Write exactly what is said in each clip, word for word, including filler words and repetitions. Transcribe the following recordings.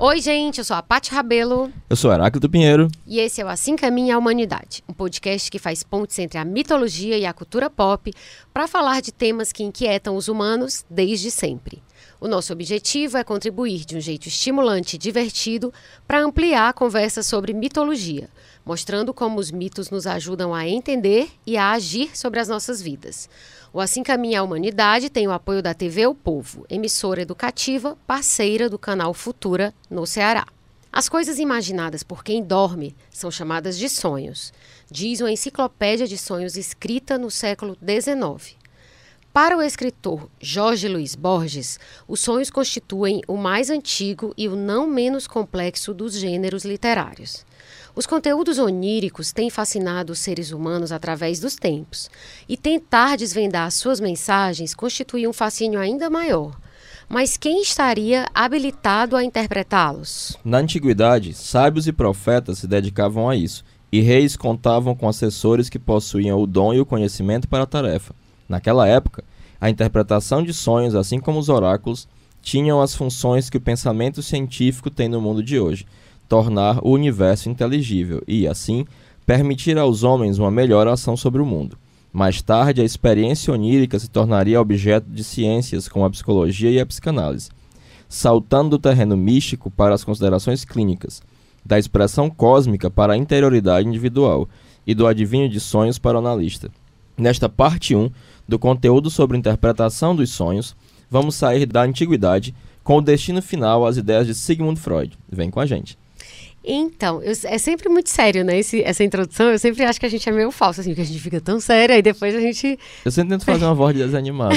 Oi, gente, eu sou a Paty Rabelo. Eu sou Heráclito Pinheiro. E esse é o Assim Caminha a Humanidade, um podcast que faz pontes entre a mitologia e a cultura pop para falar de temas que inquietam os humanos desde sempre. O nosso objetivo é contribuir de um jeito estimulante e divertido para ampliar a conversa sobre mitologia, mostrando como os mitos nos ajudam a entender e a agir sobre as nossas vidas. O Assim Caminha a Humanidade tem o apoio da T V O Povo, emissora educativa, parceira do canal Futura, no Ceará. As coisas imaginadas por quem dorme são chamadas de sonhos, diz uma enciclopédia de sonhos escrita no século dezenove. Para o escritor Jorge Luiz Borges, os sonhos constituem o mais antigo e o não menos complexo dos gêneros literários. Os conteúdos oníricos têm fascinado os seres humanos através dos tempos, e tentar desvendar suas mensagens constitui um fascínio ainda maior. Mas quem estaria habilitado a interpretá-los? Na antiguidade, sábios e profetas se dedicavam a isso, e reis contavam com assessores que possuíam o dom e o conhecimento para a tarefa. Naquela época, a interpretação de sonhos, assim como os oráculos, tinham as funções que o pensamento científico tem no mundo de hoje: tornar o universo inteligível e, assim, permitir aos homens uma melhor ação sobre o mundo. Mais tarde, a experiência onírica se tornaria objeto de ciências como a psicologia e a psicanálise, saltando do terreno místico para as considerações clínicas, da expressão cósmica para a interioridade individual e do adivinho de sonhos para o analista. Nesta parte um do conteúdo sobre interpretação dos sonhos, vamos sair da antiguidade com o destino final às ideias de Sigmund Freud. Vem com a gente. Então, eu, é sempre muito sério, né, esse, essa introdução. Eu sempre acho que a gente é meio falso, assim, porque a gente fica tão sério, aí depois a gente... Eu sempre tento fazer uma voz de desanimado.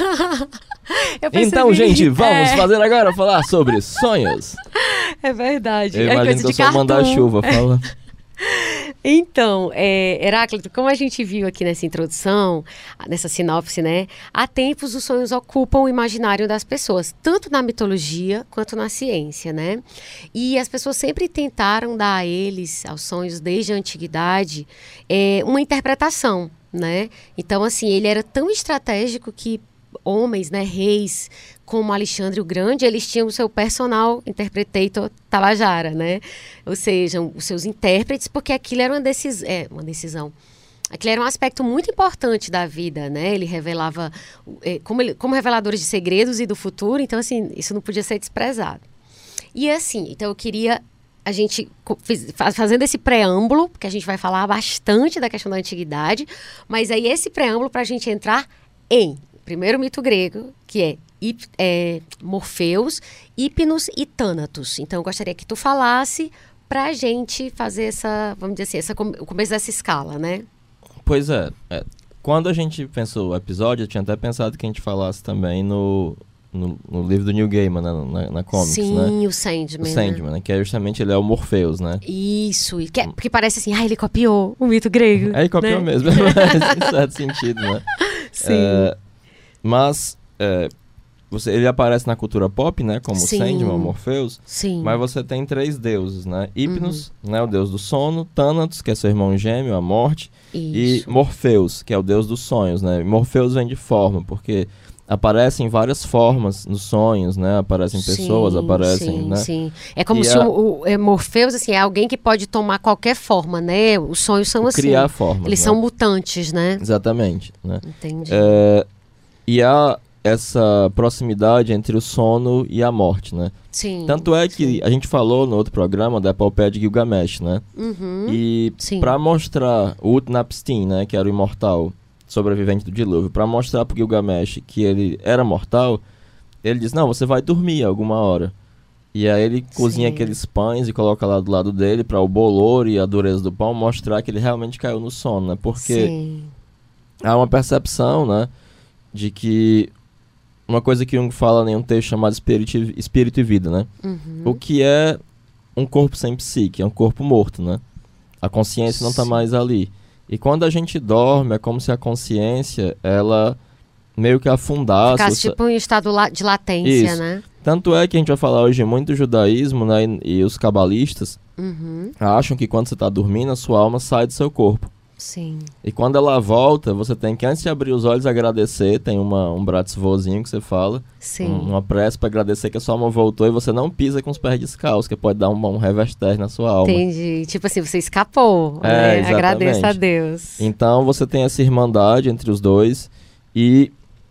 Então, gente, vamos é... fazer agora falar sobre sonhos. É verdade. Eu é imagino que eu sou manda-chuva, fala... Então, é, Heráclito, como a gente viu aqui nessa introdução, nessa sinopse, né? Há tempos os sonhos ocupam o imaginário das pessoas, tanto na mitologia quanto na ciência, né? E as pessoas sempre tentaram dar a eles, aos sonhos desde a antiguidade, é, uma interpretação, né? Então, assim, ele era tão estratégico que homens, né, reis, como Alexandre o Grande, eles tinham o seu personal interpretator Tabajara, né? Ou seja, os seus intérpretes, porque aquilo era uma, decis é, uma decisão. Aquilo era um aspecto muito importante da vida, né? Ele revelava, é, como, ele, como reveladores de segredos e do futuro, então, assim, isso não podia ser desprezado. E assim, então eu queria... A gente, fazendo esse preâmbulo, porque a gente vai falar bastante da questão da antiguidade, mas aí esse preâmbulo para a gente entrar em... Primeiro mito grego, que é, é Morfeus, Hipnos e Thanatos. Então, eu gostaria que tu falasse para a gente fazer essa, vamos dizer assim, essa, o começo dessa escala, né? Pois é, é. Quando a gente pensou o episódio, eu tinha até pensado que a gente falasse também no, no, no livro do Neil Gaiman, né, na, na Comics, Sim, né? Sim, o Sandman. O Sandman, né? Que é justamente, ele é o Morpheus, né? Isso, que é, porque parece assim, ah, ele copiou o mito grego. É, ele copiou, né? Mesmo, em certo sentido, né? Sim. É, Mas é, você, ele aparece na cultura pop, né? Como o Sandman, Morpheus. Sim. Mas você tem três deuses, né? Hipnos, uhum. né, o deus do sono. Thanatos, que é seu irmão gêmeo, a morte. Isso. E Morpheus, que é o deus dos sonhos, né? Morpheus vem de forma, porque aparecem várias formas nos sonhos, né? Aparecem pessoas, sim, aparecem, sim, né? Sim, é como e se a... o, o Morpheus, assim, é alguém que pode tomar qualquer forma, né? Os sonhos são assim. Criar formas, Eles né? são mutantes, né? Exatamente, né? Entendi. É... E há essa proximidade entre o sono e a morte, né? Sim. Tanto é que sim. a gente falou no outro programa da epopeia de Gilgamesh, né? Uhum. E para mostrar o Utnapishtim, né, que era o imortal sobrevivente do dilúvio, para mostrar para Gilgamesh que ele era mortal, ele diz, não, você vai dormir alguma hora. E aí ele cozinha sim. aqueles pães e coloca lá do lado dele para o bolor e a dureza do pão mostrar que ele realmente caiu no sono, né? Porque sim. há uma percepção, né, de que uma coisa que Jung fala em um texto chamado Espírito, espírito e Vida, né? Uhum. O que é um corpo sem psique, é um corpo morto, né? A consciência não está mais ali. E quando a gente dorme, é como se a consciência, ela meio que afundasse. Ficasse tipo em estado de latência, Isso. né? Tanto é que a gente vai falar hoje muito do judaísmo, né? E, e os cabalistas uhum. acham que quando você está dormindo, a sua alma sai do seu corpo. Sim. E quando ela volta, você tem que, antes de abrir os olhos, agradecer. Tem uma, um bratzvozinho que você fala. Sim. Um, uma prece para agradecer que a sua alma voltou e você não pisa com os pés descalços, que pode dar um, um revestés na sua alma. Entendi. Tipo assim, você escapou, É, né? exatamente. Agradeça a Deus. Então você tem essa irmandade entre os dois. E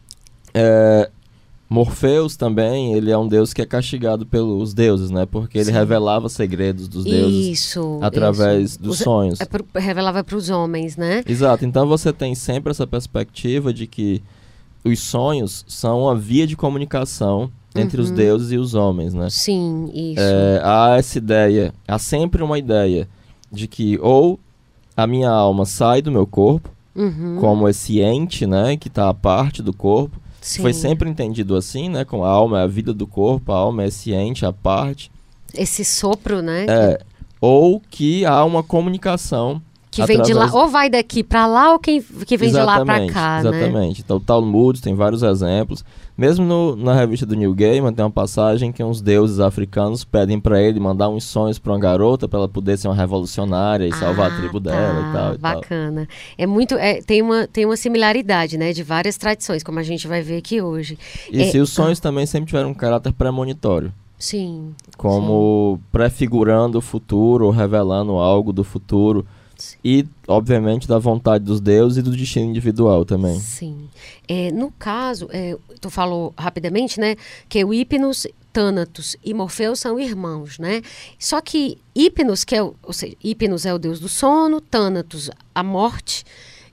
é, Morfeus também, ele é um deus que é castigado pelos deuses, né? Porque ele Sim. revelava segredos dos deuses Isso, através isso. dos Os- sonhos. É pro- revelava para os homens, né? Exato, então você tem sempre essa perspectiva de que os sonhos são uma via de comunicação entre os Uhum. deuses e os homens, né? Sim, isso. É, há essa ideia, há sempre uma ideia de que ou a minha alma sai do meu corpo, Uhum. como esse ente, né, que está à parte do corpo. Sim. Foi sempre entendido assim, né, como a alma é a vida do corpo, a alma é esse ente à parte. Esse sopro, né? É, ou que há uma comunicação Que vem de lá, através- ou vai daqui para lá, ou quem que vem de lá para Exatamente, cá, né? Exatamente. Então, o Talmud tem vários exemplos. Mesmo no- na revista do Neil Gaiman tem uma passagem que uns deuses africanos pedem para ele mandar uns sonhos para uma garota para ela poder ser uma revolucionária e salvar a Ah, tribo tá, dela e tal. E tal. bacana. É muito, é, tem uma tem uma similaridade, né, de várias tradições, como a gente vai ver aqui hoje. E É, se os sonhos também sempre tiveram um caráter premonitório, Sim. como prefigurando o futuro ou revelando algo do futuro. Sim. E, obviamente, da vontade dos deuses e do destino individual também. Sim. É, no caso, é, tu falou rapidamente, né, que o Hipnos, Thanatos e Morfeu são irmãos, né? Só que Hipnos, que é, o- ou seja, Hipnos é o deus do sono, Thanatos a morte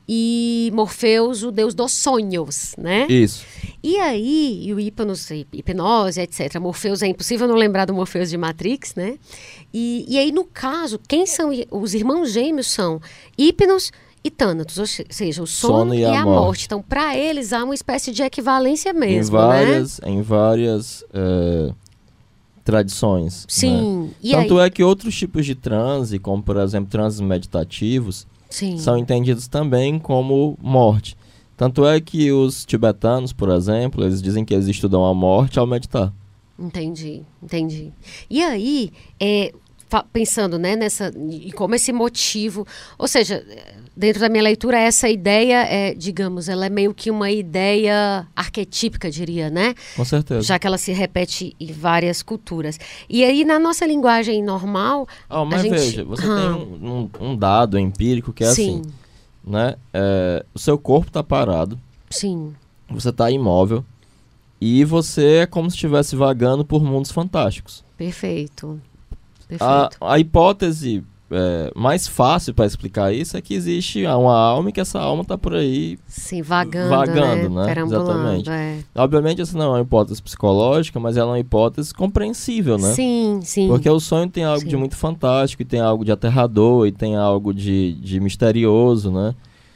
e Morfeus o deus dos sonhos, né? Isso. E aí, e o Hipnos, hipnose, etcétera. Morfeus, é impossível não lembrar do Morfeus de Matrix, né? E, e aí, no caso, quem são i- os irmãos gêmeos são Hipnos e Thanatos, ou se- seja, o sono, Sono e, e a, a morte. morte. Então, para eles, há uma espécie de equivalência mesmo, em né? várias, em várias eh, tradições. Né? Sim. E Tanto aí, é que outros tipos de transe, como por exemplo transes meditativos, sim. são entendidos também como morte. Tanto é que os tibetanos, por exemplo, eles dizem que eles estudam a morte ao meditar. Entendi, entendi. E aí, é, fa- pensando, né, nessa, e como esse motivo, ou seja, dentro da minha leitura, essa ideia é, digamos, ela é meio que uma ideia arquetípica, diria, né? Com certeza. Já que ela se repete em várias culturas. E aí, na nossa linguagem normal, Ah, mas a gente- veja, você Ah. tem um, um- um dado empírico que é sim, assim, né? É, o seu corpo está parado, sim, você está imóvel e você é como se estivesse vagando por mundos fantásticos. perfeito, A, perfeito. a hipótese é, mais fácil para explicar isso é que existe uma alma e que essa alma está por aí. Sim, vagando, vagando, né? né? Perambulando, Exatamente. é. Obviamente essa não é uma hipótese psicológica, mas ela é uma hipótese compreensível, né? Sim, sim. Porque o sonho tem algo Sim. de muito fantástico, e tem algo de aterrador, e tem algo de, de misterioso, né?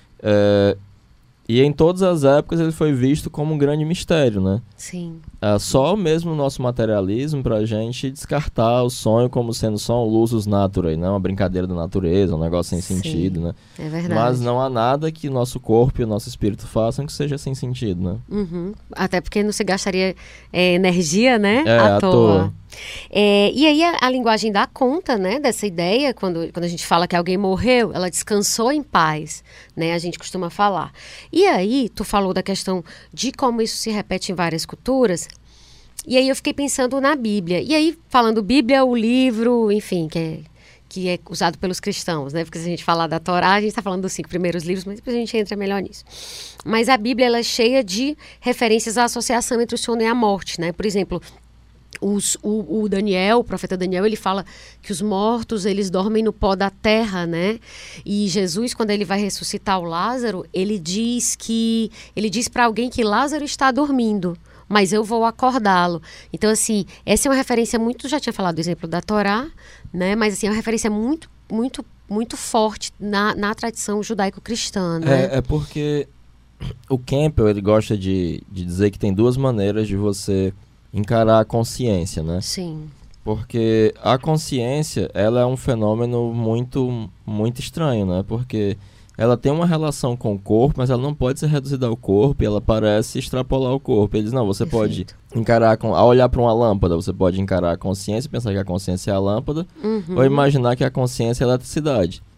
É, e em todas as épocas ele foi visto como um grande mistério, né? Sim, É só mesmo o nosso materialismo pra gente descartar o sonho como sendo só um lusus naturae, né? Uma brincadeira da natureza, um negócio sem Sim. sentido, né? é verdade. Mas não há nada que o nosso corpo e o nosso espírito façam que seja sem sentido, né? Uhum. Até porque não se gastaria é, energia, né? É, à à toa. toa. É, e aí a, a linguagem dá conta, né, dessa ideia, quando, quando a gente fala que alguém morreu, ela descansou em paz, né? A gente costuma falar. E aí, tu falou da questão de como isso se repete em várias culturas. E aí eu fiquei pensando na Bíblia. E aí, falando Bíblia, o livro, enfim, que é, que é usado pelos cristãos, né? Porque se a gente falar da Torá, a gente está falando dos cinco primeiros livros, mas depois a gente entra melhor nisso. Mas a Bíblia, ela é cheia de referências à associação entre o sono e a morte, né? Por exemplo, os, o, o Daniel, o profeta Daniel, ele fala que os mortos, eles dormem no pó da terra, né? E Jesus, quando ele vai ressuscitar o Lázaro, ele diz que ele diz para alguém que Lázaro está dormindo, mas eu vou acordá-lo. Então, assim, essa é uma referência muito, já tinha falado do exemplo da Torá, né? Mas, assim, é uma referência muito, muito, muito forte na, na tradição judaico-cristã, né? É, é porque o Campbell, ele gosta de, de dizer que tem duas maneiras de você encarar a consciência, né? Sim, Porque a consciência, ela é um fenômeno muito, muito estranho, né? Porque ela tem uma relação com o corpo, mas ela não pode ser reduzida ao corpo e ela parece extrapolar o corpo. Ele diz, não, você Perfeito. pode encarar, com, ao olhar para uma lâmpada, você pode encarar a consciência e pensar que a consciência é a lâmpada, Uhum. ou imaginar que a consciência é a eletricidade.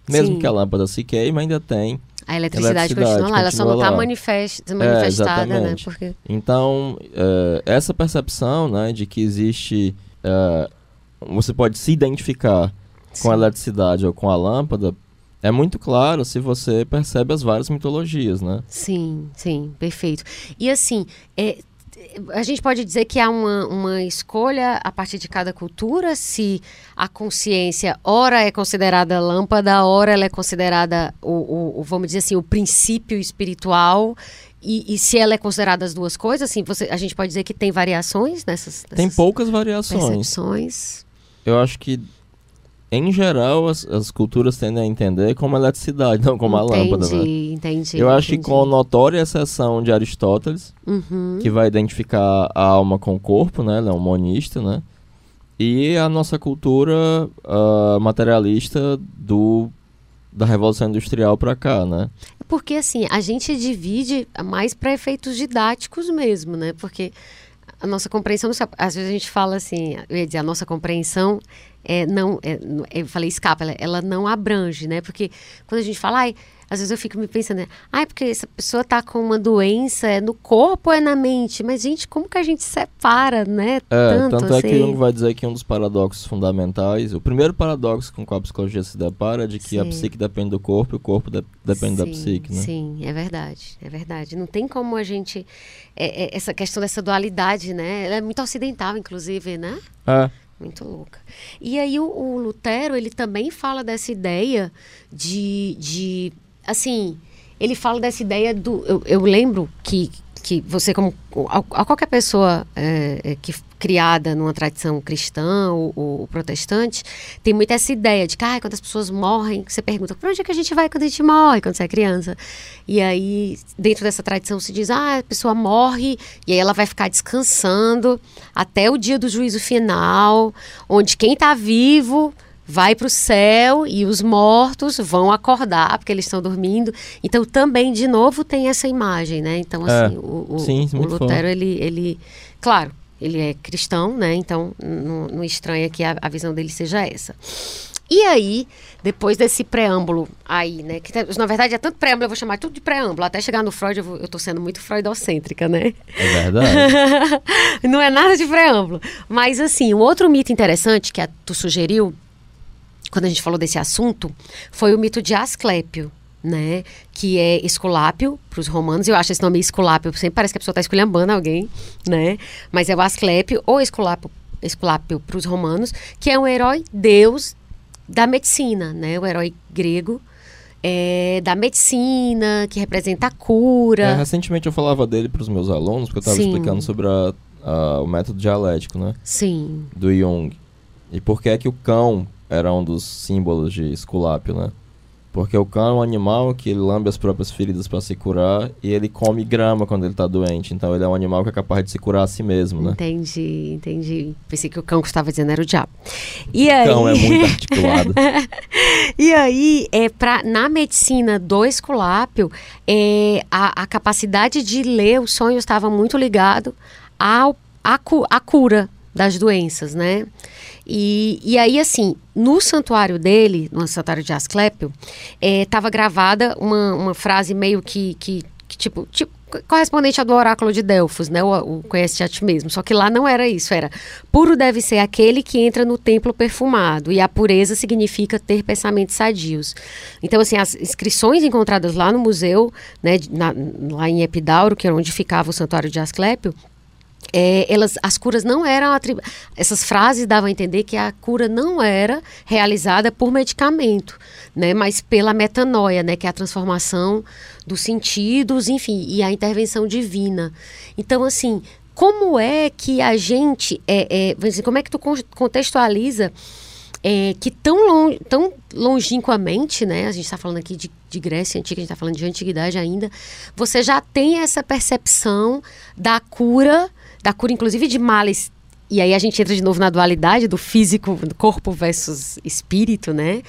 Mesmo Sim. que a lâmpada se queime, ainda tem A eletricidade, eletricidade continua lá, ela só não está lá. manifest, manifestada, né? exatamente. Porque... Então, é, essa percepção, né, de que existe... é, você pode se identificar com a Sim. eletricidade ou com a lâmpada, é muito claro se você percebe as várias mitologias, né? Sim, sim, perfeito. E assim, é, a gente pode dizer que há uma, uma escolha a partir de cada cultura, se a consciência, ora é considerada lâmpada, ora ela é considerada, o, o, o, vamos dizer assim, o princípio espiritual, e, e se ela é considerada as duas coisas, assim, você, a gente pode dizer que tem variações nessas, nessas Tem poucas variações. percepções. Eu acho que, em geral, as, as culturas tendem a entender como a eletricidade, não como entendi, a lâmpada, né? Entendi, Eu acho entendi. que com a notória exceção de Aristóteles, Uhum. que vai identificar a alma com o corpo, né? Ele é um monista, né? E a nossa cultura uh, materialista do, da Revolução Industrial para cá, né? Porque, assim, a gente divide mais para efeitos didáticos mesmo, né? Porque a nossa compreensão, às vezes a gente fala assim, eu ia dizer, a nossa compreensão é, não, é, eu falei escapa, ela, ela não abrange, né? Porque quando a gente fala, ai, às vezes eu fico me pensando, né? Ai, porque essa pessoa tá com uma doença, é no corpo ou é na mente? Mas, gente, como que a gente separa, né? É, tanto, tanto é assim. que Jung vai dizer que um dos paradoxos fundamentais, o primeiro paradoxo com o qual a psicologia se depara é de que Sim. a psique depende do corpo e o corpo de- depende da Sim, psique, né? Sim, é verdade, é verdade. Não tem como a gente... é- é- essa questão dessa dualidade, né? Ela é muito ocidental, inclusive, né? É, Muito louca. E aí o, o Lutero, ele também fala dessa ideia de... de assim, ele fala dessa ideia do... Eu, eu lembro que, que você, como a, a qualquer pessoa é, é, que criada numa tradição cristã ou, ou protestante, tem muito essa ideia de que ah, quando as pessoas morrem, você pergunta, para onde é que a gente vai quando a gente morre, quando você é criança? E aí, dentro dessa tradição, se diz, ah, a pessoa morre e aí ela vai ficar descansando até o dia do juízo final, onde quem está vivo vai para o céu e os mortos vão acordar porque eles estão dormindo. Então também, de novo, tem essa imagem, né? Então, assim, É, o, o, sim, o muito Lutero, ele, ele... Claro, ele é cristão, né? Então não, não estranha que a, a visão dele seja essa. E aí, depois desse preâmbulo aí, né? Que na verdade é tanto preâmbulo, eu vou chamar tudo de preâmbulo. Até chegar no Freud, eu, vou, eu tô sendo muito freudocêntrica, né? é verdade. Não é nada de preâmbulo. Mas, assim, um outro mito interessante que a, tu sugeriu, quando a gente falou desse assunto, foi o mito de Asclépio, né? Que é Esculápio para os romanos. Eu acho esse nome Esculápio, sempre parece que a pessoa está esculhambando alguém, né? Mas é o Asclépio ou Esculápio, Esculápio para os romanos, que é um herói deus da medicina, né? O herói grego é, da medicina, que representa a cura. É, recentemente eu falava dele para os meus alunos, porque eu estava Sim. explicando sobre a, a, o método dialético, né? Sim, Do Jung. E por que é que o cão era um dos símbolos de Esculápio, né? Porque o cão é um animal que ele lambe as próprias feridas para se curar e ele come grama quando ele tá doente. Então ele é um animal que é capaz de se curar a si mesmo, né? entendi, entendi. Pensei que o cão que estava dizendo era o diabo. E O aí... cão é muito articulado. E aí, é, pra, na medicina do Esculápio, é, a, a capacidade de ler os sonhos estava muito ligado ao, à, cu, à cura das doenças, né? E, e aí, assim, no santuário dele, no santuário de Asclépio, estava gravada uma, uma frase meio que, que, que tipo, tipo, correspondente ao do oráculo de Delfos, né? O, o conhece-te a ti mesmo. Só que lá não era isso, era puro deve ser aquele que entra no templo perfumado, e a pureza significa ter pensamentos sadios. Então, assim, as inscrições encontradas lá no museu, né, na, lá em Epidauro, que era onde ficava o santuário de Asclépio, É, elas, as curas não eram atribu- essas frases davam a entender que a cura não era realizada por medicamento, né, mas pela metanoia, né, que é a transformação dos sentidos, enfim, e a intervenção divina. Então, assim, como é que a gente, é, é, vamos dizer, como é que tu contextualiza é, que tão, long, tão longínquamente, né, a gente está falando aqui de, de Grécia Antiga, a gente está falando de Antiguidade ainda, você já tem essa percepção da cura, da cura inclusive de males, e aí a gente entra de novo na dualidade do físico, do corpo versus espírito, né?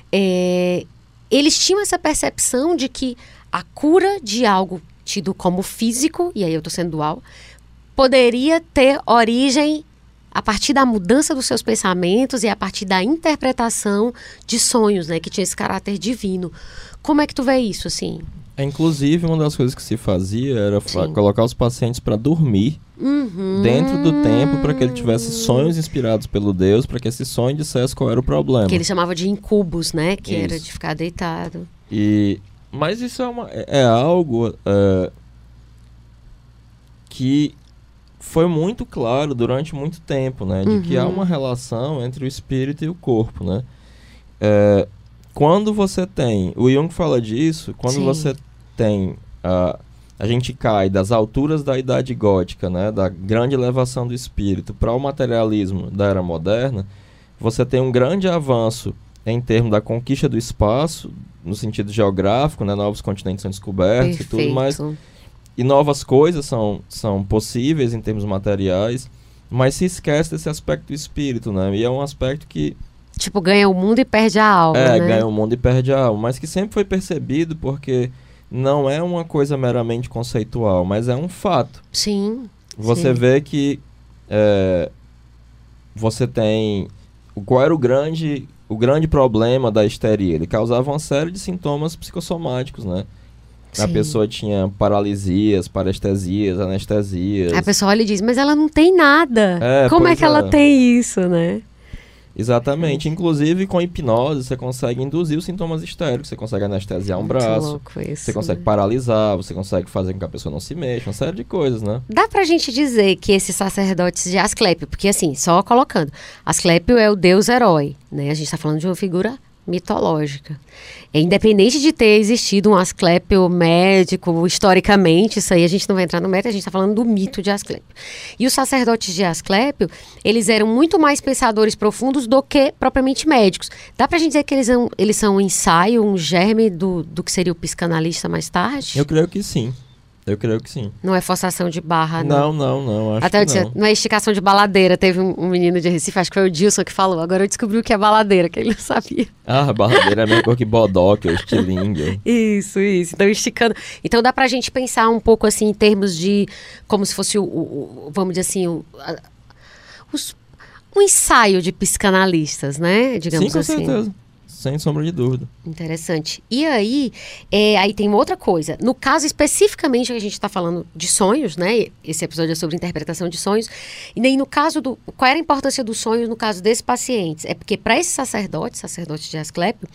É, eles tinham essa percepção de que a cura de algo tido como físico, e aí eu estou sendo dual, poderia ter origem a partir da mudança dos seus pensamentos e a partir da interpretação de sonhos, né? Que tinha esse caráter divino. Como é que tu vê isso, assim? É, inclusive, uma das coisas que se fazia era fa- colocar os pacientes para dormir uhum. dentro do tempo para que ele tivesse sonhos inspirados pelo Deus, para que esse sonho dissesse qual era o problema. Que ele chamava de incubos, né? Que isso. era de ficar deitado. E, mas isso é, uma, é, é algo é, que foi muito claro durante muito tempo, né? De uhum. que há uma relação entre o espírito e o corpo, né? É, quando você tem... O Jung fala disso, quando Sim. você tem... A, a gente cai das alturas da Idade Gótica, né? Da grande elevação do espírito para o materialismo da Era Moderna, você tem um grande avanço em termos da conquista do espaço, no sentido geográfico, né? Novos continentes são descobertos Perfeito. e tudo mais. E novas coisas são, são possíveis em termos materiais, mas se esquece desse aspecto do espírito, né? E é um aspecto que... Tipo, ganha o mundo e perde a alma, É, né? ganha o mundo e perde a alma, mas que sempre foi percebido porque não é uma coisa meramente conceitual, mas é um fato. Sim. Você sim. vê que é, você tem... Qual era o grande, o grande problema da histeria? Ele causava uma série de sintomas psicossomáticos, né? Sim. A pessoa tinha paralisias, parestesias, anestesias. A pessoa olha e diz, mas ela não tem nada. É, Como é que é. ela tem isso, né? Exatamente. Inclusive, com hipnose, você consegue induzir os sintomas histéricos. Você consegue anestesiar um Muito braço. louco isso, você consegue né? paralisar, você consegue fazer com que a pessoa não se mexa. Uma série de coisas, né? Dá pra gente dizer que esses sacerdotes de Asclépio, porque assim, só colocando, Asclépio é o deus herói, né? A gente tá falando de uma figura mitológica. É independente de ter existido um Asclépio médico, historicamente, isso aí a gente não vai entrar no mérito, a gente está falando do mito de Asclépio. E os sacerdotes de Asclépio, eles eram muito mais pensadores profundos do que propriamente médicos. Dá pra gente dizer que eles são, eles são um ensaio, um germe do, do que seria o psicanalista mais tarde? Eu creio que sim. Eu creio que sim. Não é forçação de barra, não? Não, não, não. Acho Até eu que disse, não. não é esticação de baladeira. Teve um, um menino de Recife, acho que foi o Dilson que falou. Agora eu descobri o que é baladeira, que ele não sabia. Ah, baladeira é a mesma coisa que bodoque ou estilingue. Isso, isso. Então, esticando. Então, dá pra gente pensar um pouco assim, em termos de. Como se fosse o. o, o vamos dizer assim. O, a, os, um ensaio de psicanalistas, né? Digamos Sim, com assim. certeza. Sem sombra de dúvida. Interessante. E aí, é, aí tem uma outra coisa. No caso, especificamente, a gente está falando de sonhos, né? Esse episódio é sobre interpretação de sonhos. E nem no caso do... Qual era a importância dos sonhos no caso desses pacientes? É porque para esses sacerdotes, sacerdotes de Asclépio,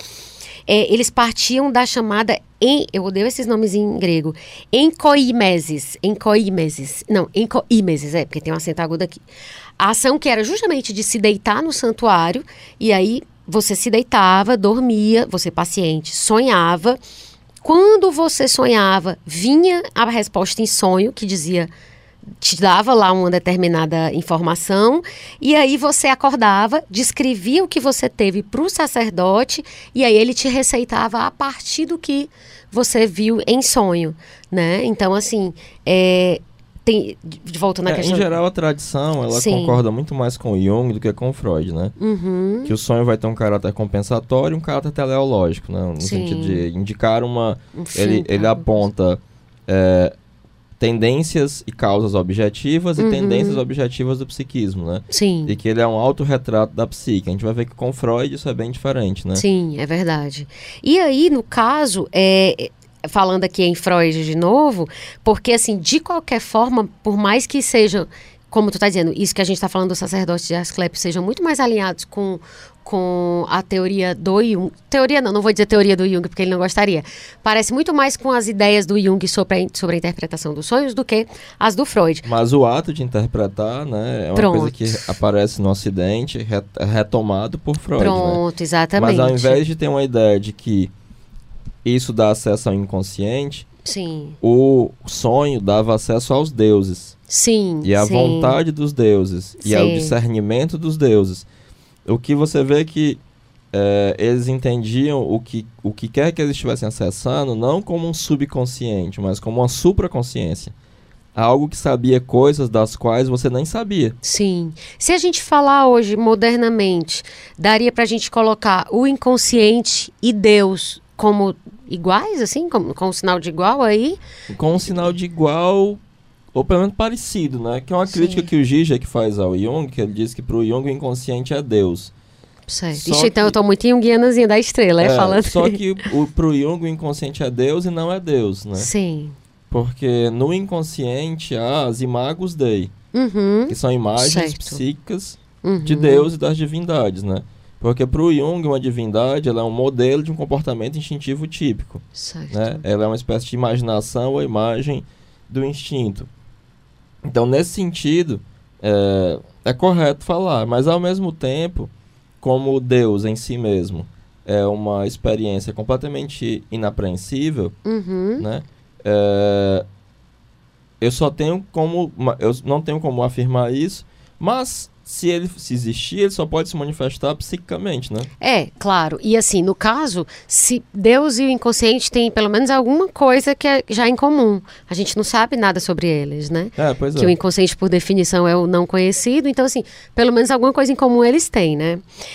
é, eles partiam da chamada... Em, eu odeio esses nomes em grego. Encoímesis. Encoímesis. Não, encoímesis, é, porque tem um acento agudo aqui. A ação que era justamente de se deitar no santuário e aí... Você se deitava, dormia, você paciente, sonhava. Quando você sonhava, vinha a resposta em sonho, que dizia, te dava lá uma determinada informação, e aí você acordava, descrevia o que você teve para o sacerdote, e aí ele te receitava a partir do que você viu em sonho, né? Então, assim, é... Tem, de volta na é, questão... Em geral, a tradição, ela Sim. concorda muito mais com o Jung do que com o Freud, né? Uhum. Que o sonho vai ter um caráter compensatório e um caráter teleológico, né? No Sim. sentido de indicar uma... Um fim, ele, ele aponta é, tendências e causas objetivas e uhum. tendências objetivas do psiquismo, né? Sim. E que ele é um autorretrato da psique. A gente vai ver que com Freud isso é bem diferente, né? Sim, é verdade. E aí, no caso... é falando aqui em Freud de novo, porque assim, de qualquer forma, por mais que seja, como tu está dizendo, isso que a gente está falando dos sacerdotes de Asclépio, sejam muito mais alinhados com, com a teoria do Jung, teoria não, não vou dizer teoria do Jung, porque ele não gostaria, parece muito mais com as ideias do Jung sobre a, sobre a interpretação dos sonhos do que as do Freud. Mas o ato de interpretar, né, é uma Pronto. coisa que aparece no Ocidente, re, retomado por Freud, Pronto, né? exatamente. Mas ao invés de ter uma ideia de que isso dá acesso ao inconsciente, Sim. o sonho dava acesso aos deuses. Sim, E à sim. vontade dos deuses. Sim. E ao discernimento dos deuses. O que você vê que é, eles entendiam o que, o que quer que eles estivessem acessando, não como um subconsciente, mas como uma supraconsciência. Algo que sabia coisas das quais você nem sabia. Sim. Se a gente falar hoje, modernamente, daria pra gente colocar o inconsciente e Deus como iguais, assim? Com, com um sinal de igual aí? Com um sinal de igual, Ou pelo menos parecido, né? Que é uma Sim. crítica que o Zizek faz ao Jung, que ele diz que pro Jung o inconsciente é Deus. Certo. Só Ixi, então que- eu tô muito junguianazinha da estrela, é, É, falando. só que o, pro Jung o inconsciente é Deus e não é Deus, né? Sim. Porque no inconsciente há as imagus Dei, Uhum. que são imagens Certo. psíquicas Uhum. de Deus e das divindades, né? Porque pro Jung uma divindade ela é um modelo de um comportamento instintivo típico, Certo. né? Ela é uma espécie de imaginação ou imagem do instinto. Então, nesse sentido, é, é correto falar, mas ao mesmo tempo, como Deus em si mesmo é uma experiência completamente inapreensível, Uhum. né? É, eu só tenho como, eu não tenho como afirmar isso, mas se ele se existir, ele só pode se manifestar psiquicamente, né? É, claro. E assim, no caso, se Deus e o inconsciente têm pelo menos alguma coisa que é já em comum. A gente não sabe nada sobre eles, né? É, pois Que é. o inconsciente, por definição, é o não conhecido. Então, assim, pelo menos alguma coisa em comum eles têm, né?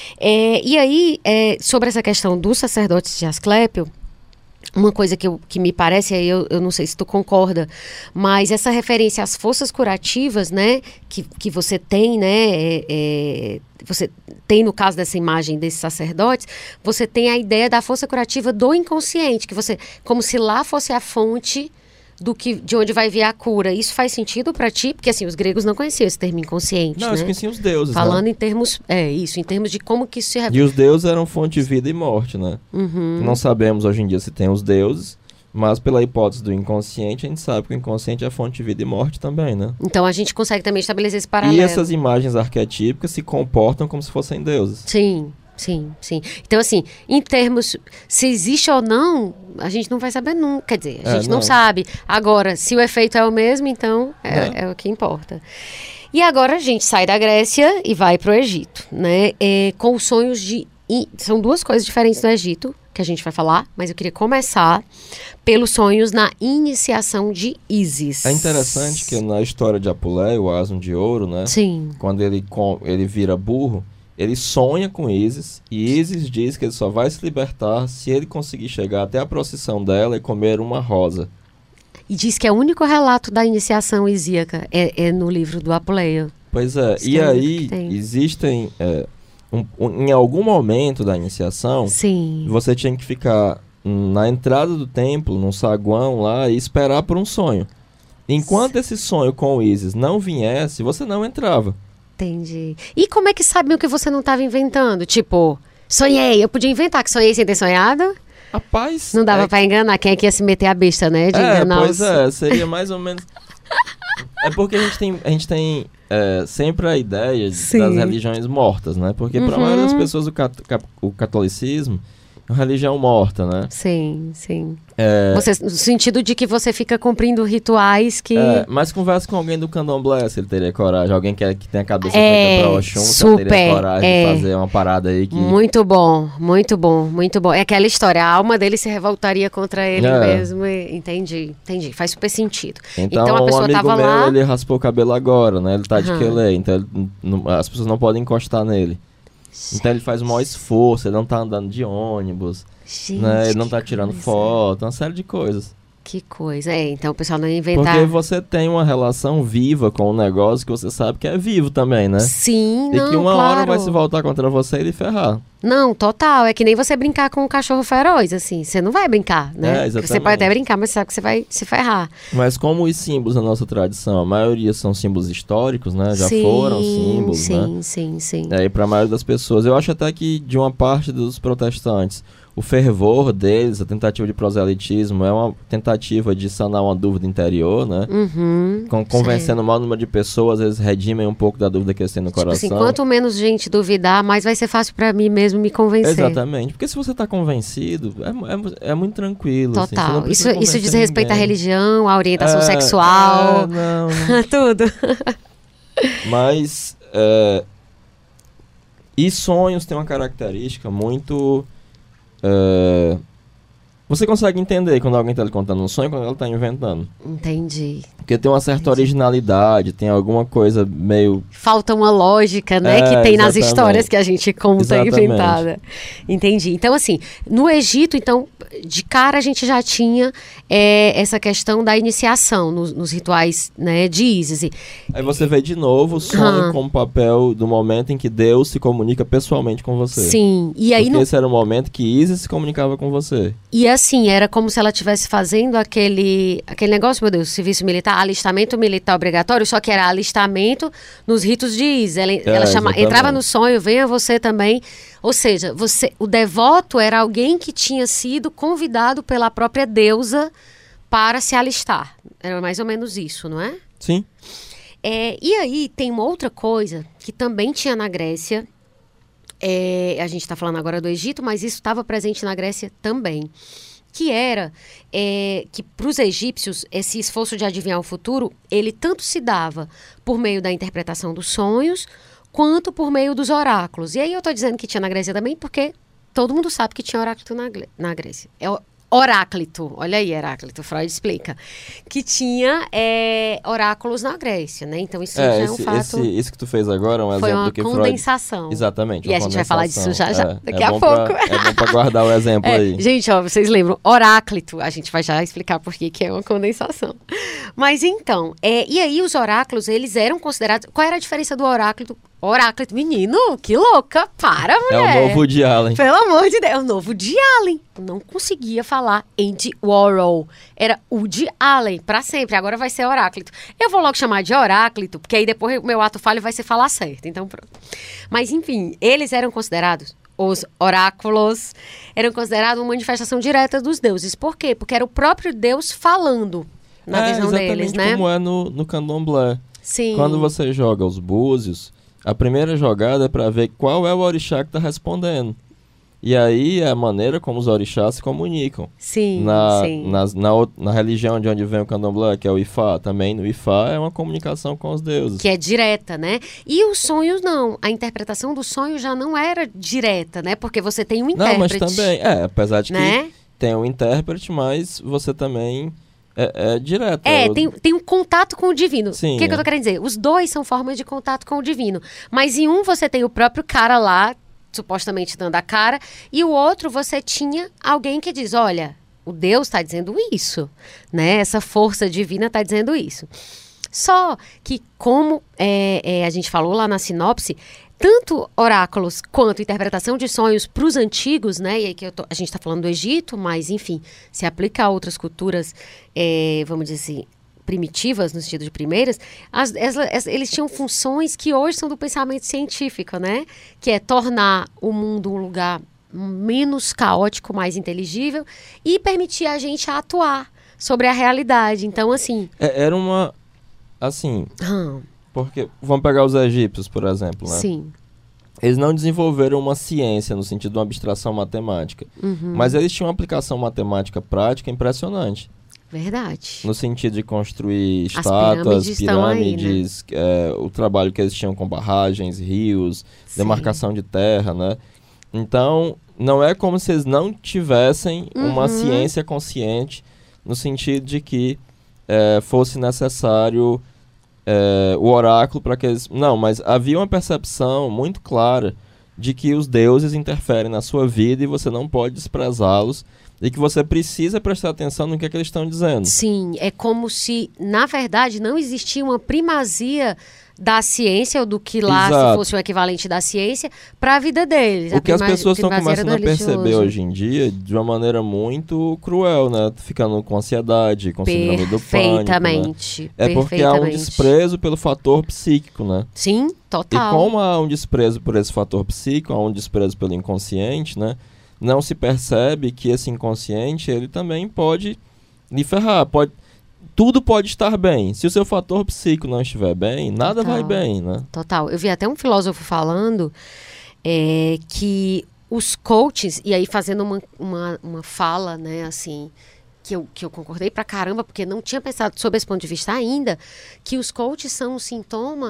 É, e aí, é, sobre essa questão dos sacerdotes de Asclépio, uma coisa que, eu, que me parece, aí eu, eu não sei se tu concorda, mas essa referência às forças curativas, né, que, que você tem, né, é, é, você tem no caso dessa imagem desses sacerdotes, você tem a ideia da força curativa do inconsciente, que você, como se lá fosse a fonte do que, de onde vai vir a cura. Isso faz sentido pra ti? Porque assim, os gregos não conheciam esse termo inconsciente, Não, né? eles conheciam os deuses, Falando né? em termos, é isso, em termos de como que isso se E revela. os deuses eram fonte de vida e morte, né? Uhum. Não sabemos hoje em dia se tem os deuses, mas pela hipótese do inconsciente, a gente sabe que o inconsciente é fonte de vida e morte também, né? Então a gente consegue também estabelecer esse paralelo. E essas imagens arquetípicas se comportam como se fossem deuses. Sim, sim, sim. Então, assim, em termos, se existe ou não, a gente não vai saber nunca. Quer dizer, a É, gente não. não. sabe. Agora, se o efeito é o mesmo, então é, É. é o que importa. E agora a gente sai da Grécia e vai para o Egito, né? É, com os sonhos de... i- São duas coisas diferentes do Egito, que a gente vai falar, mas eu queria começar pelos sonhos na iniciação de Ísis. É interessante que na história de Apuleio, o asno de ouro, né? Sim. Quando ele, com, ele vira burro, ele sonha com Ísis, e Ísis diz que ele só vai se libertar se ele conseguir chegar até a procissão dela e comer uma rosa. E diz que é o único relato da iniciação isíaca é, é no livro do Apuleio. Pois é, Isso e que é o único aí que tem. existem... é, um- um- em algum momento da iniciação, Sim. você tinha que ficar hum, na entrada do templo, num saguão lá, e esperar por um sonho. Enquanto esse sonho com o Ísis não viesse, você não entrava. Entendi. E como é que sabiam que você não estava inventando? Tipo, sonhei. Eu podia inventar que sonhei sem ter sonhado? Rapaz... Não dava é pra enganar. Quem é que ia se meter a besta, né? De É, enganar pois os... é, seria mais ou menos... É porque a gente tem, a gente tem é, sempre a ideia de- Sim. das religiões mortas, né? Porque para a Uhum. maioria das pessoas o, cat- cap- o catolicismo é uma religião morta, né? Sim, sim. É, Você, no sentido de que você fica cumprindo rituais que... é, mas conversa com alguém do candomblé, se ele teria coragem. Alguém que, é- que tem a cabeça É, feita pra Oxum, se super, teria coragem é. de fazer uma parada aí que... Muito bom, muito bom, muito bom. É aquela história, a alma dele se revoltaria contra ele É. mesmo. e- entendi, entendi. Faz super sentido. Então, Então, a um pessoa amigo tava meu, lá- ele raspou o cabelo agora, né? Ele tá de Aham. quelé, então ele n- n- as pessoas não podem encostar nele. Então ele faz o maior esforço, ele não tá andando de ônibus, Gente, né? Ele não que tá tirando coisa. foto, uma série de coisas. Que coisa. É, então o pessoal não ia inventar. Porque você tem uma relação viva com o negócio que você sabe que é vivo também, né? Sim, E não, que uma claro. hora vai se voltar contra você e lhe ferrar. Não, total. É que nem você brincar com um cachorro feroz, assim. Você não vai brincar, né? É, exatamente. Você pode até brincar, mas sabe que você vai se ferrar. Mas como os símbolos da nossa tradição, a maioria são símbolos históricos, né? Já sim, foram símbolos, sim, né? Sim, sim, É, e para a maioria das pessoas, eu acho até que de uma parte dos protestantes, o fervor deles, a tentativa de proselitismo, é uma tentativa de sanar uma dúvida interior, né? Uhum, Com, convencendo o maior número de pessoas, eles redimem um pouco da dúvida que eles têm no tipo coração. assim, quanto menos gente duvidar, mais vai ser fácil pra mim mesmo me convencer. Exatamente, porque se você está convencido, é, mu- é, mu- é muito tranquilo. assim, você não Total. precisa Isso, isso convencer diz respeito à ninguém. religião, à orientação É, sexual, é, não, não. tudo. Mas é, e sonhos têm uma característica muito é, você consegue entender quando alguém está lhe contando um sonho, quando ela está inventando, Entendi. porque tem uma certa originalidade, tem alguma coisa meio Falta uma lógica, né, É, que tem nas exatamente. histórias que a gente conta Exatamente. inventada. Entendi. Então, assim, no Egito, então, de cara a gente já tinha é, essa questão da iniciação nos, nos rituais, né, de Ísis. E, Aí você vê de novo o sonho ah, como papel do momento em que Deus se comunica pessoalmente com você. Sim. E aí Porque no, esse era o momento que Ísis se comunicava com você. E assim, era como se ela estivesse fazendo aquele, aquele negócio, meu Deus, serviço militar, alistamento militar obrigatório, só que era alistamento nos ritos de Ísis. Ela, ela chama, entrava no sonho, venha você também. Ou seja, você, o devoto era alguém que tinha sido convidado pela própria deusa para se alistar. Era mais ou menos isso, não é? Sim. É, e aí tem uma outra coisa que também tinha na Grécia. É, a gente está falando agora do Egito, mas isso estava presente na Grécia também. Que era é, que para os egípcios, esse esforço de adivinhar o futuro, ele tanto se dava por meio da interpretação dos sonhos, quanto por meio dos oráculos. E aí eu estou dizendo que tinha na Grécia também, porque todo mundo sabe que tinha oráculo na, na Grécia. É o Oráclito, olha aí, Heráclito, Freud explica, que tinha é, oráculos na Grécia, né? Então isso É, já é esse, um fato... esse, isso que tu fez agora é um Foi exemplo uma do que condensação. Freud... Exatamente. E a gente vai falar disso já, já é, daqui é a bom pouco. Pra, é bom pra guardar o exemplo É, aí. gente, ó, vocês lembram, Oráclito, a gente vai já explicar por que que é uma condensação. Mas então, é, e aí os oráculos, eles eram considerados... Qual era a diferença do oráculo? Oráclito, menino, que louca, para, mulher. É o novo de Allen. Pelo amor de Deus, é o novo de Allen. Eu não conseguia falar Andy Warhol. Era o de Allen, pra sempre. Agora vai ser Oráclito. Eu vou logo chamar de Oráclito, porque aí depois o meu ato falho vai ser falar certo. Então pronto. Mas enfim, eles eram considerados, os oráculos, eram considerados uma manifestação direta dos deuses. Por quê? Porque era o próprio Deus falando na é, visão deles, né? como é no, no candomblé. Sim. Quando você joga os búzios, a primeira jogada é para ver qual é o orixá que está respondendo. E aí é a maneira como os orixás se comunicam. Sim, na, sim. Na, na, na religião de onde vem o candomblé, que é o Ifá, também no Ifá é uma comunicação com os deuses. Que é direta, né? E os sonhos não. A interpretação do sonho já não era direta, né? Porque você tem um intérprete. Não, mas também, é, apesar de né? que tem um intérprete, mas você também... É, é direto. É, eu... tem, tem um contato com o divino. Sim, o que, que eu tô querendo dizer? Os dois são formas de contato com o divino. Mas em um você tem o próprio cara lá, supostamente dando a cara, e o outro você tinha alguém que diz, olha, o Deus está dizendo isso, né? Essa força divina está dizendo isso. Só que, como é, é, a gente falou lá na sinopse, tanto oráculos quanto interpretação de sonhos para os antigos, né? E aí que eu tô, a gente está falando do Egito, mas enfim, se aplica a outras culturas, é, vamos dizer assim, primitivas, no sentido de primeiras, as, as, as, eles tinham funções que hoje são do pensamento científico, né? Que é tornar o mundo um lugar menos caótico, mais inteligível e permitir a gente atuar sobre a realidade. Então, assim... É, era uma... Assim... Hum. Porque, vamos pegar os egípcios, por exemplo, né? Sim. Eles não desenvolveram uma ciência no sentido de uma abstração matemática. Uhum. Mas eles tinham uma aplicação matemática prática impressionante. Verdade. No sentido de construir As estátuas, pirâmides, pirâmides, estão aí, né? é, o trabalho que eles tinham com barragens, rios, Sim. demarcação de terra, né? Então, não é como se eles não tivessem uhum. uma ciência consciente no sentido de que é, fosse necessário... É, o oráculo para que eles... Não, mas havia uma percepção muito clara de que os deuses interferem na sua vida e você não pode desprezá-los e que você precisa prestar atenção no que, é que eles estão dizendo. Sim, é como se, na verdade, não existia uma primazia da ciência, ou do que lá Exato. Se fosse o equivalente da ciência, para a vida deles. O a que as pessoas estão começando a perceber religioso. hoje em dia de uma maneira muito cruel, né? Ficando com ansiedade, com síndrome do pânico. Perfeitamente. Né? É porque há um desprezo pelo fator psíquico, né? Sim, total. E como há um desprezo por esse fator psíquico, há um desprezo pelo inconsciente, né? Não se percebe que esse inconsciente, ele também pode lhe ferrar, pode... Tudo pode estar bem. Se o seu fator psíquico não estiver bem, nada Total. vai bem, né? Total. Eu vi até um filósofo falando é, que os coaches, e aí fazendo uma, uma, uma fala, né, assim, que eu, que eu concordei pra caramba, porque não tinha pensado sobre esse ponto de vista ainda, que os coaches são um sintoma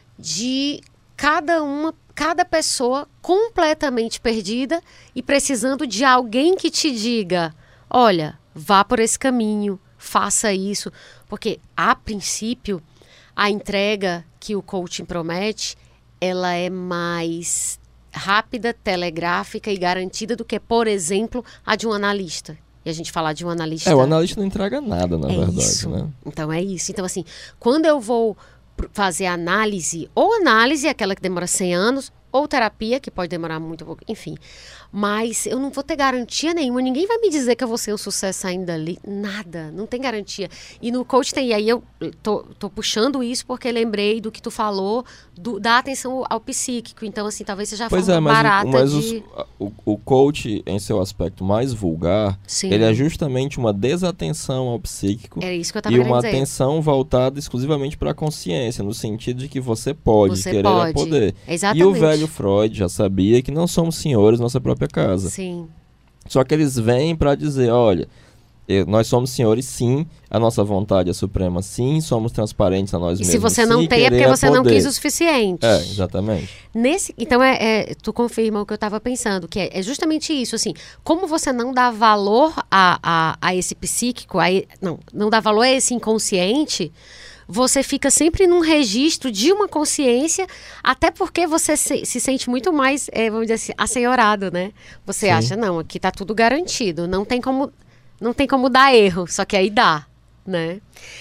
de cada uma, cada pessoa completamente perdida e precisando de alguém que te diga, olha, vá por esse caminho, faça isso, porque a princípio a entrega que o coaching promete, ela é mais rápida, telegráfica e garantida do que, por exemplo, a de um analista, e a gente falar de um analista... É, o analista não entrega nada, na é verdade, isso. né? Então, é isso. Então, assim, quando eu vou fazer análise, ou análise, aquela que demora cem anos, ou terapia, que pode demorar muito pouco, enfim. Mas eu não vou ter garantia nenhuma. Ninguém vai me dizer que eu vou ser um sucesso ainda ali. Nada, não tem garantia. E no coach tem, e aí eu tô, tô puxando isso porque lembrei do que tu falou, do, da atenção ao psíquico. Então, assim, talvez seja a Pois forma é, mas, barata o, mas de... os, o, o coach, em seu aspecto mais vulgar, Sim. ele é justamente uma desatenção ao psíquico. Era isso que eu tava E querendo uma dizer. atenção voltada exclusivamente para a consciência, no sentido de que você pode Você querer pode. é poder. Exatamente. E o velho Freud já sabia que não somos senhores da nossa própria casa. Sim. Só que eles vêm para dizer, olha, eu- nós somos senhores sim, a nossa vontade é suprema sim, somos transparentes a nós E mesmos se você não sim, tem, é porque querer você não poder. quis o suficiente. É, exatamente. Nesse, então, é, é, tu confirma o que eu estava pensando, que é, é justamente isso, assim, como você não dá valor a, a, a esse psíquico, a, e- não, não dá valor a esse inconsciente, você fica sempre num registro de uma consciência, até porque você se, se sente muito mais, é, vamos dizer assim, assenhorado, né? Você Sim. acha, não, aqui tá tudo garantido, não tem como, não tem como dar erro, só que aí dá, né?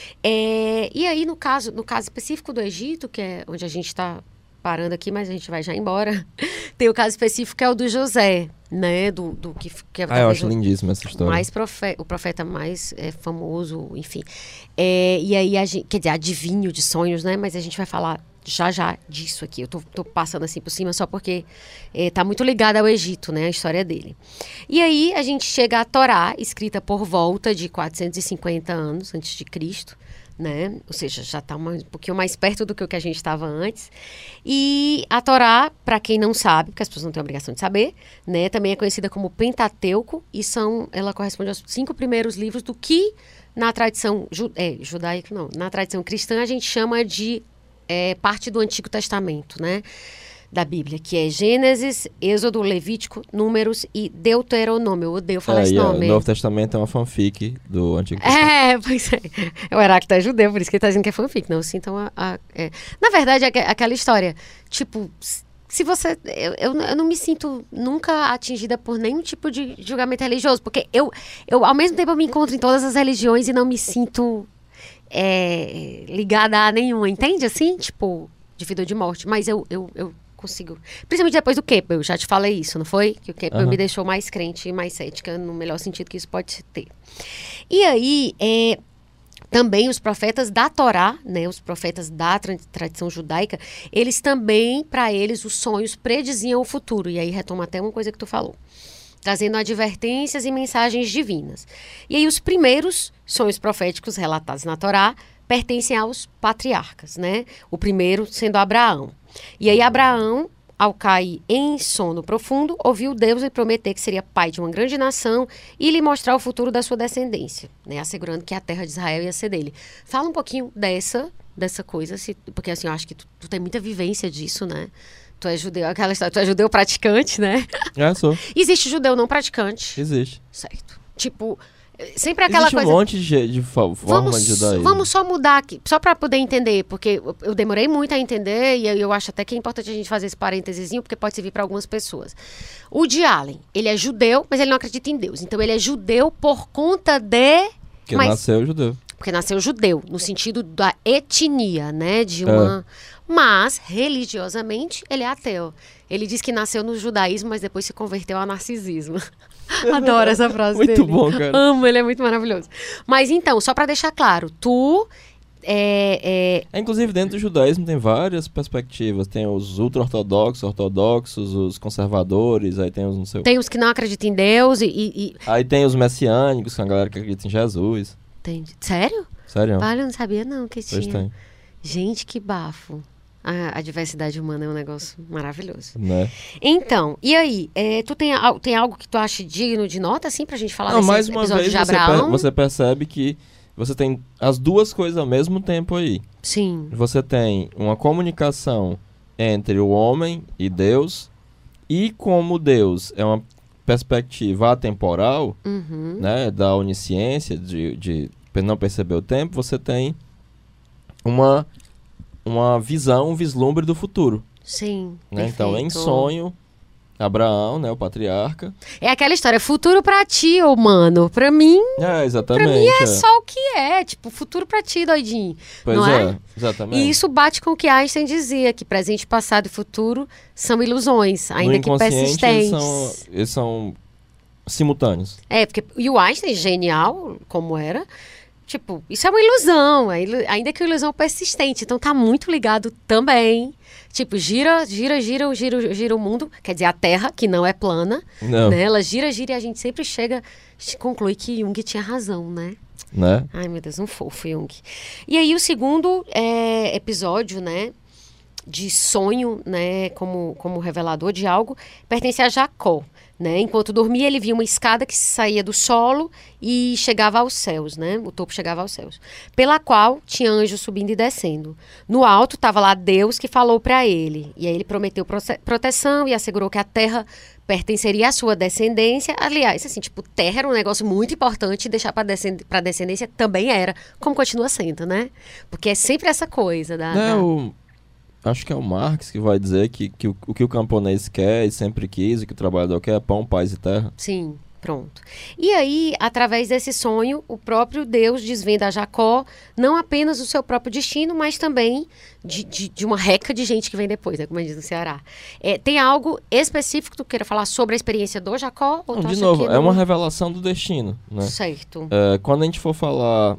É, e aí, no caso, no caso específico do Egito, que é onde a gente está parando aqui, mas a gente vai já embora, tem o caso específico que é o do José, né? Do, do que, que é Ah, eu talvez acho o- lindíssima essa história. mais profe o profeta mais é, famoso, enfim. É, e aí, a gente, quer dizer, adivinho de sonhos, né? Mas a gente vai falar já já disso aqui. Eu tô, tô passando assim por cima só porque é, tá muito ligada ao Egito, né? A história dele. E aí a gente chega à Torá, escrita por volta de quatrocentos e cinquenta anos antes de Cristo, né? Ou seja, já está um pouquinho mais perto do que o que a gente estava antes. E a Torá, para quem não sabe, porque as pessoas não têm a obrigação de saber, né? Também é conhecida como Pentateuco e são, ela corresponde aos cinco primeiros livros do que na tradição ju, é, judaica, não, na tradição cristã a gente chama de é, parte do Antigo Testamento, né? Da Bíblia, que é Gênesis, Êxodo, Levítico, Números e Deuteronômio. Eu odeio falar É, esse e a- nome. o Novo Testamento é uma fanfic do Antigo Testamento. É, pois é. O Heráclito é judeu, por isso que ele tá dizendo que é fanfic. Não, sim, então... A, a- é. Na verdade, é aque- aquela história, tipo... Se você... Eu, eu, eu não me sinto nunca atingida por nenhum tipo de julgamento religioso, porque eu, eu, ao mesmo tempo, eu me encontro em todas as religiões e não me sinto é, ligada a nenhuma, entende? Assim, tipo, de vida ou de morte. Mas eu, eu, eu consigo... Principalmente depois do Campbell, eu já te falei isso, não foi? Que o Campbell Aham. me deixou mais crente e mais cética, no melhor sentido que isso pode ter. E aí, é, também os profetas da Torá, né, os profetas da tra- tradição judaica, eles também, para eles, os sonhos prediziam o futuro. E aí retoma até uma coisa que tu falou. Trazendo advertências e mensagens divinas. E aí os primeiros sonhos proféticos relatados na Torá pertencem aos patriarcas, né? O primeiro sendo Abraão. E aí Abraão, ao cair em sono profundo, ouviu Deus lhe prometer que seria pai de uma grande nação e lhe mostrar o futuro da sua descendência, né? Assegurando que a terra de Israel ia ser dele. Fala um pouquinho dessa, dessa coisa, se, porque assim, eu acho que tu, tu tem muita vivência disso, né? Tu é judeu, aquela história, tu é judeu praticante, né? É, sou. Existe judeu não praticante, Existe. certo? Tipo, sempre aquela Existe coisa... um monte de, je- de fa- forma Vamos, de judaísmo. vamos só mudar aqui, só para poder entender, porque eu, eu demorei muito a entender e eu, eu acho até que é importante a gente fazer esse parênteses, porque pode servir para algumas pessoas. O de Allen, ele é judeu, mas ele não acredita em Deus. Então ele é judeu por conta de... Porque mas, nasceu judeu. porque nasceu judeu, no sentido da etnia, né? De uma... Mas, religiosamente, ele é ateu. Ele diz que nasceu no judaísmo, mas depois se converteu ao narcisismo. Adoro essa frase Muito dele. bom, cara. Amo, ele é muito maravilhoso. Mas então, só para deixar claro, tu... É, é, É, inclusive, dentro do judaísmo tem várias perspectivas. Tem os ultra-ortodoxos, ortodoxos, os conservadores, aí tem os não sei o... tem os que não acreditam em Deus e... e, e... Aí tem os messiânicos, que é a galera que acredita em Jesus. Tem... Sério? Sério? Vale, eu não sabia não que Pois tinha. tem. Gente, que bafo. A, a diversidade humana é um negócio maravilhoso. Né? Então, e aí? É, tu tem, al- tem algo que tu acha digno de nota, assim, pra gente falar Não, desse mais uma episódio vez de você, per- Abraão? você percebe que você tem as duas coisas ao mesmo tempo aí. Sim. Você tem uma comunicação entre o homem e Deus, e como Deus é uma perspectiva atemporal, Uhum. né, da onisciência, de, de não perceber o tempo, você tem uma, uma visão, um vislumbre do futuro. Sim. Né? Então, em perfeito. sonho, Abraão, né, o patriarca. É aquela história, futuro pra ti, ô mano. Pra mim, É, exatamente. pra mim é, é. só o que é. Tipo, futuro pra ti, doidinho. Pois não é? é, exatamente. E isso bate com o que Einstein dizia, que presente, passado e futuro são ilusões, ainda no que inconsciente, persistentes. Eles são, eles são simultâneos. É, porque e o Einstein, genial, como era, tipo, isso é uma ilusão, é ilu- ainda que uma ilusão persistente. Então tá muito ligado também. Tipo, gira, gira, gira, gira, gira o mundo, quer dizer, a Terra, que não é plana, Não, né? Ela gira, gira e a gente sempre chega, a gente conclui que Jung tinha razão, né? né? Ai, meu Deus, um fofo, Jung. E aí o segundo é, episódio, né, de sonho, né, como, como revelador de algo, pertence a Jacó. Né? Enquanto dormia, ele via uma escada que saía do solo e chegava aos céus, né? O topo chegava aos céus, pela qual tinha anjos subindo e descendo. No alto estava lá Deus que falou para ele, e aí ele prometeu proce- proteção e assegurou que a terra pertenceria à sua descendência. Aliás, assim, tipo, terra era um negócio muito importante, deixar para descend- a descendência também era, como continua sendo, né? Porque é sempre essa coisa da... Né, da- o, acho que é o Marx que vai dizer que, que o, o que o camponês quer e sempre quis, e que o trabalhador quer é pão, paz e terra. Sim, pronto. E aí, através desse sonho, o próprio Deus desvenda a Jacó não apenas o seu próprio destino, mas também de, de, de uma reca de gente que vem depois, né, como a gente diz no Ceará. É, tem algo específico que tu queira falar sobre a experiência do Jacó? Ou Não, tu de acha novo, que é não? uma revelação do destino, né? Certo. É, quando a gente for falar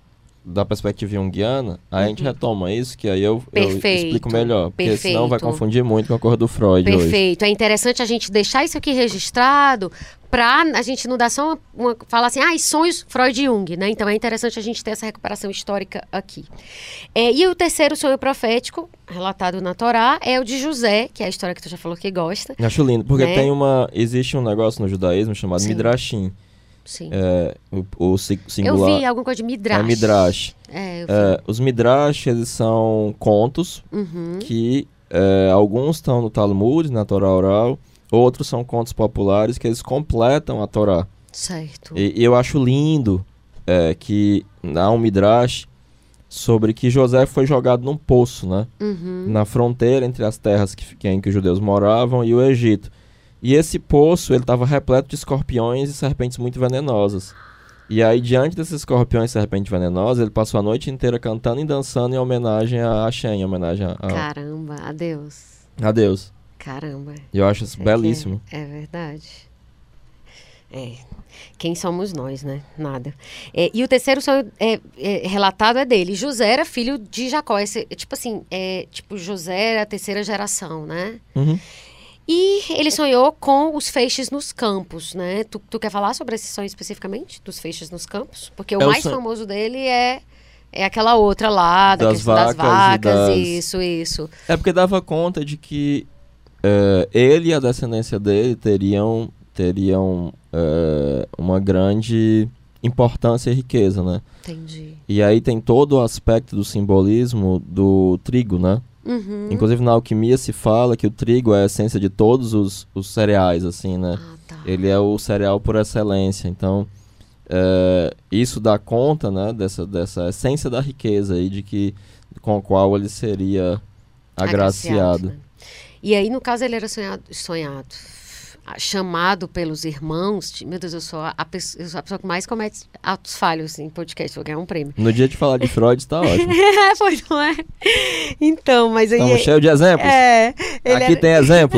da perspectiva junguiana, aí a gente retoma isso, que aí eu, eu Perfeito, explico melhor. Porque senão vai perfeito. confundir muito com a cor do Freud hoje. Perfeito. É interessante a gente deixar isso aqui registrado para a gente não dar só uma, uma falar assim, ah, sonhos Freud e Jung, né? Então é interessante a gente ter essa recuperação histórica aqui. É, e o terceiro sonho profético, relatado na Torá, é o de José, que é a história que tu já falou que gosta. Acho lindo, porque Né? tem uma, existe um negócio no judaísmo chamado Sim. Midrashim. Sim. É, o, o si- eu singular vi alguma coisa de Midrash. é Midrash. É, eu vi. É, os Midrash, eles são contos Uhum. que é, alguns estão no Talmud, na Torá oral, outros são contos populares que eles completam a Torá. Certo. E, e eu acho lindo é, que há um Midrash sobre que José foi jogado num poço, né? Uhum. Na fronteira entre as terras que, que, em que os judeus moravam e o Egito. E esse poço, ele estava repleto de escorpiões e serpentes muito venenosas. E aí, diante desses escorpiões e serpentes venenosas, ele passou a noite inteira cantando e dançando em homenagem a Hashem, em homenagem a, a, Caramba, adeus. a Deus. Caramba. E eu acho isso É belíssimo. que É, é verdade. É. Quem somos nós, né? Nada. É, e o terceiro sonho é, é, relatado é dele. José era filho de Jacó. Esse, é, tipo assim, é, tipo, José era a terceira geração, né? Uhum. E ele sonhou com os feixes nos campos, né? Tu, tu quer falar sobre esse sonho especificamente? Dos feixes nos campos? Porque o É o mais sonho- famoso dele é, é aquela outra lá, da Das questão das vacas e vacas. das- Isso, isso. É porque dava conta de que é, ele e a descendência dele teriam, teriam é, uma grande importância e riqueza, né? Entendi. E aí tem todo o aspecto do simbolismo do trigo, né? Uhum. Inclusive na alquimia se fala que o trigo é a essência de todos os, os cereais, assim, né? Ah, tá. Ele é o cereal por excelência. Então, é, isso dá conta, né, dessa, dessa essência da riqueza aí, de que, com a qual ele seria agraciado. né? E aí, no caso, ele era sonhado, sonhado ah, chamado pelos irmãos. de- Meu Deus, eu sou a, a pessoa, eu sou a pessoa que mais comete atos falhos em podcast. Vou ganhar um prêmio. No dia de falar de Freud, está ótimo. É, foi, não é? Então, mas aí... Estamos cheios de exemplos. É, ele Aqui era- tem exemplo.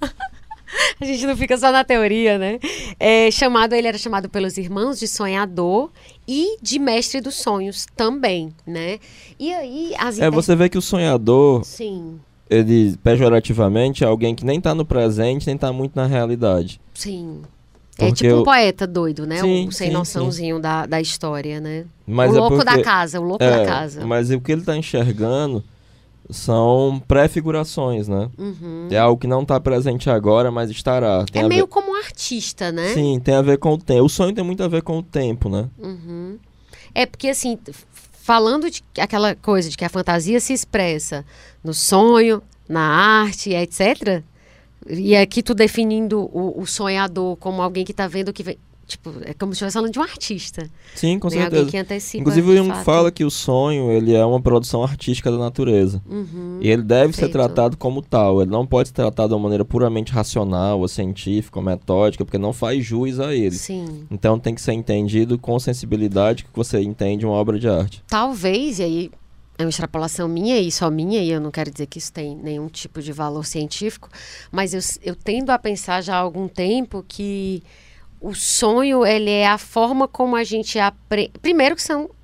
A gente não fica só na teoria, né? É, chamado, ele era chamado pelos irmãos de sonhador e de mestre dos sonhos também, né? E aí, as É, inter- você vê que o sonhador, Sim, ele, pejorativamente, é alguém que nem está no presente, nem está muito na realidade. sim. É Porque tipo um eu- poeta doido, né? Sim, um sem sim, noçãozinho da, da história, né? Mas o é louco porque- da casa, o louco É, da casa. mas o que ele está enxergando são pré-figurações, né? Uhum. É algo que não está presente agora, mas estará. Tem É a meio ver... como um artista, né? Sim, tem a ver com o tempo. O sonho tem muito a ver com o tempo, né? Uhum. É porque, assim, f- falando de aquela coisa de que a fantasia se expressa no sonho, na arte, etcétera. E aqui tu definindo o, o sonhador como alguém que tá vendo que vem. Tipo, é como se estivesse falando de um artista. Sim, com né? certeza. Alguém que antecipa, Inclusive, o Jung fato. fala que o sonho ele é uma produção artística da natureza. Uhum, e ele deve perfeito. ser tratado como tal. Ele não pode ser tratado de uma maneira puramente racional, ou científica, ou metódica, porque não faz jus a ele. Sim. Então tem que ser entendido com sensibilidade que você entende uma obra de arte. Talvez, e aí é uma extrapolação minha e só minha, e eu não quero dizer que isso tem nenhum tipo de valor científico, mas eu, eu tendo a pensar já há algum tempo que o sonho, ele é a forma como a gente aprende. Primeiro que são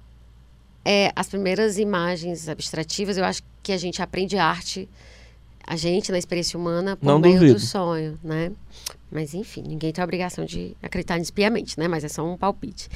é, as primeiras imagens abstrativas, eu acho que a gente aprende arte, a gente, na experiência humana, por Não meio duvido. do sonho, né? Mas, enfim, ninguém tem a obrigação de acreditar nisso piamente, né? Mas é só um palpite.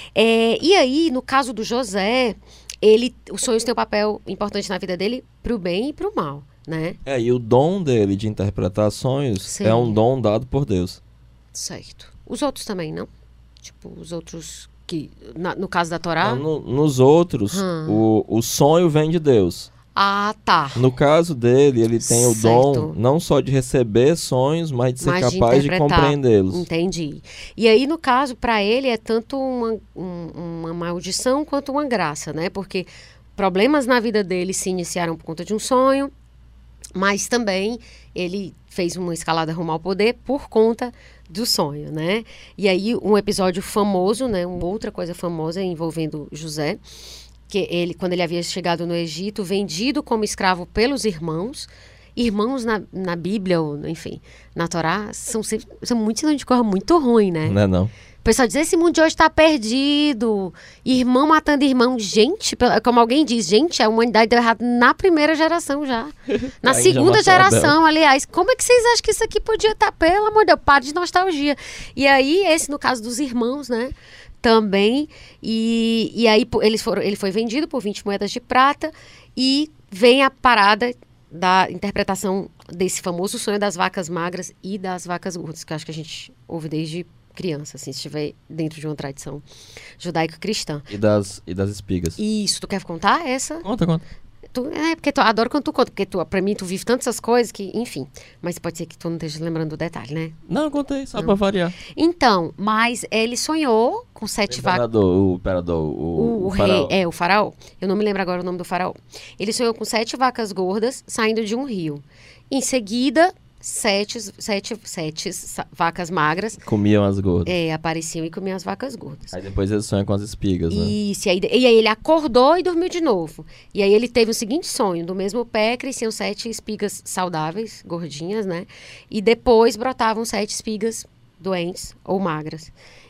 É, e aí, no caso do José, ele, os sonhos têm um papel importante na vida dele pro bem e pro mal, né? É, e o dom dele de interpretar sonhos Sim. é um dom dado por Deus. Certo. Os outros também, não? Tipo, os outros que, na- no caso da Torá... Não, no- nos outros, Hum. o, o sonho vem de Deus. Ah, tá. No caso dele, ele tem o dom Certo. não só de receber sonhos, mas de ser Mas de capaz de interpretar. compreendê-los. Entendi. E aí, no caso, para ele, é tanto uma, um- uma maldição quanto uma graça, né? Porque problemas na vida dele se iniciaram por conta de um sonho, mas também ele fez uma escalada rumo ao poder por conta do sonho, né? E aí, um episódio famoso, né? Uma outra coisa famosa envolvendo José, que ele, quando ele havia chegado no Egito, vendido como escravo pelos irmãos. Irmãos na, na Bíblia, ou, enfim, na Torá, são, sempre, são muito sinônimo de coisa muito ruim, né? Não é não? O pessoal diz, esse mundo de hoje está perdido, irmão matando irmão. Gente, pela- como alguém diz, gente, a humanidade deu errado na primeira geração já. Na Caim já segunda matou geração, aliás. Como é que vocês acham que isso aqui podia estar? Pelo amor de Deus, para de nostalgia. E aí, esse no caso dos irmãos, né? Também. E, e aí, pô, eles foram, ele foi vendido por vinte moedas de prata e vem a parada da interpretação desse famoso sonho das vacas magras e das vacas gordas, que eu acho que a gente ouve desde criança, assim, se estiver dentro de uma tradição judaico-cristã. E das, e das espigas. Isso, tu quer contar essa? Conta, conta. Tu, é, porque tu adoro quando tu conta, porque tu, pra mim tu vive tantas essas coisas que, enfim. Mas pode ser que tu não esteja lembrando do detalhe, né? Não, contei, só Não. pra variar. Então, mas ele sonhou com sete O vacas. imperador, o imperador, o, O, o rei, faraó. é, o faraó. Eu não me lembro agora o nome do faraó. Ele sonhou com sete vacas gordas saindo de um rio. Em seguida, sete, sete, sete sa- vacas magras Comiam as gordas. é, apareciam e comiam as vacas gordas. Aí depois ele sonha com as espigas, né? Isso, e aí, e aí ele acordou e dormiu de novo. E aí ele teve o seguinte sonho: do mesmo pé cresciam sete espigas saudáveis, gordinhas, né? E depois brotavam sete espigas doentes ou magras.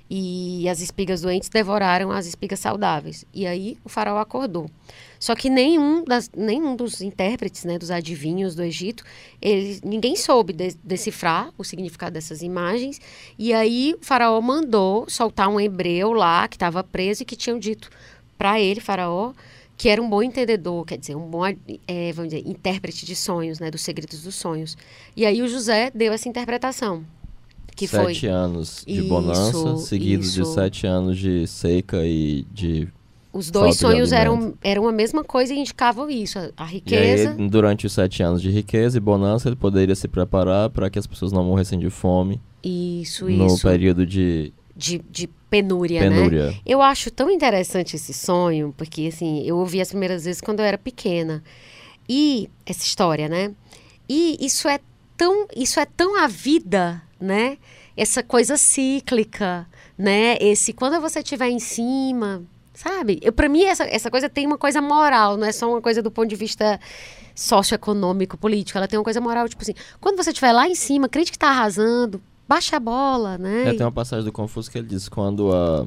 E as espigas doentes devoraram as espigas saudáveis. E aí o faraó acordou. Só que nenhum, das, nenhum dos intérpretes, né, dos adivinhos do Egito, ele, ninguém soube de, decifrar o significado dessas imagens. E aí o faraó mandou soltar um hebreu lá, que estava preso e que tinham dito para ele, faraó, que era um bom entendedor, quer dizer, um bom é, vamos dizer, intérprete de sonhos, né, dos segredos dos sonhos. E aí o José deu essa interpretação. Que sete foi anos de Isso, bonança, seguidos de isso. sete anos de seca e de... os dois falta de sonhos eram, alimento. eram a mesma coisa e indicavam isso, a, a E aí, riqueza. ele, durante os sete anos de riqueza e bonança, ele poderia se preparar para que as pessoas não morressem de fome Isso, no isso. período de De, de penúria, né? penúria. Eu acho tão interessante esse sonho, porque assim, eu ouvi as primeiras vezes quando eu era pequena. E essa história, né? E isso é tão, isso é tão a vida, né? Essa coisa cíclica, né? Esse quando você estiver em cima, sabe? Eu, para mim essa, essa coisa tem uma coisa moral, não é só uma coisa do ponto de vista socioeconômico, político. Ela tem uma coisa moral, tipo assim, quando você estiver lá em cima, crente que tá arrasando, baixa a bola, né? É, tem uma passagem do Confúcio que ele diz: quando a,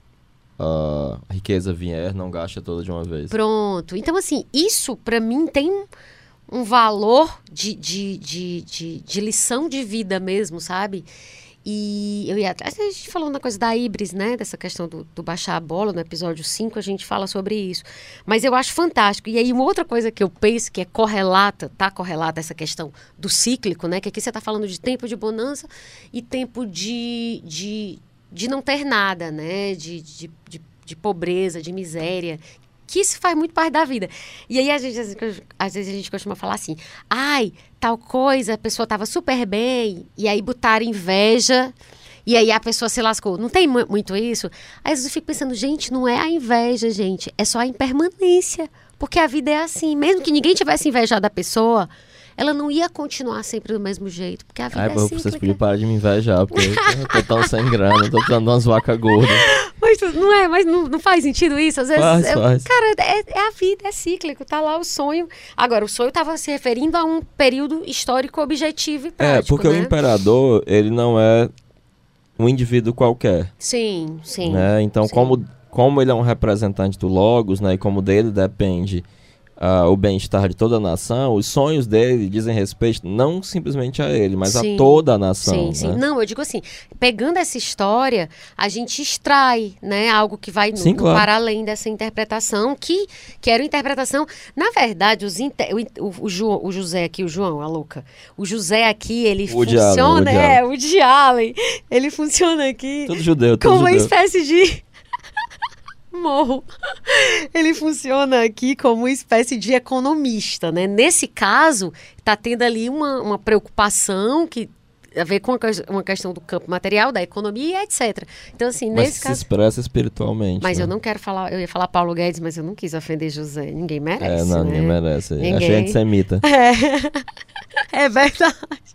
a riqueza vier, não gasta toda de uma vez. Pronto. Então, assim, isso para mim tem um, um valor de, de, de, de, de lição de vida mesmo, sabe? E eu ia, a gente falou na coisa da híbris, né? Dessa questão do, do baixar a bola, no episódio cinco a gente fala sobre isso. Mas eu acho fantástico. E aí uma outra coisa que eu penso que é correlata, tá correlata essa questão do cíclico, né? Que aqui você está falando de tempo de bonança e tempo de, de, de não ter nada, né? De, de, de, de pobreza, de miséria. Que isso faz muito parte da vida. E aí, às vezes, às vezes a gente costuma falar assim, ai, tal coisa, a pessoa estava super bem, e aí botaram inveja, E aí a pessoa se lascou. Não tem mu- muito isso? Aí às vezes eu fico pensando, gente, não é a inveja, gente. É só a impermanência. Porque a vida é assim. Mesmo que ninguém tivesse invejado da pessoa, ela não ia continuar sempre do mesmo jeito. Porque a vida Ai, é pô, cíclica. vocês podiam parar de me invejar, porque eu tô tão sem grana, tô precisando de umas vacas gordas. Mas não é, mas não, não faz sentido isso? Às vezes, Faz, é- faz. cara, é, é a vida, é cíclico, tá lá o sonho. Agora, o sonho estava se referindo a um período histórico objetivo e prático, É, porque né? o imperador, ele não é um indivíduo qualquer, Sim, sim. né? Então, sim. como, como ele é um representante do Logos, né? E como dele depende ah, o bem-estar de toda a nação, os sonhos dele dizem respeito não simplesmente a ele, mas Sim. a toda a nação, Sim, sim. né? Não, eu digo assim, pegando essa história, a gente extrai, né, algo que vai no, Sim, no claro. para além dessa interpretação, que, que era uma interpretação, na verdade, os inte- o, o, o, Jo- o José aqui, o João, a louca, o José aqui, ele Woody Allen, funciona, Woody é, o Woody Allen, ele funciona aqui Tudo judeu, tudo como uma judeu. espécie de... Morro. Ele funciona aqui como uma espécie de economista, né? Nesse caso, está tendo ali uma, uma preocupação que a ver com a ques- uma questão do campo material, da economia, etcétera. Então, assim, Mas nesse se caso... expressa espiritualmente. Mas né? eu não quero falar... Eu ia falar Paulo Guedes, mas eu não quis ofender José. Ninguém merece, É, não, né? ninguém merece. Ninguém. Achei antissemita. É, é verdade.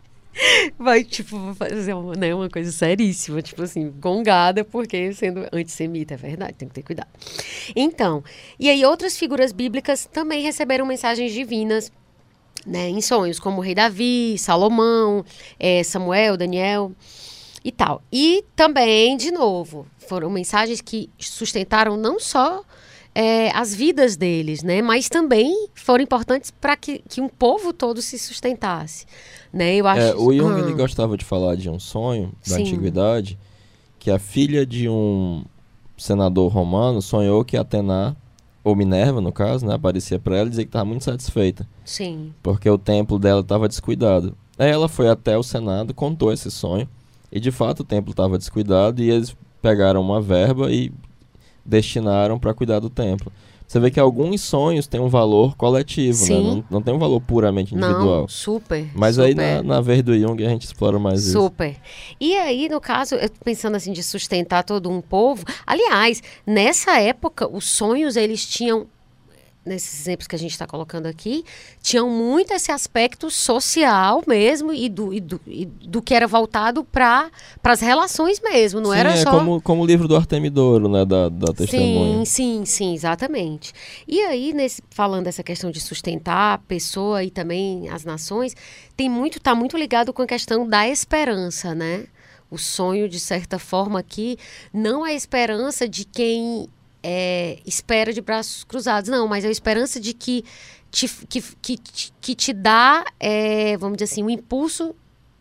Vai, tipo, vou fazer uma, né, uma coisa seríssima, tipo assim, gongada, porque sendo antissemita, é verdade, tem que ter cuidado. Então, e aí outras figuras bíblicas também receberam mensagens divinas, né, em sonhos, como o rei Davi, Salomão, eh, Samuel, Daniel e tal. E também, de novo, foram mensagens que sustentaram não só é, as vidas deles, né? Mas também foram importantes para que, que um povo todo se sustentasse, né? Eu acho. É, o Jung Ah, ele gostava de falar de um sonho da Sim. antiguidade, que a filha de um senador romano sonhou que Atena, ou Minerva no caso, né, aparecia para ela e dizia que estava muito satisfeita, sim, porque o templo dela estava descuidado. Aí ela foi até o Senado, contou esse sonho, e de fato o templo estava descuidado, e eles pegaram uma verba e destinaram para cuidar do templo. Você vê que alguns sonhos têm um valor coletivo, né? Sim. Não, não tem um valor puramente individual. não, super. Mas super. aí na, na vez do Jung a gente explora mais isso. Super. E aí, no caso, eu tô pensando assim, de sustentar todo um povo. Aliás, nessa época, os sonhos, eles tinham, nesses exemplos que a gente está colocando aqui, tinham muito esse aspecto social mesmo e do, e do, e do que era voltado para as relações mesmo, não Sim, era é só... como, como o livro do Artemidouro, né, da, da testemunha. Sim, sim, sim, exatamente. E aí, nesse, falando dessa questão de sustentar a pessoa e também as nações, tem muito, tá muito ligado com a questão da esperança, né? O sonho, de certa forma, aqui, não a esperança de quem é, espera de braços cruzados, não, mas a esperança de que te, que, que, que te dá, é, vamos dizer assim, um impulso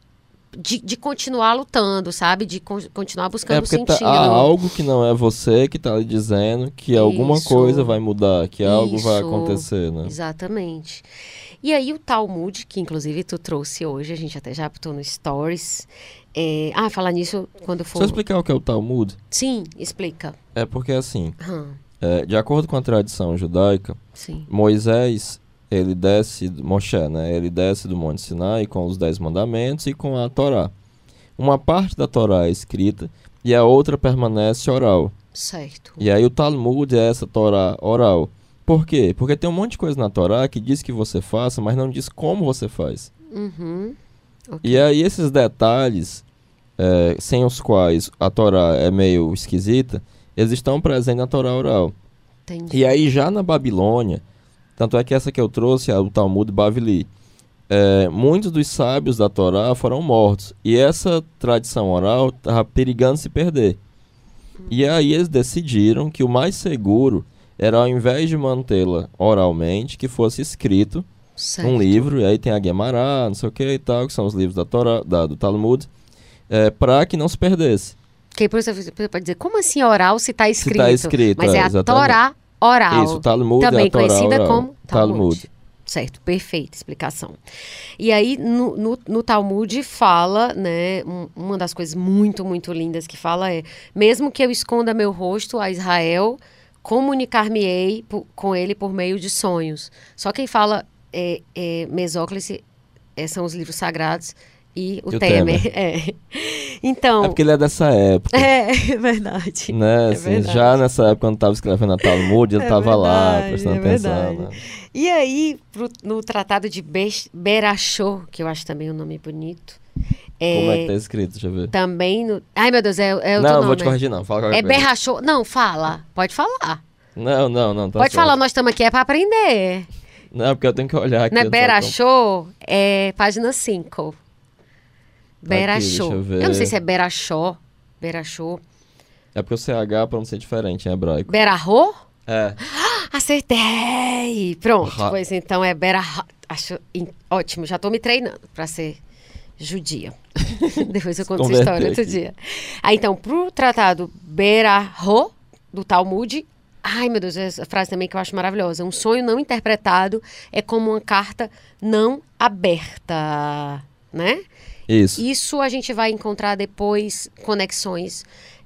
de, de continuar lutando, sabe? De con- continuar buscando É porque tá, sentido. há algo que não é você que está lhe dizendo que alguma Isso. coisa vai mudar, que algo vai Isso. acontecer, né? Exatamente. E aí o Talmud, que inclusive tu trouxe hoje, a gente até já botou no Stories. É... Ah, falar nisso quando for... Só explicar o que é o Talmud? Sim, explica. É porque assim, Aham, é, de acordo com a tradição judaica, sim. Moisés, ele desce, Moshe, né? Ele desce do Monte Sinai com os Dez Mandamentos e com a Torá. Uma parte da Torá é escrita e a outra permanece oral. Certo. E aí o Talmud é essa Torá oral. Por quê? Porque tem um monte de coisa na Torá que diz que você faça, mas não diz como você faz. Uhum. E aí esses detalhes, é, sem os quais a Torá é meio esquisita, eles estão presentes na Torá oral. Entendi. E aí já na Babilônia, tanto é que essa que eu trouxe é o Talmud Bavili, é, muitos dos sábios da Torá foram mortos. E essa tradição oral estava perigando se perder. E aí eles decidiram que o mais seguro era, ao invés de mantê-la oralmente, que fosse escrito Certo. um livro, e aí tem a Guemará, não sei o que e tal, que são os livros da Torá, da, do Talmud, é, para que não se perdesse. Que por isso você pode dizer, como assim oral se está escrito? tá escrito, Mas é, é, a exatamente. Torá oral. Isso, o Talmud Também é a Torá conhecida oral. como Talmud. Talmud. Certo, perfeita explicação. E aí, no, no, no Talmud fala, né, um- uma das coisas muito, muito lindas que fala é: mesmo que eu esconda meu rosto a Israel, comunicar-me-ei po- com ele por meio de sonhos. Só quem fala é, é Mesóclise, é, são os livros sagrados, e o E o Temer. Temer. É. Então... É porque ele é dessa época. É, é verdade. Né? É Assim, verdade. já nessa época, quando estava escrevendo a Talmud, ele É estava lá, verdade, prestando é atenção. verdade. Né? E aí, pro- no Tratado de Be- Berachot, que eu acho também um nome bonito, é, Como é que tá escrito? Deixa eu ver. também no... Ai, meu Deus, é, é o Não, teu eu nome. vou te corrigir, não. Fala qualquer É coisa. Berachot. Não, fala. Pode falar. Não, não, não. Tá Pode certo. falar, nós estamos aqui é para aprender. Não, porque eu tenho que olhar aqui. Não é eu não sei Berachot, é página cinco. Tá aqui, Berachot. deixa eu ver. Eu não sei se é Berachot. Berachot. como- É porque o C H pra não ser diferente em hebraico. Berarro? É. Acertei! Pronto, Ra- pois então é Berarro. Acho in- ótimo, já tô me treinando para ser judia. Depois eu conto essa converter história outro aqui. dia. Ah, então, pro tratado Berarro, do Talmud, ai meu Deus, essa frase também que eu acho maravilhosa. Um sonho não interpretado é como uma carta não aberta, né? Isso. Isso a gente vai encontrar depois conexões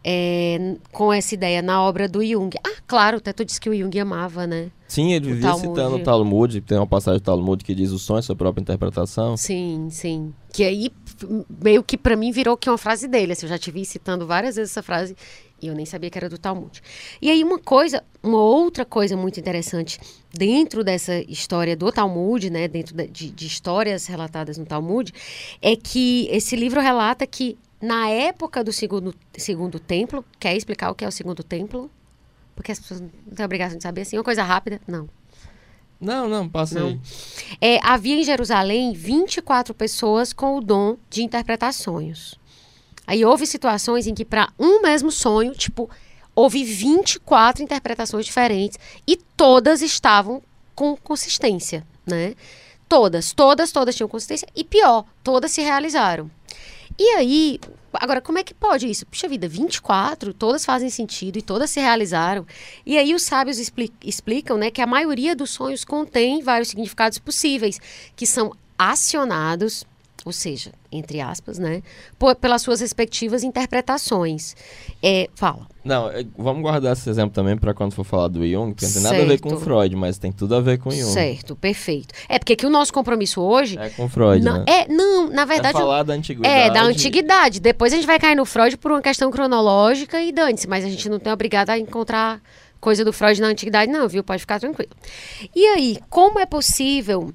é, com essa ideia na obra do Jung. Ah, claro, até tu disse que o Jung amava, né? Sim, ele O vivia Talmud. citando o Talmud, tem uma passagem do Talmud que diz o sonho é sua própria interpretação. Sim, sim. Que aí, f- meio que pra mim virou que uma frase dele. Assim, eu já te vi citando várias vezes essa frase e eu nem sabia que era do Talmud. E aí uma coisa, uma outra coisa muito interessante dentro dessa história do Talmud, né, dentro da- de, de histórias relatadas no Talmud, é que esse livro relata que na época do segundo, segundo templo, quer explicar o que é o segundo templo? Porque as pessoas não têm obrigação de saber assim, uma coisa rápida? Não. Não, não, passa Não. aí. É, havia em Jerusalém vinte e quatro pessoas com o dom de interpretar sonhos. Aí houve situações em que para um mesmo sonho, tipo, houve vinte e quatro interpretações diferentes e todas estavam com consistência, né? Todas, todas, todas tinham consistência e pior, todas se realizaram. E aí, agora, como é que pode isso? Puxa vida, vinte e quatro, todas fazem sentido e todas se realizaram. E aí os sábios expli- explicam, né, que a maioria dos sonhos contém vários significados possíveis, que são acionados, ou seja, entre aspas, né, por- pelas suas respectivas interpretações. É, fala. Não, é, vamos guardar esse exemplo também para quando for falar do Jung, porque não tem nada a ver com Certo. Freud, mas tem tudo a ver com Jung. Certo, perfeito. É porque que o nosso compromisso hoje... É com Freud, não, né? é, não, na É verdade... falar da antiguidade. É, da antiguidade. Depois a gente vai cair no Freud por uma questão cronológica e dane-se, mas a gente não tem obrigado a encontrar coisa do Freud na antiguidade, não, viu? Pode ficar tranquilo. E aí, como é possível.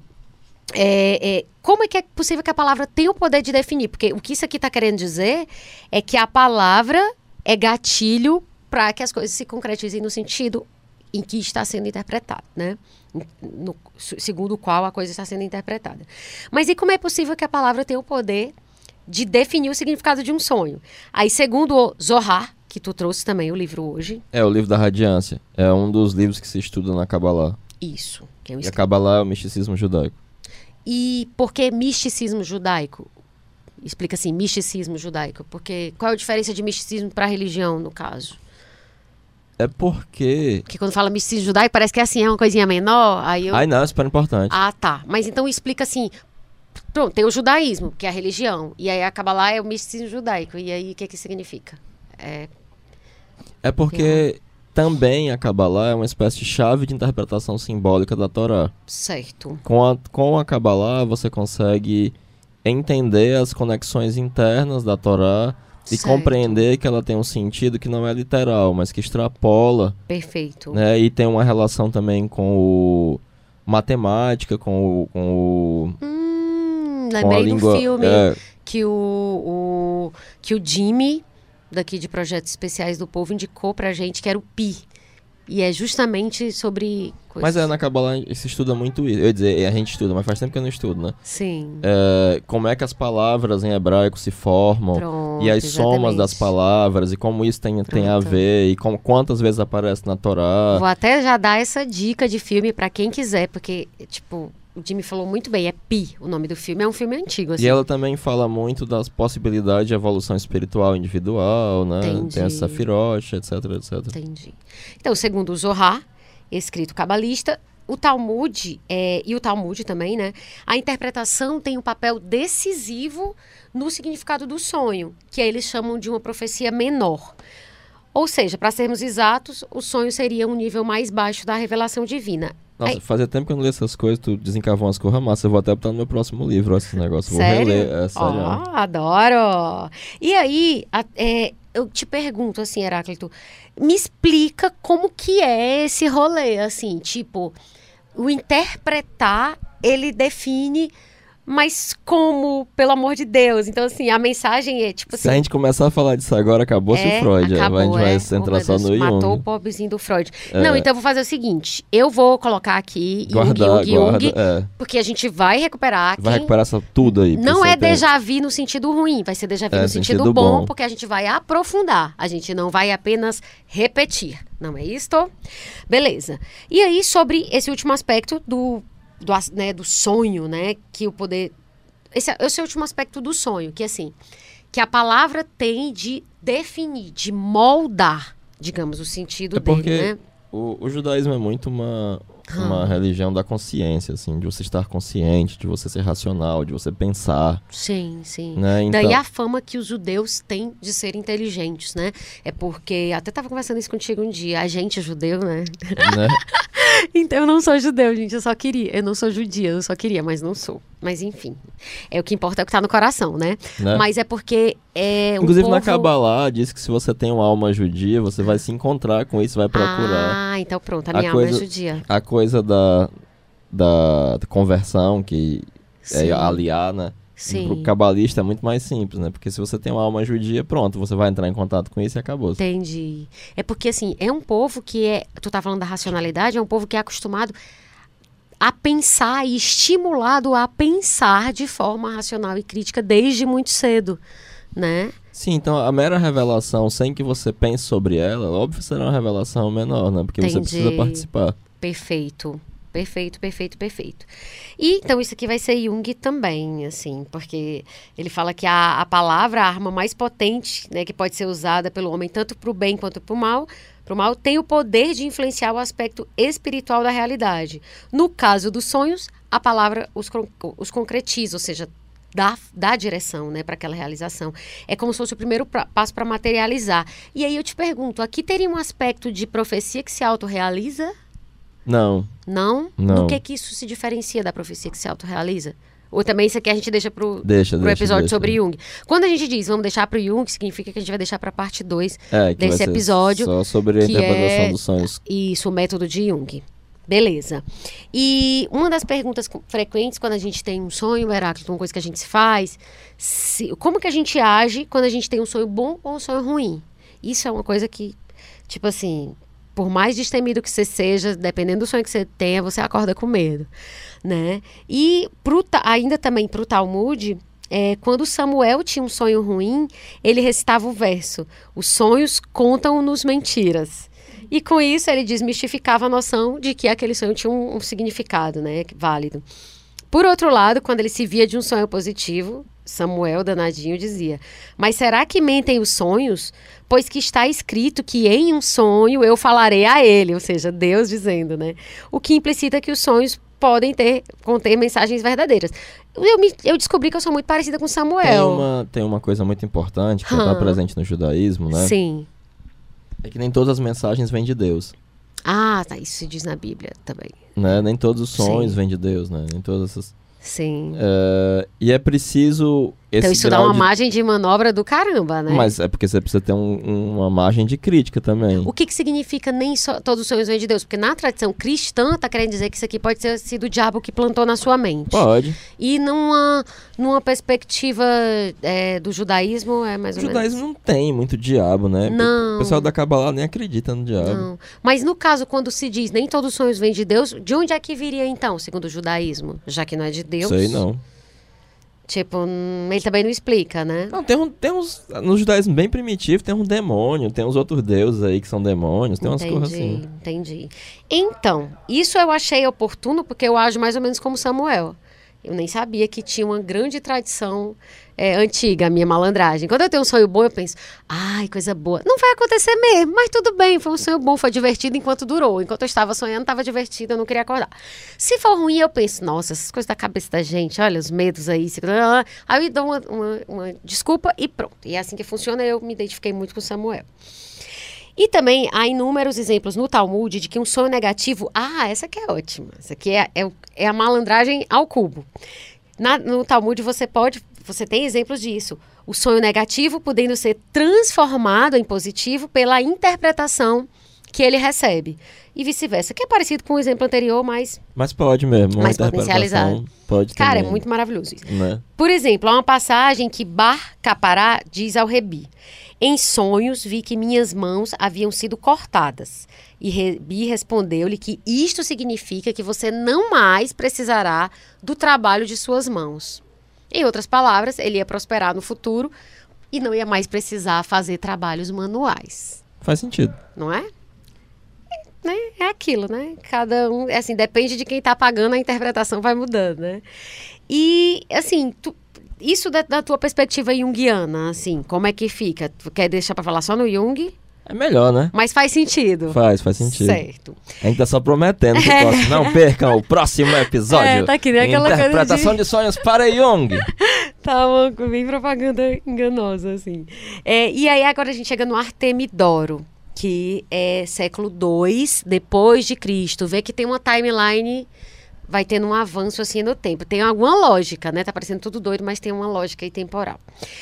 É, é, como é que é possível que a palavra tenha o poder de definir? Porque o que isso aqui está querendo dizer é que a palavra é gatilho para que as coisas se concretizem no sentido em que está sendo interpretado, né? No, segundo o qual a coisa está sendo interpretada. Mas e como é possível que a palavra tenha o poder de definir o significado de um sonho? Aí, segundo o Zohar, que tu trouxe também o livro hoje, É o livro da radiância. É um dos livros que se estuda na Kabbalah. isso, que é um E a Kabbalah é o misticismo judaico. E por que misticismo judaico? Explica assim, misticismo judaico. Porque qual é a diferença de misticismo para religião, no caso? É porque... Porque quando fala misticismo judaico, parece que é assim, é uma coisinha menor. Aí eu... Ai, não, é super importante. Ah, tá. Mas então explica assim. Pronto, tem o judaísmo, que é a religião. E aí a Kabbalah é o misticismo judaico. E aí o que que significa? É... É porque também a Kabbalah é uma espécie de chave de interpretação simbólica da Torá. Certo. Com a, com a Kabbalah você consegue entender as conexões internas da Torá e Certo. compreender que ela tem um sentido que não é literal, mas que extrapola, Perfeito. né? E tem uma relação também com o matemática, com o, com o Hum, com a lembrei do língua, filme é, que o, o que o Jimmy, daqui de Projetos Especiais do Povo, indicou pra gente, que era o Pi. E é justamente sobre coisas... mas é, na Kabbalah se estuda muito isso. Eu ia dizer, a gente estuda, mas faz tempo que eu não estudo, né? Sim. É, como é que as palavras em hebraico se formam, Pronto, e as somas exatamente. das palavras, e como isso tem, tem a Pronto. ver, e como, quantas vezes aparece na Torá. Vou até já dar essa dica de filme pra quem quiser, porque, tipo, o Jimmy falou muito bem, é Pi o nome do filme, é um filme antigo, assim. E ela também fala muito das possibilidades de evolução espiritual individual, né? Entendi. Tem essa firocha, etc, etcétera. Entendi. Então, segundo o Zohar, escrito cabalista, o Talmud, é, e o Talmud também, né? A interpretação tem um papel decisivo no significado do sonho, que aí eles chamam de uma profecia menor. Ou seja, para sermos exatos, o sonho seria um nível mais baixo da revelação divina. Nossa, Aí... fazia tempo que eu não li essas coisas, tu desencavou umas coisas massas. Eu vou até botar no meu próximo livro esse negócio. Sério? Vou reler. É, sério. Oh, adoro! E aí, a, é, eu te pergunto, assim, Heráclito, me explica como que é esse rolê, assim, tipo, o interpretar, ele define... Mas como, pelo amor de Deus? Então, assim, a mensagem é tipo assim... Se a gente começar a falar disso agora, acabou-se é, o Freud. Acabou, a gente vai é. entrar oh, só Deus, no Jung. Matou o pobrezinho do Freud. É. Não, então eu vou fazer o seguinte. Eu vou colocar aqui Guardar, Jung, Jung, guarda, Jung, é. porque a gente vai recuperar. Vai quem... recuperar essa, tudo aí. Não é tempo. déjà vu no sentido ruim, vai ser déjà vu É, no sentido, sentido bom, bom, porque a gente vai aprofundar. A gente não vai apenas repetir. Não é isto? Beleza. E aí, sobre esse último aspecto do, do, né, do sonho, né? Que o poder... Esse, esse é o último aspecto do sonho, que assim, que a palavra tem de definir, de moldar, digamos, o sentido é porque dele, né? O, o judaísmo é muito uma, Hum. uma religião da consciência, assim, de você estar consciente, de você ser racional, de você pensar. Sim, sim. Né? Então, Daí a fama que os judeus têm de ser inteligentes, né? É porque, até estava conversando isso contigo um dia, a gente é judeu, né? né? Então eu não sou judeu, gente, eu só queria. Eu não sou judia, eu só queria, mas não sou. Mas enfim, é o que importa é o que tá no coração, né? Né? Mas é porque é um Inclusive povo... na Kabbalah diz que se você tem uma alma judia, você vai se encontrar com isso, vai procurar. Ah, então pronto, a A minha alma coisa- é judia. A coisa da, da conversão, que Sim, é aliar, né? sim. Pro cabalista é muito mais simples, né? Porque se você tem uma alma judia, pronto, você vai entrar em contato com isso e acabou. Entendi. É porque, assim, é um povo que é... Tu tá falando da racionalidade, é um povo que é acostumado a pensar e estimulado a pensar de forma racional e crítica desde muito cedo, né? Sim, então a mera revelação, sem que você pense sobre ela, óbvio será uma revelação menor, né? Porque você Entendi. precisa participar. Perfeito. Perfeito, perfeito, perfeito. E então isso aqui vai ser Jung também, assim, porque ele fala que a, a palavra, a arma mais potente, né, que pode ser usada pelo homem tanto para o bem quanto para o mal, para o mal, tem o poder de influenciar o aspecto espiritual da realidade. No caso dos sonhos, a palavra os, con- os concretiza, ou seja, dá, dá direção, né, para aquela realização. É como se fosse o primeiro pra, passo para materializar. E aí eu te pergunto, aqui teria um aspecto de profecia que se autorrealiza? Não, Não? Não. Do que que isso se diferencia da profecia que se autorrealiza? Ou também isso aqui a gente deixa pro, deixa, pro deixa. episódio deixa. sobre Jung. Quando a gente diz vamos deixar pro Jung, significa que a gente vai deixar pra parte dois É, que vai desse ser episódio, só sobre a que interpretação é- dos sonhos. Isso, o método de Jung. Beleza. E uma das perguntas co- frequentes quando a gente tem um sonho, Heráclito, uma coisa que a gente se faz, se- como que a gente age quando a gente tem um sonho bom ou um sonho ruim? Isso é uma coisa que, tipo assim, por mais destemido que você seja, dependendo do sonho que você tenha, você acorda com medo, né? E pro, ta- ainda também para o Talmud, é, quando Samuel tinha um sonho ruim, ele recitava o verso: os sonhos contam-nos mentiras. E com isso ele desmistificava a noção de que aquele sonho tinha um, um significado, né, válido. Por outro lado, quando ele se via de um sonho positivo, Samuel, danadinho, dizia: mas será que mentem os sonhos? Pois que está escrito que em um sonho eu falarei a ele, ou seja, Deus dizendo, né? O que implicita que os sonhos podem ter, conter mensagens verdadeiras. Eu, me, eu descobri que eu sou muito parecida com Tem Samuel. uma, tem uma coisa muito importante que está Hum. presente no judaísmo, né? Sim. É que nem todas as mensagens vêm de Deus. Ah, tá, isso se diz na Bíblia também. Né? Nem todos os sonhos Sim. vêm de Deus, né? Nem todas essas... Sim. É, e é preciso esse Então isso dá grau uma de... margem de manobra do caramba, né? Mas é porque você precisa ter um- uma margem de crítica também. O que, que significa nem só todos os sonhos vêm de Deus? Porque na tradição cristã tá querendo dizer que isso aqui pode ter sido o diabo que plantou na sua mente. Pode. E numa, numa perspectiva é, do judaísmo é mais O ou judaísmo menos... não tem muito diabo, né? Não. O pessoal da Kabbalah nem acredita no diabo. Não. Mas no caso, quando se diz nem todos os sonhos vêm de Deus, de onde é que viria então, segundo o judaísmo? Já que não é de Deus. Sei não. Tipo, hum, ele também não explica, né? Não, tem, um, tem uns... No judaísmo bem primitivo tem um demônio, tem uns outros deuses aí que são demônios, tem umas Entendi, coisas assim. entendi. Então, isso eu achei oportuno porque eu ajo mais ou menos como Samuel. Eu nem sabia que tinha uma grande tradição é, antiga, a minha malandragem. Quando eu tenho um sonho bom, eu penso, ai, coisa boa. Não vai acontecer mesmo, mas tudo bem, foi um sonho bom, foi divertido enquanto durou. Enquanto eu estava sonhando, estava divertido, eu não queria acordar. Se for ruim, eu penso, nossa, essas coisas da cabeça da gente, olha, os medos aí. se- Aí eu dou uma, uma, uma desculpa e pronto. E é assim que funciona, eu me identifiquei muito com Samuel. E também há inúmeros exemplos no Talmud de que um sonho negativo... Ah, essa aqui é ótima. Essa aqui é, é, é a malandragem ao cubo. Na, no Talmud você pode... Você tem exemplos disso. O sonho negativo podendo ser transformado em positivo pela interpretação que ele recebe. E vice-versa. Que é parecido com o exemplo anterior, mas... Mas pode mesmo. Uma mais potencializado. Pode Cara, também, é muito maravilhoso isso. né? Por exemplo, há uma passagem que Bar Capará diz ao Rebi: em sonhos vi que minhas mãos haviam sido cortadas. E Rebi respondeu-lhe que isto significa que você não mais precisará do trabalho de suas mãos. Em outras palavras, ele ia prosperar no futuro e não ia mais precisar fazer trabalhos manuais. Faz sentido. Não é? É, né? É aquilo, né? Cada um, assim, depende de quem está pagando, a interpretação vai mudando, né? E, assim, tu, isso da, da tua perspectiva junguiana, assim, como é que fica? Tu quer deixar para falar só no Jung? É melhor, né? Mas faz sentido. Faz, faz sentido. Certo. A gente tá só prometendo que é. posso. Não percam o próximo episódio. É, tá que nem aquela Interpretação coisa de... de sonhos para Jung. Tá uma bem propaganda enganosa, assim. É, e aí agora a gente chega no Artemidoro, que é século dois depois de Cristo. Vê que tem uma timeline, vai tendo um avanço assim no tempo. Tem alguma lógica, né? Tá parecendo tudo doido, mas tem uma lógica aí temporal.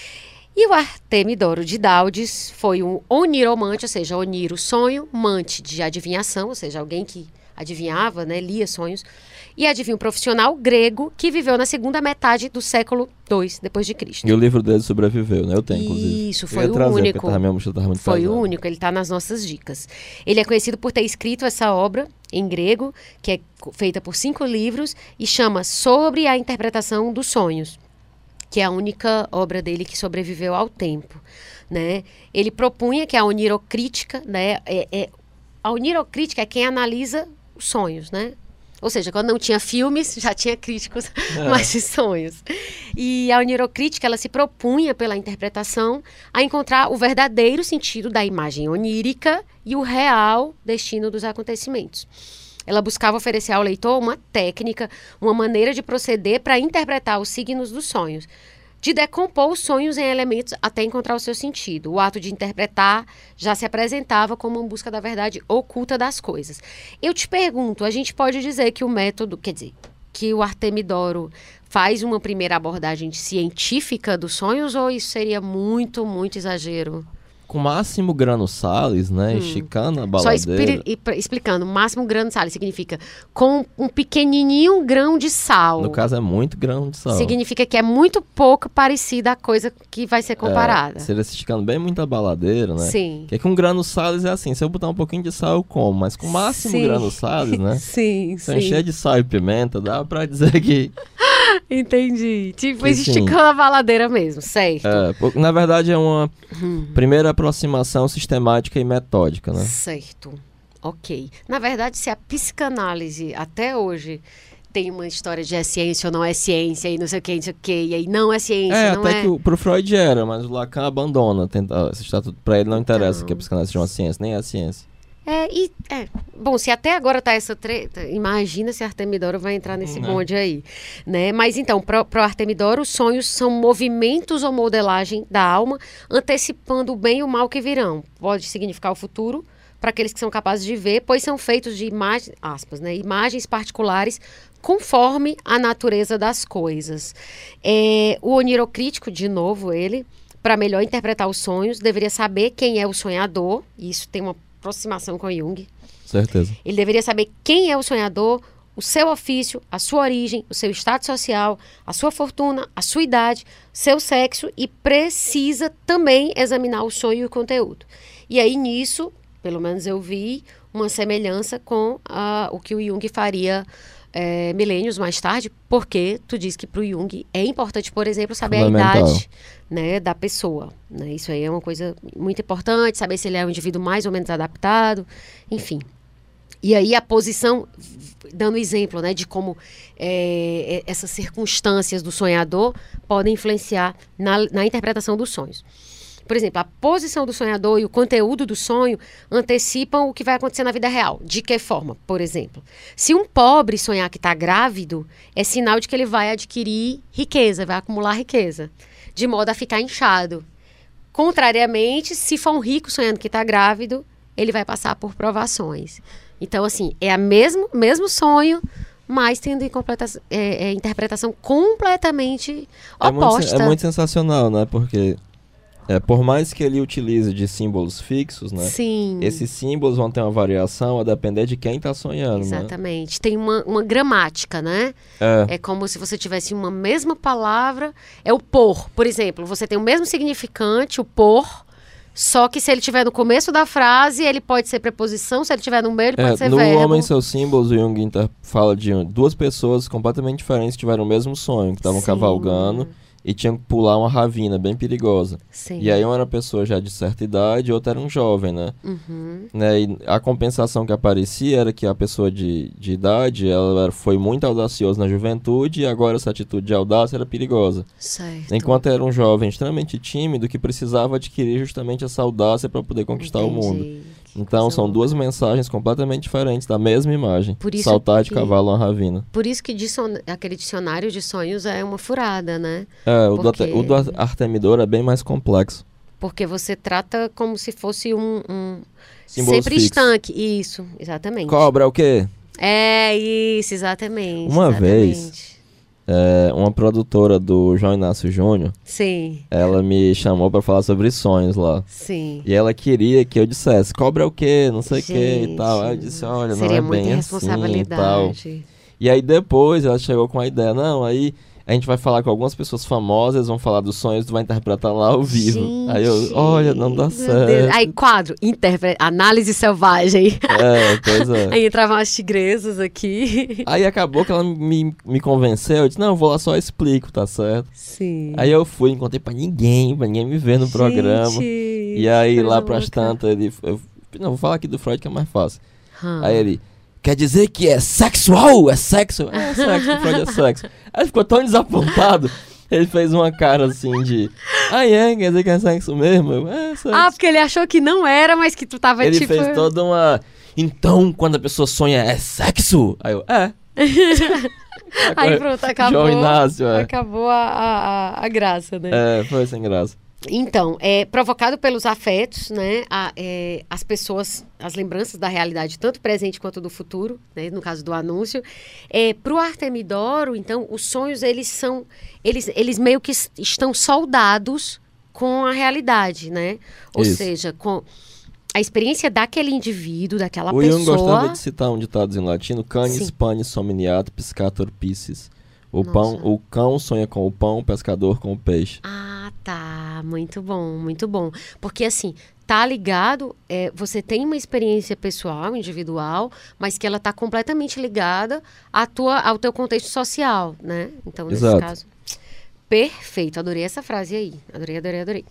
E o Artemidoro de Daudes foi um oniromante, ou seja, oniro, sonho, mante de adivinhação, ou seja, alguém que adivinhava, né, lia sonhos, e adivinho profissional grego que viveu na segunda metade do século dois depois de Cristo. E o livro dele sobreviveu, né? Eu tenho, inclusive. Isso, foi o único. Tava, minha mochila tava muito foi pesada. o único, ele está nas nossas dicas. Ele é conhecido por ter escrito essa obra em grego, que é feita por cinco livros, e chama Sobre a Interpretação dos Sonhos, que é a única obra dele que sobreviveu ao tempo, né? Ele propunha que a onirocrítica, né, é, é, a onirocrítica é quem analisa os sonhos, né? Ou seja, quando não tinha filmes, já tinha críticos é. mais de sonhos. E a onirocrítica, ela se propunha pela interpretação a encontrar o verdadeiro sentido da imagem onírica e o real destino dos acontecimentos. Ela buscava oferecer ao leitor uma técnica, uma maneira de proceder para interpretar os signos dos sonhos, de decompor os sonhos em elementos até encontrar o seu sentido. O ato de interpretar já se apresentava como uma busca da verdade oculta das coisas. Eu te pergunto, a gente pode dizer que o método, quer dizer, que o Artemidoro faz uma primeira abordagem científica dos sonhos, ou isso seria muito, muito exagero? Com Máximo Grano Salles, né? Hum. Esticando a baladeira. Só explicando, Máximo Grano Salles significa com um pequenininho grão de sal. No caso, é muito grão de sal. Significa que é muito pouco parecida a coisa que vai ser comparada. É, seria se esticando bem muito a baladeira, né? Sim. Porque com Grano Salles é assim, se eu botar um pouquinho de sal, eu como. Mas com Máximo sim. Grano Salles, né? Sim, se sim. encher de sal e pimenta, dá pra dizer que... Entendi. Tipo, que, esticando sim. a baladeira mesmo, certo? É, na verdade é uma hum. primeira aproximação sistemática e metódica, né? Certo. Ok. Na verdade, se a psicanálise até hoje tem uma história de é ciência ou não é ciência, e não sei o que, não sei o que, e aí não é ciência, é, não até é... que o, pro Freud era, mas o Lacan abandona. Tenta, esse estatuto pra ele não interessa então... que a psicanálise seja uma ciência, nem é a ciência. É, e, é, bom, se até agora tá essa treta, imagina se Artemidoro vai entrar nesse Não. bonde aí, né? Mas então, pro, pro Artemidoro, os sonhos são movimentos ou modelagem da alma, antecipando o bem e o mal que virão. Pode significar o futuro para aqueles que são capazes de ver, pois são feitos de imagens, aspas, né? Imagens particulares conforme a natureza das coisas. É, o onirocrítico, de novo, ele, para melhor interpretar os sonhos, deveria saber quem é o sonhador, e isso tem uma aproximação com Jung. Certeza. Ele deveria saber quem é o sonhador, o seu ofício, a sua origem, o seu status social, a sua fortuna, a sua idade, seu sexo, e precisa também examinar o sonho e o conteúdo. E aí nisso, pelo menos eu vi uma semelhança com uh, o que o Jung faria é, milênios mais tarde, porque tu diz que para o Jung é importante, por exemplo, saber a idade, né, da pessoa, né? Isso aí é uma coisa muito importante, saber se ele é um indivíduo mais ou menos adaptado, enfim. E aí a posição, dando exemplo, né, de como é, essas circunstâncias do sonhador podem influenciar na, na interpretação dos sonhos. Por exemplo, a posição do sonhador e o conteúdo do sonho antecipam o que vai acontecer na vida real. De que forma? Por exemplo, se um pobre sonhar que está grávido, é sinal de que ele vai adquirir riqueza, vai acumular riqueza, de modo a ficar inchado. Contrariamente, se for um rico sonhando que está grávido, ele vai passar por provações. Então, assim, é o mesmo, mesmo sonho, mas tendo incompleta- é, é, interpretação completamente É muito, oposta. é muito sensacional, né? Porque é, por mais que ele utilize de símbolos fixos, né? Sim. Esses símbolos vão ter uma variação a depender de quem está sonhando, Exatamente. né? Tem uma, uma gramática, né? É. É como se você tivesse uma mesma palavra. É o por, por exemplo. Você tem o mesmo significante, o por, só que se ele estiver no começo da frase, ele pode ser preposição, se ele estiver no meio, ele pode É, ser no verbo. Homem e Seus Símbolos, o Jung inter- fala de duas pessoas completamente diferentes que tiveram o mesmo sonho, que estavam Sim. cavalgando e tinham que pular uma ravina bem perigosa. Sim. E aí uma era uma pessoa já de certa idade e outra era um jovem, né? Uhum. né? E a compensação que aparecia era que a pessoa de, de idade, ela era- foi muito audaciosa na juventude e agora essa atitude de audácia era perigosa. Certo. Enquanto era um jovem extremamente tímido que precisava adquirir justamente essa audácia para poder conquistar o mundo. Entendi. Que Então coisa são louca. duas mensagens completamente diferentes da mesma imagem. Por isso Saltar de que- cavalo uma ravina. Por isso que diciono- aquele dicionário de sonhos é uma furada, né? É, o, Porque- do, Arte- o do Ar- Artemidor é bem mais complexo. Porque você trata como se fosse um... um Símbolos sempre fixos. estanque. Isso, exatamente. Cobra é o quê? É, isso, exatamente. Uma exatamente. vez- É, uma produtora do João Inácio Júnior, Sim, ela me chamou para falar sobre sonhos lá. sim. E ela queria que eu dissesse, cobra é o quê? Não sei o quê e Gente, tal. Aí eu disse, olha, não seria é muita bem assim e tal. responsabilidade. E aí depois ela chegou com a ideia, não, aí a gente vai falar com algumas pessoas famosas, vão falar dos sonhos, tu vai interpretar lá ao vivo. Gente, Aí eu, olha, não dá meu certo. Deus. Aí, quadro, interpre... análise selvagem. É, pois é. Aí entravam as tigresas aqui. Aí acabou que ela me, me convenceu, eu disse, não, eu vou lá só explico, tá certo? Sim. Aí eu fui, não contei pra ninguém, pra ninguém me ver no programa. Gente, E aí que lá coisa pras louca. tantas, ele, eu, não, vou falar aqui do Freud que é mais fácil. Hum. Aí ele, quer dizer que é sexual? É sexo? É sexo, o Freud é sexo. Aí ele ficou tão desapontado, ele fez uma cara assim de, ah é, quer dizer que é sexo mesmo? Eu, é sexo. Ah, porque ele achou que não era, mas que tu tava ele tipo... fez toda uma, então quando a pessoa sonha é sexo? Aí eu, é. Aí pronto, acabou. João Inácio, é. Acabou a, a, a graça, né? É, foi sem graça. Então, é provocado pelos afetos, né? A, é, as pessoas, as lembranças da realidade, tanto presente quanto do futuro, né? No caso do anúncio. É, para o Artemidoro, então, os sonhos, eles são... Eles, eles meio que es- estão soldados com a realidade, né? Ou Isso. seja, com a experiência daquele indivíduo, daquela O Jung gostava pessoa... de citar um ditado em latino, canis Sim. panis somniat piscator piscis. O, Nossa. pão, o cão sonha com o pão, o pescador com o peixe. Ah, tá. Muito bom, muito bom. Porque, assim, tá ligado, é, você tem uma experiência pessoal, individual, mas que ela tá completamente ligada à tua, ao teu contexto social, né? Então, nesse Exato. caso... Perfeito, adorei essa frase aí. Adorei, adorei, adorei.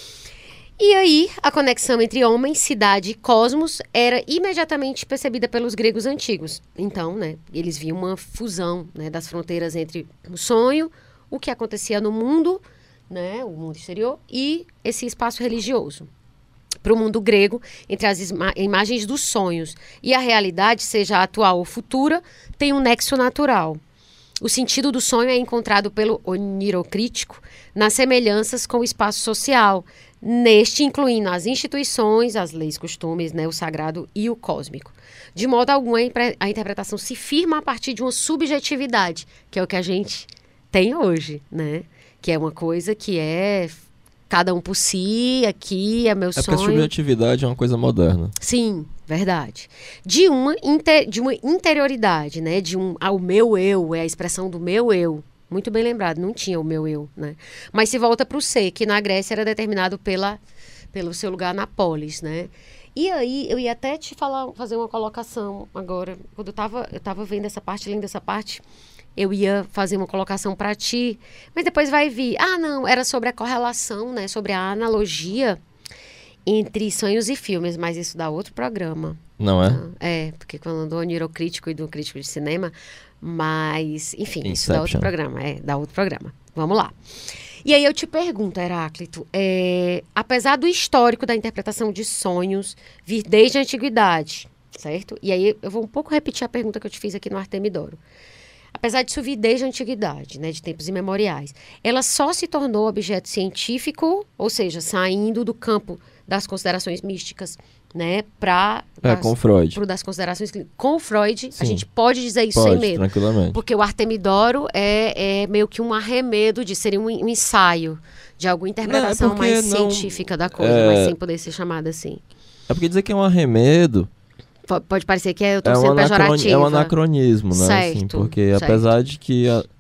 E aí, a conexão entre homem, cidade e cosmos era imediatamente percebida pelos gregos antigos. Então, né, eles viam uma fusão, né, das fronteiras entre o sonho, o que acontecia no mundo, né, o mundo exterior, e esse espaço religioso. Para o mundo grego, entre as isma- imagens dos sonhos e a realidade, seja atual ou futura, tem um nexo natural. O sentido do sonho é encontrado pelo onirocrítico nas semelhanças com o espaço social, neste incluindo as instituições, as leis, costumes, né, o sagrado e o cósmico. De modo algum, a, impre- a interpretação se firma a partir de uma subjetividade, que é o que a gente tem hoje, né? Que é uma coisa que é cada um por si, aqui é meu É porque a sonho. subjetividade é uma coisa moderna. Sim, verdade. De uma, inte- de uma interioridade, né? De um, ah, o meu eu, é a expressão do meu eu. Muito bem lembrado, não tinha o meu eu, né? Mas se volta para o ser, que na Grécia era determinado pela, pelo seu lugar na polis, né? E aí, eu ia até te falar, fazer uma colocação agora. Quando eu estava eu tava vendo essa parte, lendo essa parte, eu ia fazer uma colocação para ti, mas depois vai vir. Ah, não, era sobre a correlação, né? Sobre a analogia entre sonhos e filmes, mas isso dá outro programa. Não é? Ah, É, porque quando do onirocrítico e do crítico de cinema, mas, enfim, isso dá outro Inception. programa, é, dá outro programa. Vamos lá. E aí eu te pergunto, Heráclito, é, apesar do histórico da interpretação de sonhos vir desde a antiguidade, certo? E aí eu vou um pouco repetir a pergunta que eu te fiz aqui no Artemidoro. Apesar disso vir desde a antiguidade, né, de tempos imemoriais, ela só se tornou objeto científico, ou seja, saindo do campo das considerações místicas, né, para É, com Freud. pro das considerações clínicas. Com o Freud, Sim. a gente pode dizer isso Pode, sem medo. tranquilamente. Porque o Artemidoro é, é meio que um arremedo de seria um, um ensaio de alguma interpretação Não, é porque mais não- científica da coisa, é- mas sem poder ser chamada assim. É porque dizer que é um arremedo P- pode parecer que eu tô é um, sendo anacroni- pejorativa. é um anacronismo, né? Assim, Certo, porque certo. apesar de que a-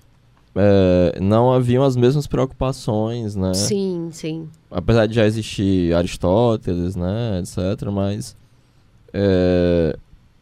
é, não haviam as mesmas preocupações, né? Sim, sim. Apesar de já existir Aristóteles, né, etcétera, mas é,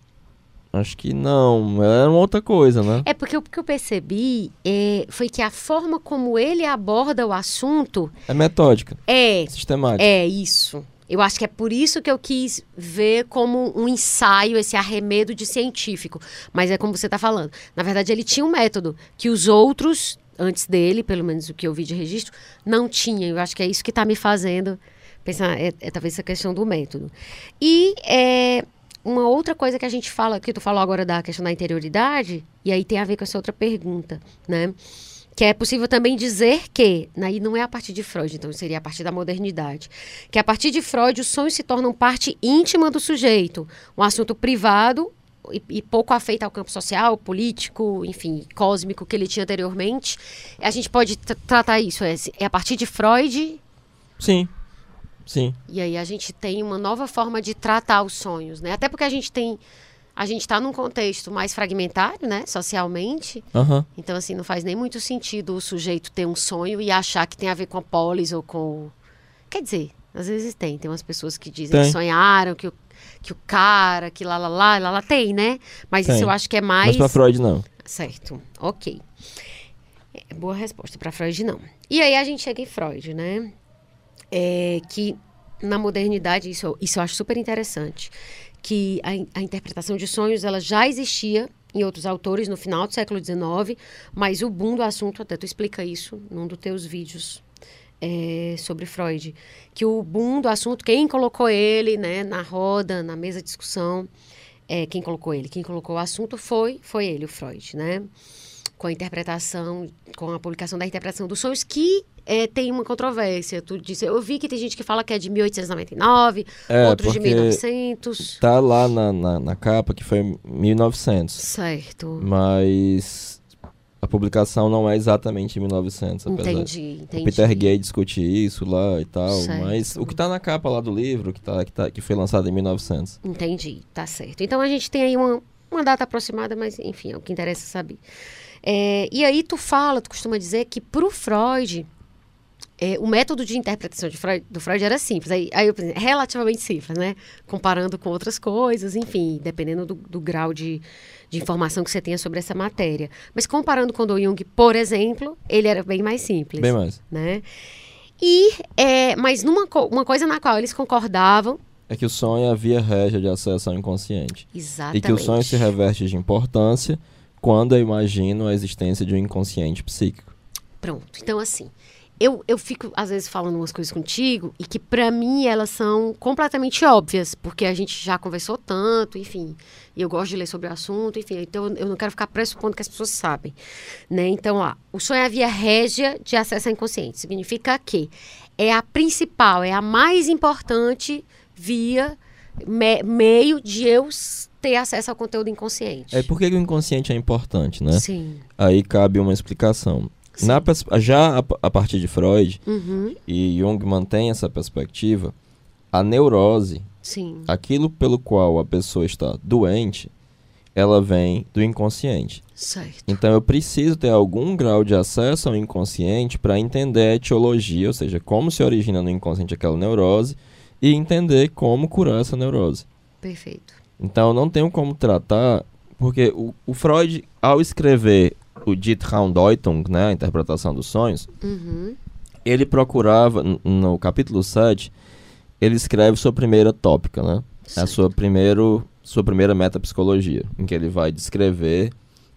acho que não, era uma outra coisa, né? É porque o que eu percebi é, foi que a forma como ele aborda o assunto É metódica, é, sistemática. é isso. Eu acho que é por isso que eu quis ver como um ensaio, esse arremedo de científico. Mas é como você está falando. Na verdade, ele tinha um método que os outros, antes dele, pelo menos o que eu vi de registro, não tinham. Eu acho que é isso que está me fazendo pensar, é, é talvez essa questão do método. E é, uma outra coisa que a gente fala, que tu falou agora da questão da interioridade, e aí tem a ver com essa outra pergunta, né? Que é possível também dizer que, aí não é a partir de Freud, então seria a partir da modernidade, que a partir de Freud os sonhos se tornam parte íntima do sujeito, um assunto privado e, e pouco afeito ao campo social, político, enfim, cósmico que ele tinha anteriormente. A gente pode tra- tratar isso, é, é a partir de Freud, Sim, sim. e aí a gente tem uma nova forma de tratar os sonhos, né? Até porque a gente tem, a gente está num contexto mais fragmentário, né, socialmente. Aham. Então, assim, não faz nem muito sentido o sujeito ter um sonho e achar que tem a ver com a polis ou com... Quer dizer, às vezes tem. Tem umas pessoas que dizem Tem. que sonharam, que o, que o cara, que lá, lá, lá, lá, lá, tem, né? Mas Tem. isso eu acho que é mais... Mas pra Freud não. Certo, ok. É, boa resposta. Para Freud, não. E aí a gente chega em Freud, né? É, que na modernidade, isso, isso eu acho super interessante, que a, in- a interpretação de sonhos ela já existia em outros autores no final do século dezenove, mas o boom do assunto, até tu explica isso num dos teus vídeos é, sobre Freud, que o boom do assunto, quem colocou ele, né, na roda, na mesa de discussão, é, quem colocou ele, quem colocou o assunto foi, foi ele, o Freud, né? Com a interpretação, com a publicação da interpretação dos sonhos, que é, tem uma controvérsia. Tu disse, eu vi que tem gente que fala que é de mil oitocentos e noventa e nove, É, outros de porque mil e novecentos. Tá lá na, na, na capa que foi mil e novecentos, Certo. mas a publicação não é exatamente em mil e novecentos, apesar Entendi, entendi. O Peter Gay discute isso lá e tal, Certo. mas o que tá na capa lá do livro, que, tá, que, tá, que foi lançado em mil e novecentos. Entendi, tá certo. Então a gente tem aí uma, uma data aproximada, mas enfim, é o que interessa saber. É, e aí tu fala, tu costuma dizer que pro Freud, é, o método de interpretação de Freud, do Freud era simples. Aí, aí eu pensei, relativamente simples, né? Comparando com outras coisas, enfim, dependendo do, do grau de, de informação que você tenha sobre essa matéria. Mas comparando com o do Jung, por exemplo, ele era bem mais simples. Bem mais. Né? E, é, mas numa co- uma coisa na qual eles concordavam. É que o sonho é a via régia de acesso ao inconsciente. Exatamente. E que o sonho se reveste de importância quando eu imagino a existência de um inconsciente psíquico. Pronto. Então, assim, eu, eu fico, às vezes, falando umas coisas contigo e que, pra mim, elas são completamente óbvias, porque a gente já conversou tanto, enfim, e eu gosto de ler sobre o assunto, enfim, então eu não quero ficar pressupondo que as pessoas sabem, né? Então, ó, o sonho é a via régia de acesso ao inconsciente. Significa que é a principal, é a mais importante via, me, meio de eu s- ter acesso ao conteúdo inconsciente. É por que que o inconsciente é importante, né? Sim. Aí cabe uma explicação. Sim. Na pers- já a, a partir de Freud, Uhum. e Jung mantém essa perspectiva, a neurose, Sim. aquilo pelo qual a pessoa está doente, ela vem do inconsciente. Certo. Então eu preciso ter algum grau de acesso ao inconsciente para entender a etiologia, ou seja, como se origina no inconsciente aquela neurose, e entender como curar essa neurose. Perfeito. Então eu não tenho como tratar, porque o, o Freud, ao escrever o Die Traumdeutung, né, a interpretação dos sonhos, Uhum. ele procurava, n- no capítulo sete, ele escreve sua primeira tópica, né? A Certo. sua, primeiro, sua primeira metapsicologia, em que ele vai descrever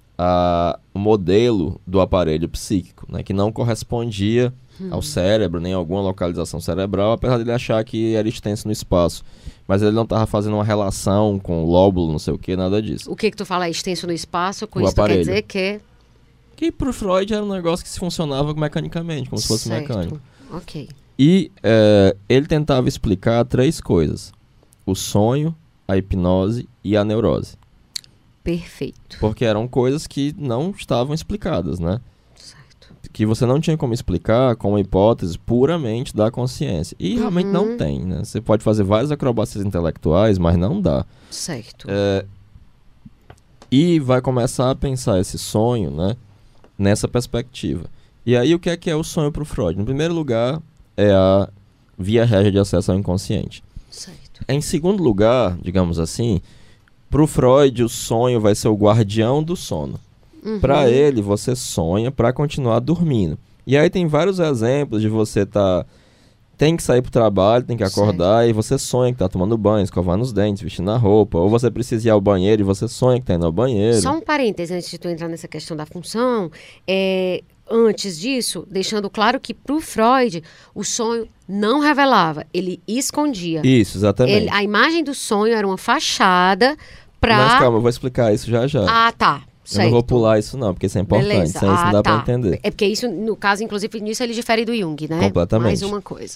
a, o modelo do aparelho psíquico, né, que não correspondia ao cérebro, nem a alguma localização cerebral, apesar de ele achar que era extenso no espaço. Mas ele não estava fazendo uma relação com o lóbulo, não sei o que, nada disso. O que que tu fala é extenso no espaço, com O isso tu quer aparelho. dizer que... Que pro Freud era um negócio que se funcionava mecanicamente, como se fosse Certo. mecânico. Ok. E é, ele tentava explicar três coisas: o sonho, a hipnose e a neurose. Perfeito. Porque eram coisas que não estavam explicadas, né? Certo. Que você não tinha como explicar com uma hipótese puramente da consciência. E realmente Uhum. não tem, né? Você pode fazer várias acrobacias intelectuais, mas não dá. Certo. É, e vai começar a pensar esse sonho, né? Nessa perspectiva. E aí, o que é que é o sonho para o Freud? No primeiro lugar, é a via régia de acesso ao inconsciente. Certo. Em segundo lugar, digamos assim, para o Freud, o sonho vai ser o guardião do sono. Uhum. Para ele, você sonha para continuar dormindo. E aí tem vários exemplos de você tá tem que sair pro trabalho, tem que acordar, certo. E você sonha que tá tomando banho, escovando os dentes, vestindo a roupa, ou você precisa ir ao banheiro e você sonha que tá indo ao banheiro. Só um parêntese antes de tu entrar nessa questão da função, é, antes disso, deixando claro que pro Freud, o sonho não revelava, ele escondia. Isso, exatamente. Ele, a imagem do sonho era uma fachada pra... Mas calma, eu vou explicar isso já já. Ah, tá. Eu certo. Não vou pular isso não, porque isso é importante, Beleza. Sem isso ah, não dá tá. pra entender. É porque isso, no caso, inclusive, nisso ele difere do Jung, né? Completamente. Mais uma coisa.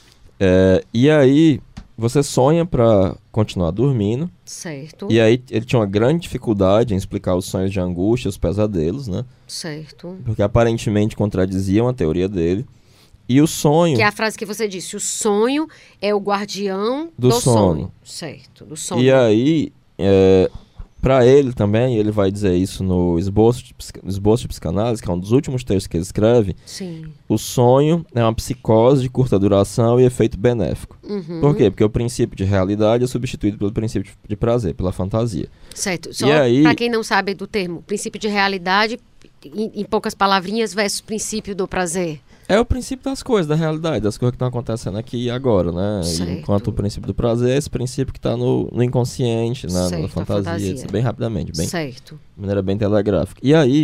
É, e aí, você sonha pra continuar dormindo. Certo. E aí, ele tinha uma grande dificuldade em explicar os sonhos de angústia, os pesadelos, né? Certo. Porque aparentemente contradiziam a teoria dele. E o sonho... Que é a frase que você disse, o sonho é o guardião do, do sono. sono. Certo, do sono. E aí, é, para ele também, ele vai dizer isso no esboço de, esboço de Psicanálise, que é um dos últimos textos que ele escreve. Sim. O sonho é uma psicose de curta duração e efeito benéfico. Uhum. Por quê? Porque o princípio de realidade é substituído pelo princípio de prazer, pela fantasia. Certo. Só aí... para quem não sabe do termo, princípio de realidade, em, em poucas palavrinhas, versus princípio do prazer. É o princípio das coisas, da realidade, das coisas que estão acontecendo aqui e agora, né? E enquanto o princípio do prazer é esse princípio que está no, no inconsciente, né? Certo, na fantasia, fantasia. Bem rapidamente, bem, certo. de maneira bem telegráfica. E aí,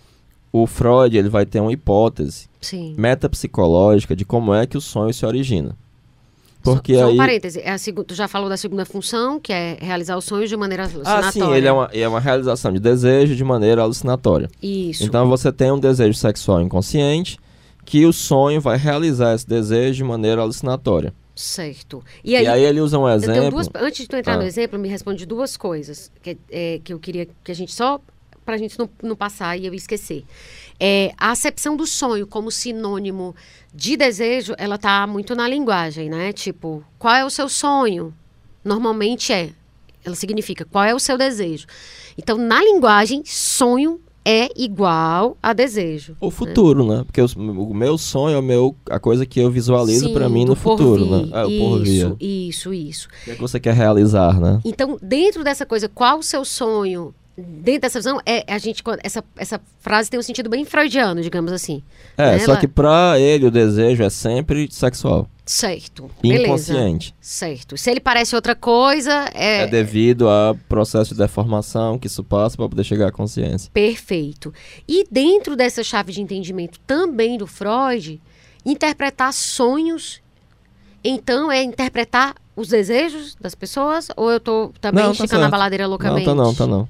o Freud ele vai ter uma hipótese Sim. metapsicológica de como é que o sonho se origina. Porque só, só aí... um parêntese, é a seg... tu já falou da segunda função, que é realizar os sonhos de maneira alucinatória. Ah, sim, ele é uma, é uma realização de desejo de maneira alucinatória. Isso. Então você tem um desejo sexual inconsciente, que o sonho vai realizar esse desejo de maneira alucinatória. Certo. E aí, e aí ele usa um exemplo... Eu tenho duas, antes de tu entrar ah. no exemplo, me responde duas coisas que, é, que eu queria que a gente só... Pra gente não, não passar e eu esquecer. É, a acepção do sonho como sinônimo de desejo, ela tá muito na linguagem, né? Tipo, qual é o seu sonho? Normalmente é. Ela significa qual é o seu desejo. Então, na linguagem, sonho é igual a desejo. O futuro, né? né? Porque o, o meu sonho é o meu, a coisa que eu visualizo para mim no futuro, porvir. né? É, o isso, porvir. Isso, isso. O que é que você quer realizar, né? Então, dentro dessa coisa, qual o seu sonho? Dentro dessa visão, é, a gente, essa, essa frase tem um sentido bem freudiano, digamos assim. É, né? só Ela... que pra ele o desejo é sempre sexual. Certo. Inconsciente. Beleza. Certo. Se ele parece outra coisa, é... É devido a processo de deformação que isso passa para poder chegar à consciência. Perfeito. E dentro dessa chave de entendimento também do Freud, interpretar sonhos, então é interpretar os desejos das pessoas? Ou eu tô também não, esticando tá a baladeira loucamente? Não, tá não, tá não.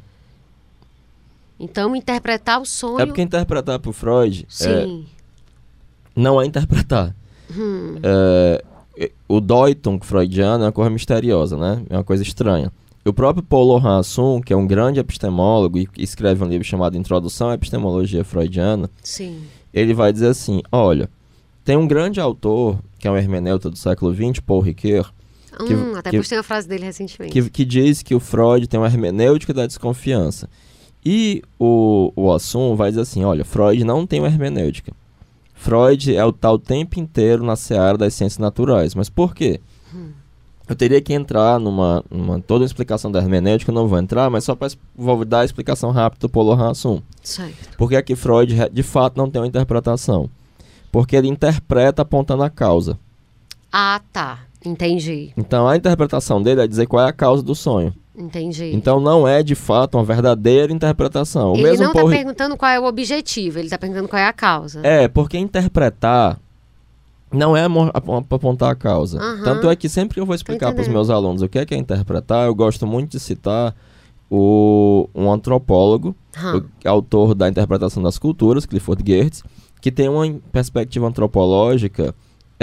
Então, interpretar o sonho... É porque interpretar pro Freud Sim. É, não é interpretar. Hum. É, o Deutung freudiano é uma coisa misteriosa, né? É uma coisa estranha. O próprio Paul Laurent Assun, que é um grande epistemólogo e escreve um livro chamado Introdução à Epistemologia Freudiana, Sim. ele vai dizer assim, olha, tem um grande autor, que é um hermeneuta do século vinte, Paul Ricoeur, Hum, que, até que, postei uma frase dele recentemente. Que, que diz que o Freud tem uma hermenêutica da desconfiança. E o, o Assun vai dizer assim, olha, Freud não tem uma hermenêutica. Freud é o tal tempo inteiro na seara das ciências naturais. Mas por quê? Hum. Eu teria que entrar numa, numa toda a explicação da hermenêutica, eu não vou entrar, mas só para vou dar a explicação rápida do Paul Laurent Assun. Certo. Porque aqui Freud, de fato, não tem uma interpretação. Porque ele interpreta apontando a causa. Ah, tá. Entendi. Então, a interpretação dele é dizer qual é a causa do sonho. Entendi. Então, não é, de fato, uma verdadeira interpretação. O ele mesmo não está Paul... perguntando qual é o objetivo, ele está perguntando qual é a causa. É, porque interpretar não é apontar a causa. Uhum. Tanto é que sempre que eu vou explicar para os meus alunos o que é, que é interpretar, eu gosto muito de citar o, um antropólogo, uhum. o autor da Interpretação das Culturas, Clifford Geertz, que tem uma perspectiva antropológica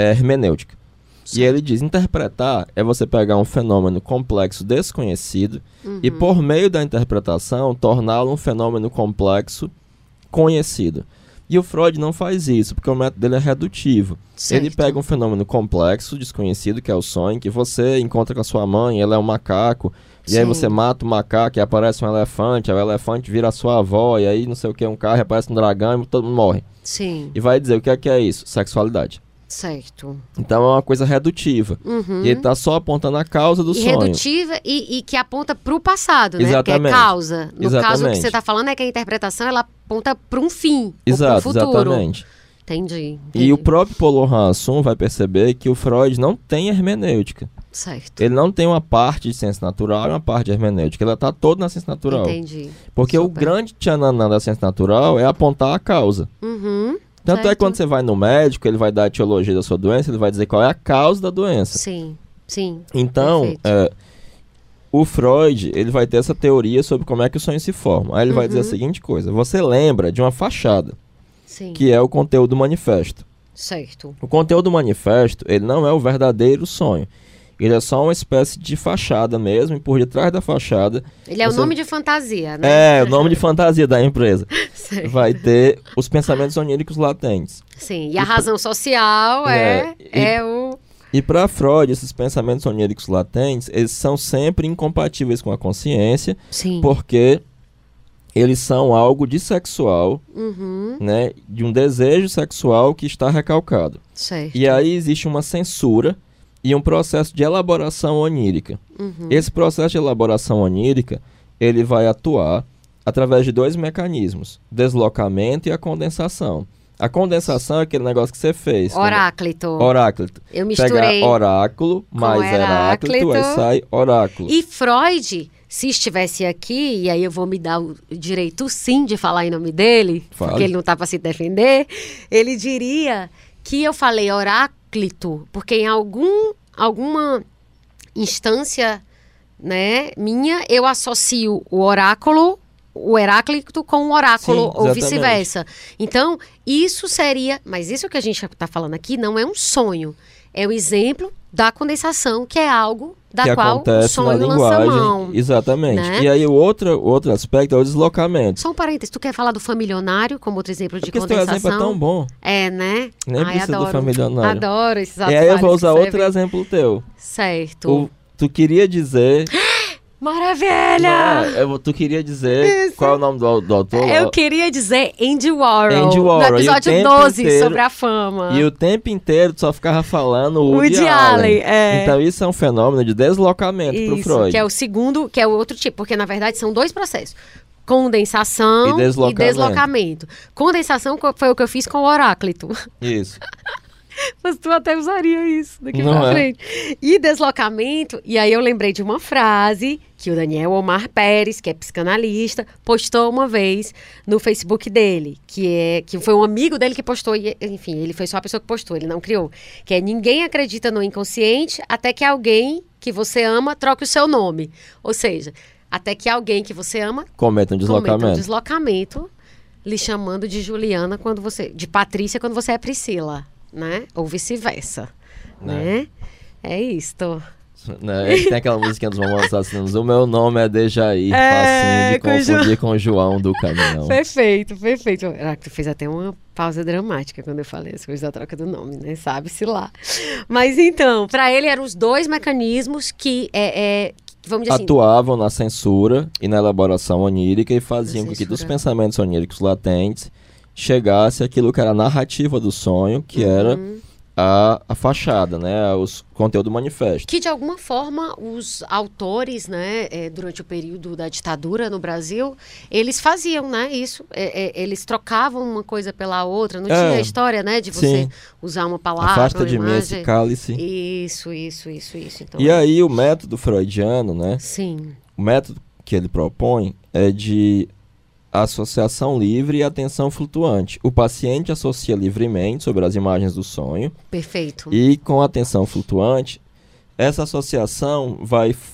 é hermenêutica. Certo. E ele diz, interpretar é você pegar um fenômeno complexo desconhecido Uhum. e, por meio da interpretação, torná-lo um fenômeno complexo conhecido. E o Freud não faz isso, porque o método dele é redutivo. Certo. Ele pega um fenômeno complexo, desconhecido, que é o sonho, que você encontra com a sua mãe, ela é um macaco, e Sim. aí você mata o macaco e aparece um elefante, aí o elefante vira a sua avó, e aí não sei o que, um carro, e aparece um dragão e todo mundo morre. Sim, E vai dizer o que é que é isso? Sexualidade. certo. Então é uma coisa redutiva. Uhum. E ele está só apontando a causa do E sonho. redutiva e, e que aponta para o passado, né? Exatamente. Que é causa. No caso, o que Exatamente. você está falando é que a interpretação ela aponta para um fim, Exato, ou para o futuro. exatamente. Entendi, E entendi. o próprio Paulo Hansson vai perceber que o Freud não tem hermenêutica. Certo. Ele não tem uma parte de ciência natural e uma parte de hermenêutica. Ele está todo na ciência natural. Entendi. Porque o Super. grande tchananã da ciência natural é apontar a causa. Uhum. Tanto é Certo. que quando você vai no médico, ele vai dar a etiologia da sua doença, ele vai dizer qual é a causa da doença. Sim, sim. Então, Perfeito. é, o Freud, ele vai ter essa teoria sobre como é que o sonho se forma. Aí ele vai dizer a Uhum. seguinte coisa: você lembra de uma fachada, Sim. que é o conteúdo do manifesto. Certo. O conteúdo do manifesto, ele não é o verdadeiro sonho. Ele é só uma espécie de fachada mesmo, e por detrás da fachada... Ele é o você- nome de fantasia, né? É, o nome de fantasia da empresa. Certo. Vai ter os pensamentos oníricos latentes. Sim. E a razão social é, É, e- é o... E para Freud, esses pensamentos oníricos latentes, eles são sempre incompatíveis com a consciência, Sim. porque eles são algo dissexual, Uhum. né, de um desejo sexual que está recalcado. Certo. E aí existe uma censura e um processo de elaboração onírica. Uhum. Esse processo de elaboração onírica, ele vai atuar através de dois mecanismos, deslocamento e a condensação. A condensação é aquele negócio que você fez. Oráclito. Oráclito. Eu misturei. Pegar oráculo mais Heráclito. Heráclito, aí sai oráculo. E Freud, se estivesse aqui, e aí eu vou me dar o direito sim de falar em nome dele, Fale. porque ele não está para se defender, ele diria que eu falei oráclito, porque em algum, alguma instância, né, minha, eu associo o oráculo, o Heráclito com o oráculo, Sim, ou exatamente. vice-versa. Então, isso seria... Mas isso que a gente está falando aqui não é um sonho. É o exemplo da condensação, que é algo da que qual o acontece na sonho lança a mão. linguagem. Exatamente. né? E aí o outro, o outro aspecto é o deslocamento. Só um parênteses, tu quer falar do familionário como outro exemplo de Porque esse teu condensação? exemplo é tão bom. É, né? Nem Ai, precisa do adoro. familionário. Adoro esses E aí eu vou atalhos usar que outro servem. exemplo teu. Certo. O, tu queria dizer... Maravilha! Não, eu- tu queria dizer Isso. qual é o nome do, do autor? Eu queria dizer Andy Warhol, Andy Warhol, no e o episódio tempo doze, inteiro- sobre a fama. E o tempo inteiro tu só ficava falando o Woody Woody Allen, Allen. é. Então isso é um fenômeno de deslocamento pro Isso, Freud. que é o segundo, que é o outro tipo, porque na verdade são dois processos. Condensação E deslocamento. e deslocamento. Condensação co- foi o que eu fiz com o Oráclito. Isso. Mas tu até usaria isso daqui Não pra é? frente. E deslocamento, e aí eu lembrei de uma frase que o Daniel Omar Pérez, que é psicanalista, postou uma vez no Facebook dele, que é que foi um amigo dele que postou, e, enfim, ele foi só a pessoa que postou, ele não criou, que é: ninguém acredita no inconsciente até que alguém que você ama troque o seu nome. Ou seja, até que alguém que você ama Cometa cometa um um deslocamento. deslocamento, lhe chamando de Juliana quando você, de Patrícia quando você é Priscila, né? Ou vice-versa, né? É isto. Né? Ele tem aquela musiquinha dos Mamonas Assassinos. O meu nome é Dejair, É, facinho de com o confundir com o João do caminhão. Perfeito, perfeito. Ah, tu fez até uma pausa dramática quando eu falei as coisas da troca do nome, né? Sabe-se lá. Mas então, para ele eram os dois mecanismos que, é, é, que, vamos dizer assim... Atuavam na censura e na elaboração onírica e faziam Na com que dos censura. pensamentos oníricos latentes chegasse aquilo que era a narrativa do sonho, que era Uhum. a, a fachada, né? Os conteúdo manifesto. Que de alguma forma os autores, né, é, durante o período da ditadura no Brasil, eles faziam, né, isso. É, é, eles trocavam uma coisa pela outra. Não É. tinha a história, né, de você Sim. usar uma palavra, Afasta uma de mim esse imagem. cálice. Isso, isso, isso, isso. Então, E aí o método freudiano, né? sim, O método que ele propõe é de associação livre e atenção flutuante. O paciente associa livremente sobre as imagens do sonho perfeito. e com atenção flutuante, essa associação vai f-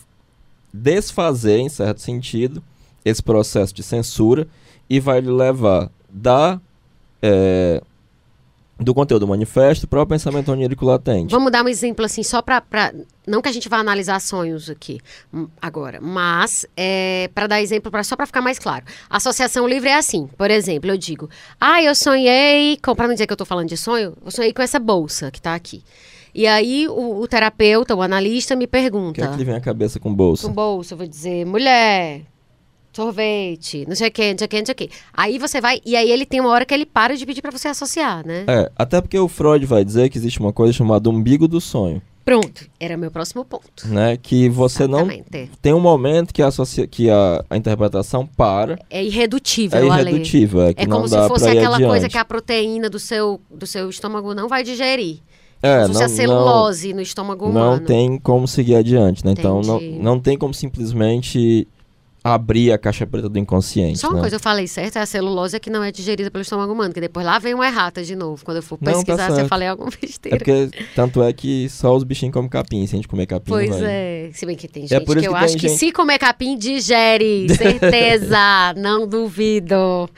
desfazer, em certo sentido, esse processo de censura e vai lhe levar da, é, do conteúdo do manifesto para o pensamento onírico latente. Vamos dar um exemplo assim, só para... Não que a gente vá analisar sonhos aqui agora, mas é, para dar exemplo, pra, só para ficar mais claro. A associação livre é assim, por exemplo, eu digo, ah, eu sonhei, para não dizer que eu estou falando de sonho, eu sonhei com essa bolsa que está aqui. E aí o, o terapeuta, o analista me pergunta... O que é que lhe vem à cabeça com bolsa? Com bolsa, eu vou dizer, mulher... sorvete, não sei o que, não sei o que, não sei o que. Aí você vai, e aí ele tem uma hora que ele para de pedir pra você associar, né? É, até porque o Freud vai dizer que existe uma coisa chamada umbigo do sonho. Pronto, era meu próximo ponto. Né? Que você Exatamente. não... Tem um momento que a, associa... que a, a interpretação para... É irredutível, É irredutível, é que É não como se dá fosse pra ir aquela adiante. coisa que a proteína do seu, do seu estômago não vai digerir. É, como se fosse a não, celulose no estômago não humano. tem como seguir adiante, né? Então não, Entendi. não tem como simplesmente abrir a caixa preta do inconsciente, Só uma né? coisa, eu falei certo, é a celulose que não é digerida pelo estômago humano, que depois lá vem uma errata de novo. Quando eu for Não, tá pesquisar, se eu certo. falei alguma É besteira. porque, tanto é que só os bichinhos comem capim, se a gente comer capim Pois não vai... é, se bem que tem É gente por que isso eu que tem acho que gente- se comer capim, digere, certeza, não duvido.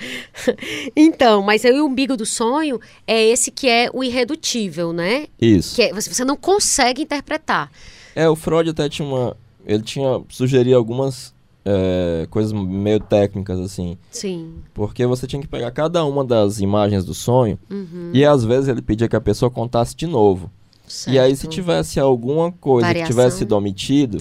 Então, mas aí o umbigo do sonho é esse que é o irredutível, né? Isso. Que é, você, você não consegue interpretar. É, o Freud até tinha uma... Ele tinha... Sugeria algumas é, coisas meio técnicas, assim. Sim. Porque você tinha que pegar cada uma das imagens do sonho Uhum, e às vezes ele pedia que a pessoa contasse de novo. certo. E aí se tivesse alguma coisa Variação. que tivesse sido omitido,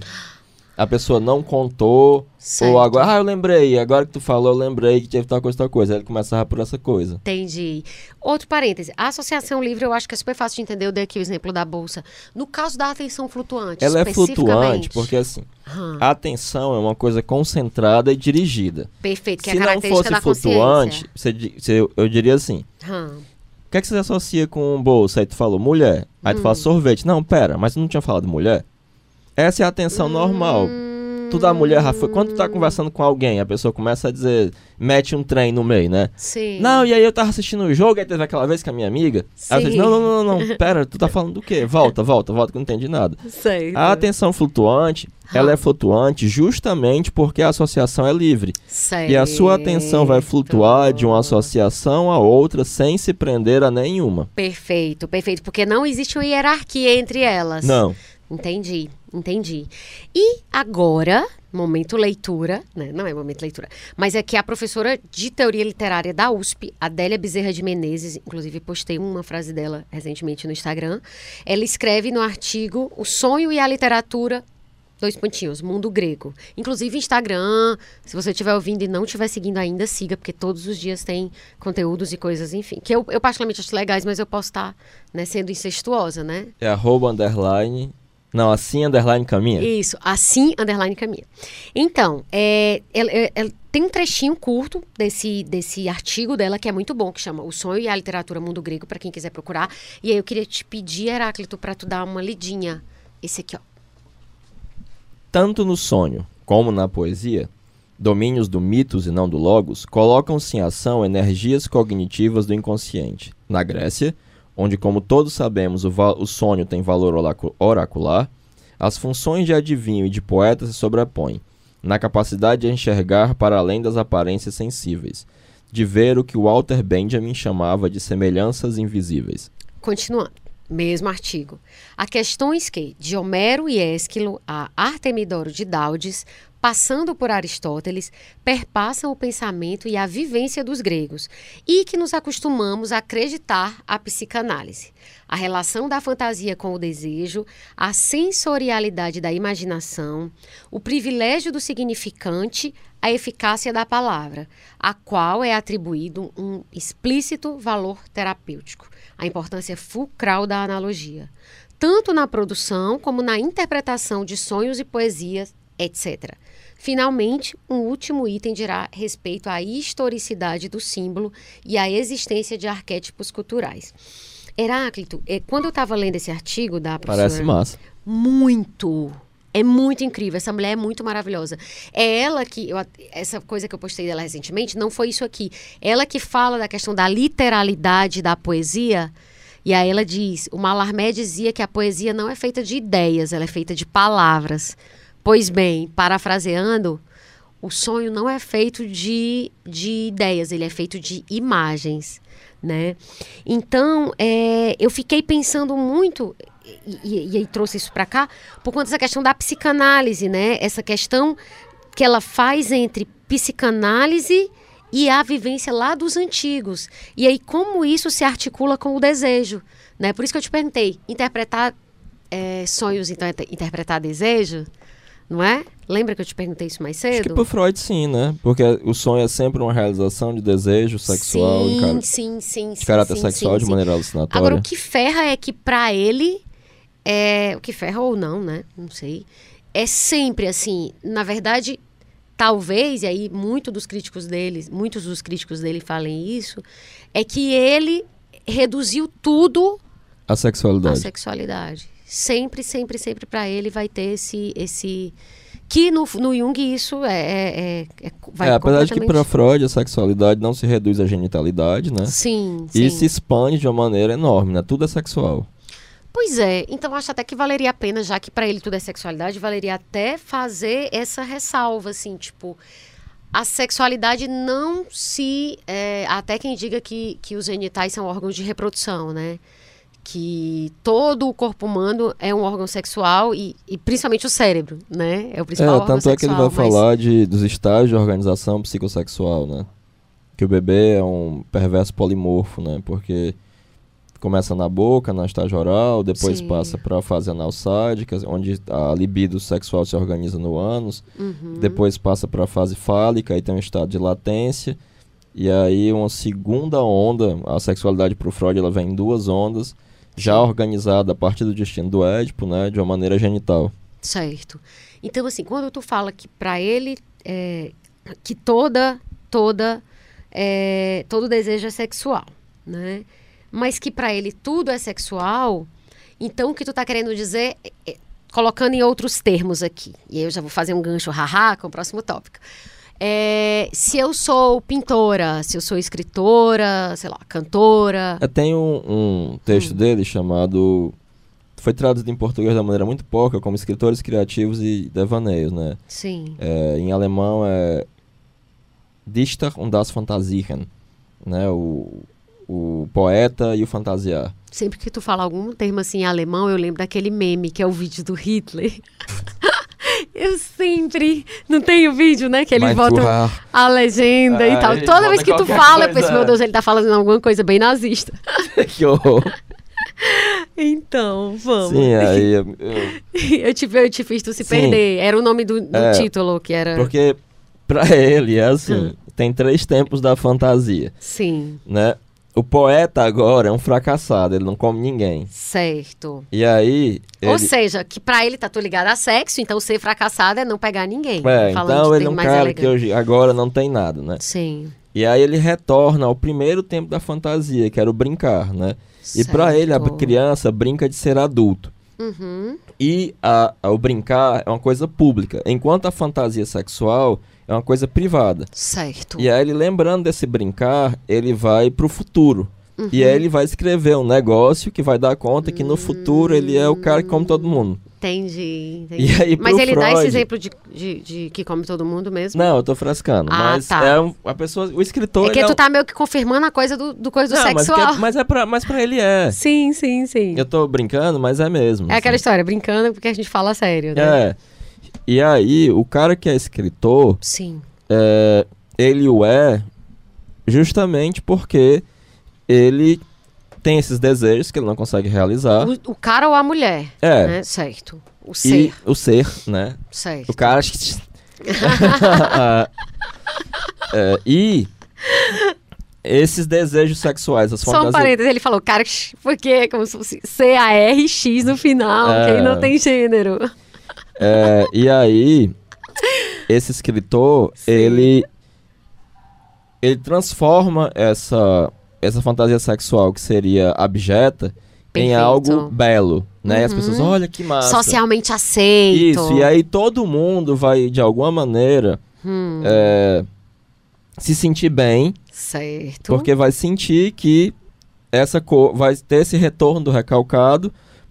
a pessoa não contou, Certo. ou agora, ah, eu lembrei, agora que tu falou, eu lembrei que teve tal coisa, tal coisa. Aí ele começava por essa coisa. Entendi. Outro parêntese. A associação livre, eu acho que é super fácil de entender. Eu dei aqui o exemplo da bolsa. No caso da atenção flutuante, Ela é especificamente... flutuante porque, assim, Hum, a atenção é uma coisa concentrada e dirigida. perfeito, que é Se a não característica fosse da flutuante, consciência. você, di- você- eu diria assim, Hum, o que é que você associa com bolsa? Aí tu falou mulher. Aí tu Hum. fala sorvete. Não, pera, mas tu não tinha falado mulher? Essa é a atenção normal. Hum, Tu dá mulher, Rafa, quando tu tá conversando com alguém, a pessoa começa a dizer, mete um trem no meio, né? Sim. Não, e aí eu tava assistindo o jogo, aí teve aquela vez com a minha amiga. Aí eu Sim. disse, não, não, não, não, não, pera, tu tá falando do quê? Volta, volta, volta, que eu não entendi nada. Sei. A atenção flutuante, ela é flutuante justamente porque a associação é livre. E a sua atenção vai flutuar de uma associação a outra sem se prender a nenhuma. Perfeito, perfeito. Porque não existe uma hierarquia entre elas. Não. Entendi, entendi. E agora, momento leitura, né? Não é momento leitura, mas é que a professora de teoria literária da U S P, Adélia Bezerra de Menezes, inclusive postei uma frase dela recentemente no Instagram, ela escreve no artigo O Sonho e a Literatura, dois pontinhos, Mundo Grego. Inclusive Instagram, se você estiver ouvindo e não estiver seguindo ainda, siga, porque todos os dias tem conteúdos e coisas, enfim, que eu, eu particularmente acho legais, mas eu posso estar, né, sendo incestuosa, né? É arroba, underline... Não, assim, underline, caminha. Isso, assim, underline caminha. Então, é, ela- ela- ela tem um trechinho curto desse, desse artigo dela que é muito bom, que chama O Sonho e a Literatura Mundo Grego, para quem quiser procurar. E aí eu queria te pedir, Heráclito, para tu dar uma lidinha. Esse aqui, ó. Tanto no sonho como na poesia, domínios do mitos e não do logos colocam-se em ação energias cognitivas do inconsciente. Na Grécia, onde, como todos sabemos, o, va- o sonho tem valor oracu- oracular, as funções de adivinho e de poeta se sobrepõem, na capacidade de enxergar para além das aparências sensíveis, de ver o que Walter Benjamin chamava de semelhanças invisíveis. Continuando, mesmo artigo. Há questões que, de Homero e Ésquilo a Artemidoro de Daudes, passando por Aristóteles, perpassam o pensamento e a vivência dos gregos e que nos acostumamos a acreditar a psicanálise. A relação da fantasia com o desejo, a sensorialidade da imaginação, o privilégio do significante, a eficácia da palavra, a qual é atribuído um explícito valor terapêutico, a importância fulcral da analogia, tanto na produção como na interpretação de sonhos e poesias, etcétera. Finalmente, um último item dirá respeito à historicidade do símbolo e à existência de arquétipos culturais. Heráclito, eh, quando eu estava lendo esse artigo da professora... Parece massa. Muito. É muito incrível. Essa mulher é muito maravilhosa. É ela que... Eu, essa coisa que eu postei dela recentemente, não foi isso aqui. Ela que fala da questão da literalidade da poesia. E aí ela diz... O Mallarmé dizia que a poesia não é feita de ideias, ela é feita de palavras. Pois bem, parafraseando, O sonho não é feito de, de ideias, ele é feito de imagens, né? Então, é, eu fiquei pensando muito, e, e, e aí trouxe isso para cá, por conta dessa questão da psicanálise, né? Essa questão que ela faz entre psicanálise e a vivência lá dos antigos. E aí, como isso se articula com o desejo, né? Por isso que eu te perguntei, interpretar é, sonhos, então, é interpretar desejo, não é? Lembra que eu te perguntei isso mais cedo? Acho que pro Freud sim, né? Porque o sonho é sempre uma realização de desejo sexual, sim, de, car... sim, sim, de caráter sim, sexual sim, de sim. maneira alucinatória. Agora, o que ferra é que pra ele, é, o que ferra ou não, né? Não sei. É sempre assim, na verdade, talvez, e aí muito dos críticos dele, muitos dos críticos dele falem isso, é que ele reduziu tudo A sexualidade. à sexualidade. Sempre, sempre, sempre pra ele vai ter esse... esse que no, no Jung isso é, é, é, vai é, apesar de que completamente... para Freud a sexualidade não se reduz à genitalidade, né? Sim, E sim. se expande de uma maneira enorme, né? Tudo é sexual. Pois é, então acho até que valeria a pena, já que para ele tudo é sexualidade, valeria até fazer essa ressalva, assim, tipo, a sexualidade não se... É, até quem diga que, que os genitais são órgãos de reprodução, né? Que todo o corpo humano é um órgão sexual e, e principalmente o cérebro, né? É o principal É, órgão tanto sexual. é que ele vai mas... falar de, dos estágios de organização psicossexual, né? Que o bebê é um perverso polimorfo, né? Porque começa na boca, na estágio oral, depois Sim. passa para a fase anal sádica, onde a libido sexual se organiza no ânus, Uhum. depois passa para a fase fálica, aí tem um estado de latência, e aí uma segunda onda, a sexualidade para o Freud ela vem em duas ondas, já Sim. organizada a partir do destino do Édipo, né, de uma maneira genital. Certo. Então, assim, quando tu fala que para ele, é, que toda, toda, é, todo desejo é sexual, né? Mas que para ele tudo é sexual, então o que tu tá querendo dizer, é, é, colocando em outros termos aqui, e aí eu já vou fazer um gancho haha com o próximo tópico. É, se eu sou pintora, se eu sou escritora, sei lá, cantora... É, tem um, um texto Hum. dele chamado... Foi traduzido em português de uma maneira muito pouca, como Escritores Criativos e Devaneios, né? Sim. É, em alemão é Dichter und das Fantasien, né? O, o poeta e o fantasiar. Sempre que tu fala algum termo assim em alemão, eu lembro daquele meme que é o vídeo do Hitler. Eu sempre... Não tem o vídeo, né? Que eles Mein botam Führer. a legenda Ah, e tal. ele Toda bota vez que tu qualquer fala, eu coisa, penso, meu é. Deus, ele tá falando alguma coisa bem nazista. Que horror. Então, vamos. Sim, aí... Eu, eu- eu, te, eu te fiz tu se Sim. perder. Era o nome do, do É, título, que era... porque pra ele é assim, Hum. tem três tempos da fantasia, Sim, né? O poeta agora é um fracassado, ele não come ninguém. certo. E aí... Ou ele- seja, que pra ele tá tudo ligado a sexo, então ser fracassado é não pegar ninguém. É, falando então de ele é termo um mais cara elegante. que hoje, agora não tem nada, né? Sim. E aí ele retorna ao primeiro tempo da fantasia, que era o brincar, né? E pra ele, a Certo. criança brinca de ser adulto. Uhum. E a, a- o brincar é uma coisa pública, enquanto a fantasia sexual é uma coisa privada. Certo. E aí ele, lembrando desse brincar, ele vai pro futuro. Uhum. E aí ele vai escrever um negócio que vai dar conta que no futuro ele é o cara que come todo mundo. Entendi, entendi. E aí, Mas pro ele dá Freud- esse exemplo de, de, de que come todo mundo mesmo? Não, eu tô frescando. Ah, mas tá. é um, a pessoa, o escritor... É que ele tu um- tá meio que confirmando a coisa do, do coisa do Não, mas, que sexual. é, mas, é pra, mas pra ele é. Sim, sim, sim. Eu tô brincando, mas é mesmo. É aquela assim. história, brincando porque a gente fala sério, né? É. E aí, o cara que é escritor, Sim. é, ele o é justamente porque ele tem esses desejos que ele não consegue realizar. O, o cara ou a mulher, É. né? Certo. O E ser, o ser, né? certo. O cara... É, e esses desejos sexuais, as Só um fantasias... parênteses, ele falou cara, porque é como se fosse C A R X no final, É. que aí não tem gênero. É, e aí, esse escritor, Sim. ele ele transforma essa, essa fantasia sexual que seria abjeta em Perfeito. algo belo, né? E as Uhum. pessoas, olha que massa. Socialmente aceito. Isso, e aí todo mundo vai, de alguma maneira, Hum, é, se sentir bem, certo. porque vai sentir que essa cor vai ter esse retorno do recalcado,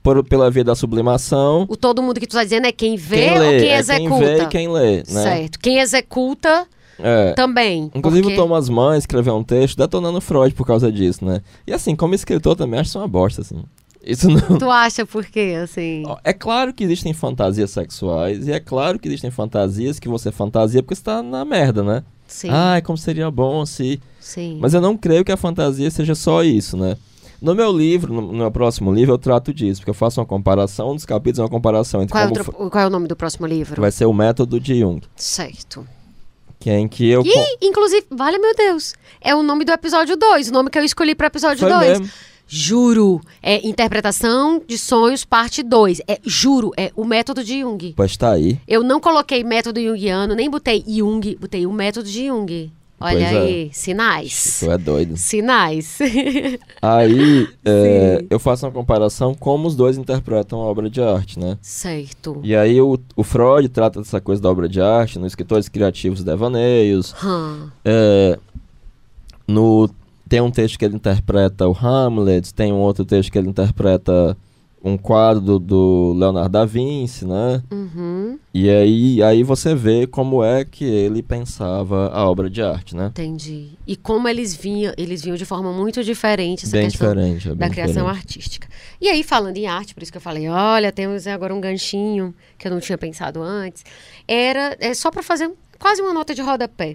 por, pela via da sublimação. O todo mundo que tu está dizendo é quem vê quem lê, ou quem é executa? Quem vê e quem lê, né? Certo. Quem executa é. também. Inclusive porque... o Thomas Mann escreveu um texto detonando Freud por causa disso, né? E assim, como escritor também acho isso uma bosta, assim. Isso não... Tu acha por quê, assim? É claro que existem fantasias sexuais e é claro que existem fantasias que você fantasia porque você tá na merda, né? Sim. Ai, como seria bom se... Sim. Mas eu não creio que a fantasia seja só isso, né? No meu livro, no, no meu próximo livro, eu trato disso, porque eu faço uma comparação, um dos capítulos é uma comparação entre qual, como... é outro, qual é o nome do próximo livro? Vai ser o método de Jung. Certo. Que é em que eu... E, inclusive, vale meu Deus, é o nome do episódio dois, o nome que eu escolhi para o episódio dois. Juro, é Interpretação de Sonhos, parte dois. É, juro, é o método de Jung. Pois tá aí. Eu não coloquei método junguiano, nem botei Jung, botei o método de Jung. Olha pois aí, é. Sinais. Tu é doido. Sinais. Aí, é, eu faço uma comparação como os dois interpretam a obra de arte, né? Certo. E aí o, o Freud trata dessa coisa da obra de arte, nos Escritores Criativos Devaneios. Hum. É, no, tem um texto que ele interpreta o Hamlet, tem um outro texto que ele interpreta um quadro do, do Leonardo da Vinci, né? Uhum. E aí, aí você vê como é que ele pensava a obra de arte, né? Entendi. E como eles vinham, eles vinham de forma muito diferente essa bem questão diferente, é bem da criação diferente. artística. E aí, falando em arte, por isso que eu falei, olha, temos agora um ganchinho que eu não tinha pensado antes. Era é, só para fazer quase uma nota de rodapé.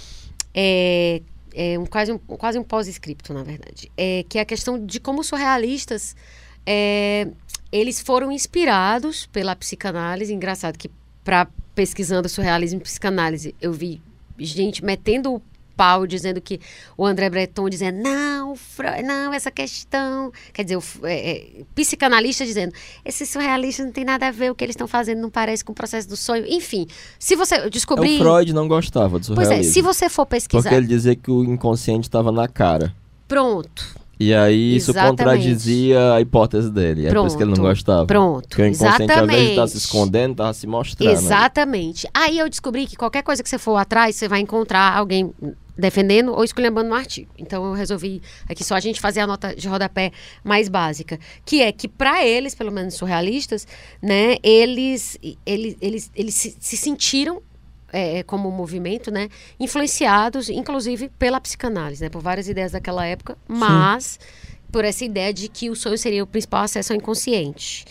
É, é um, quase, um, quase um pós-escrito, na verdade. É, que é a questão de como os surrealistas... É, eles foram inspirados pela psicanálise. Engraçado que, para pesquisando surrealismo e psicanálise, eu vi gente metendo o pau, dizendo que o André Breton dizendo, não, Freud, não, essa questão, quer dizer, o é, é, psicanalista dizendo, esses surrealistas não tem nada a ver, o que eles estão fazendo não parece com o processo do sonho. Enfim, se você descobrir... O Freud não gostava do surrealismo. Pois é, se você for pesquisar... Porque ele dizia que o inconsciente estava na cara. Pronto. E aí isso Exatamente. contradizia a hipótese dele. É Pronto, por isso que ele não gostava. Pronto. Porque o inconsciente, Exatamente. ao invés de estar se escondendo, estava se mostrando. Exatamente. Aí eu descobri que qualquer coisa que você for atrás, você vai encontrar alguém defendendo ou esculhambando no artigo. Então eu resolvi aqui só a gente fazer a nota de rodapé mais básica. Que é que para eles, pelo menos surrealistas, né, eles, eles, eles, eles se, se sentiram... É, como movimento, né, influenciados, inclusive, pela psicanálise, né, por várias ideias daquela época, mas Sim. por essa ideia de que o sonho seria o principal acesso ao inconsciente.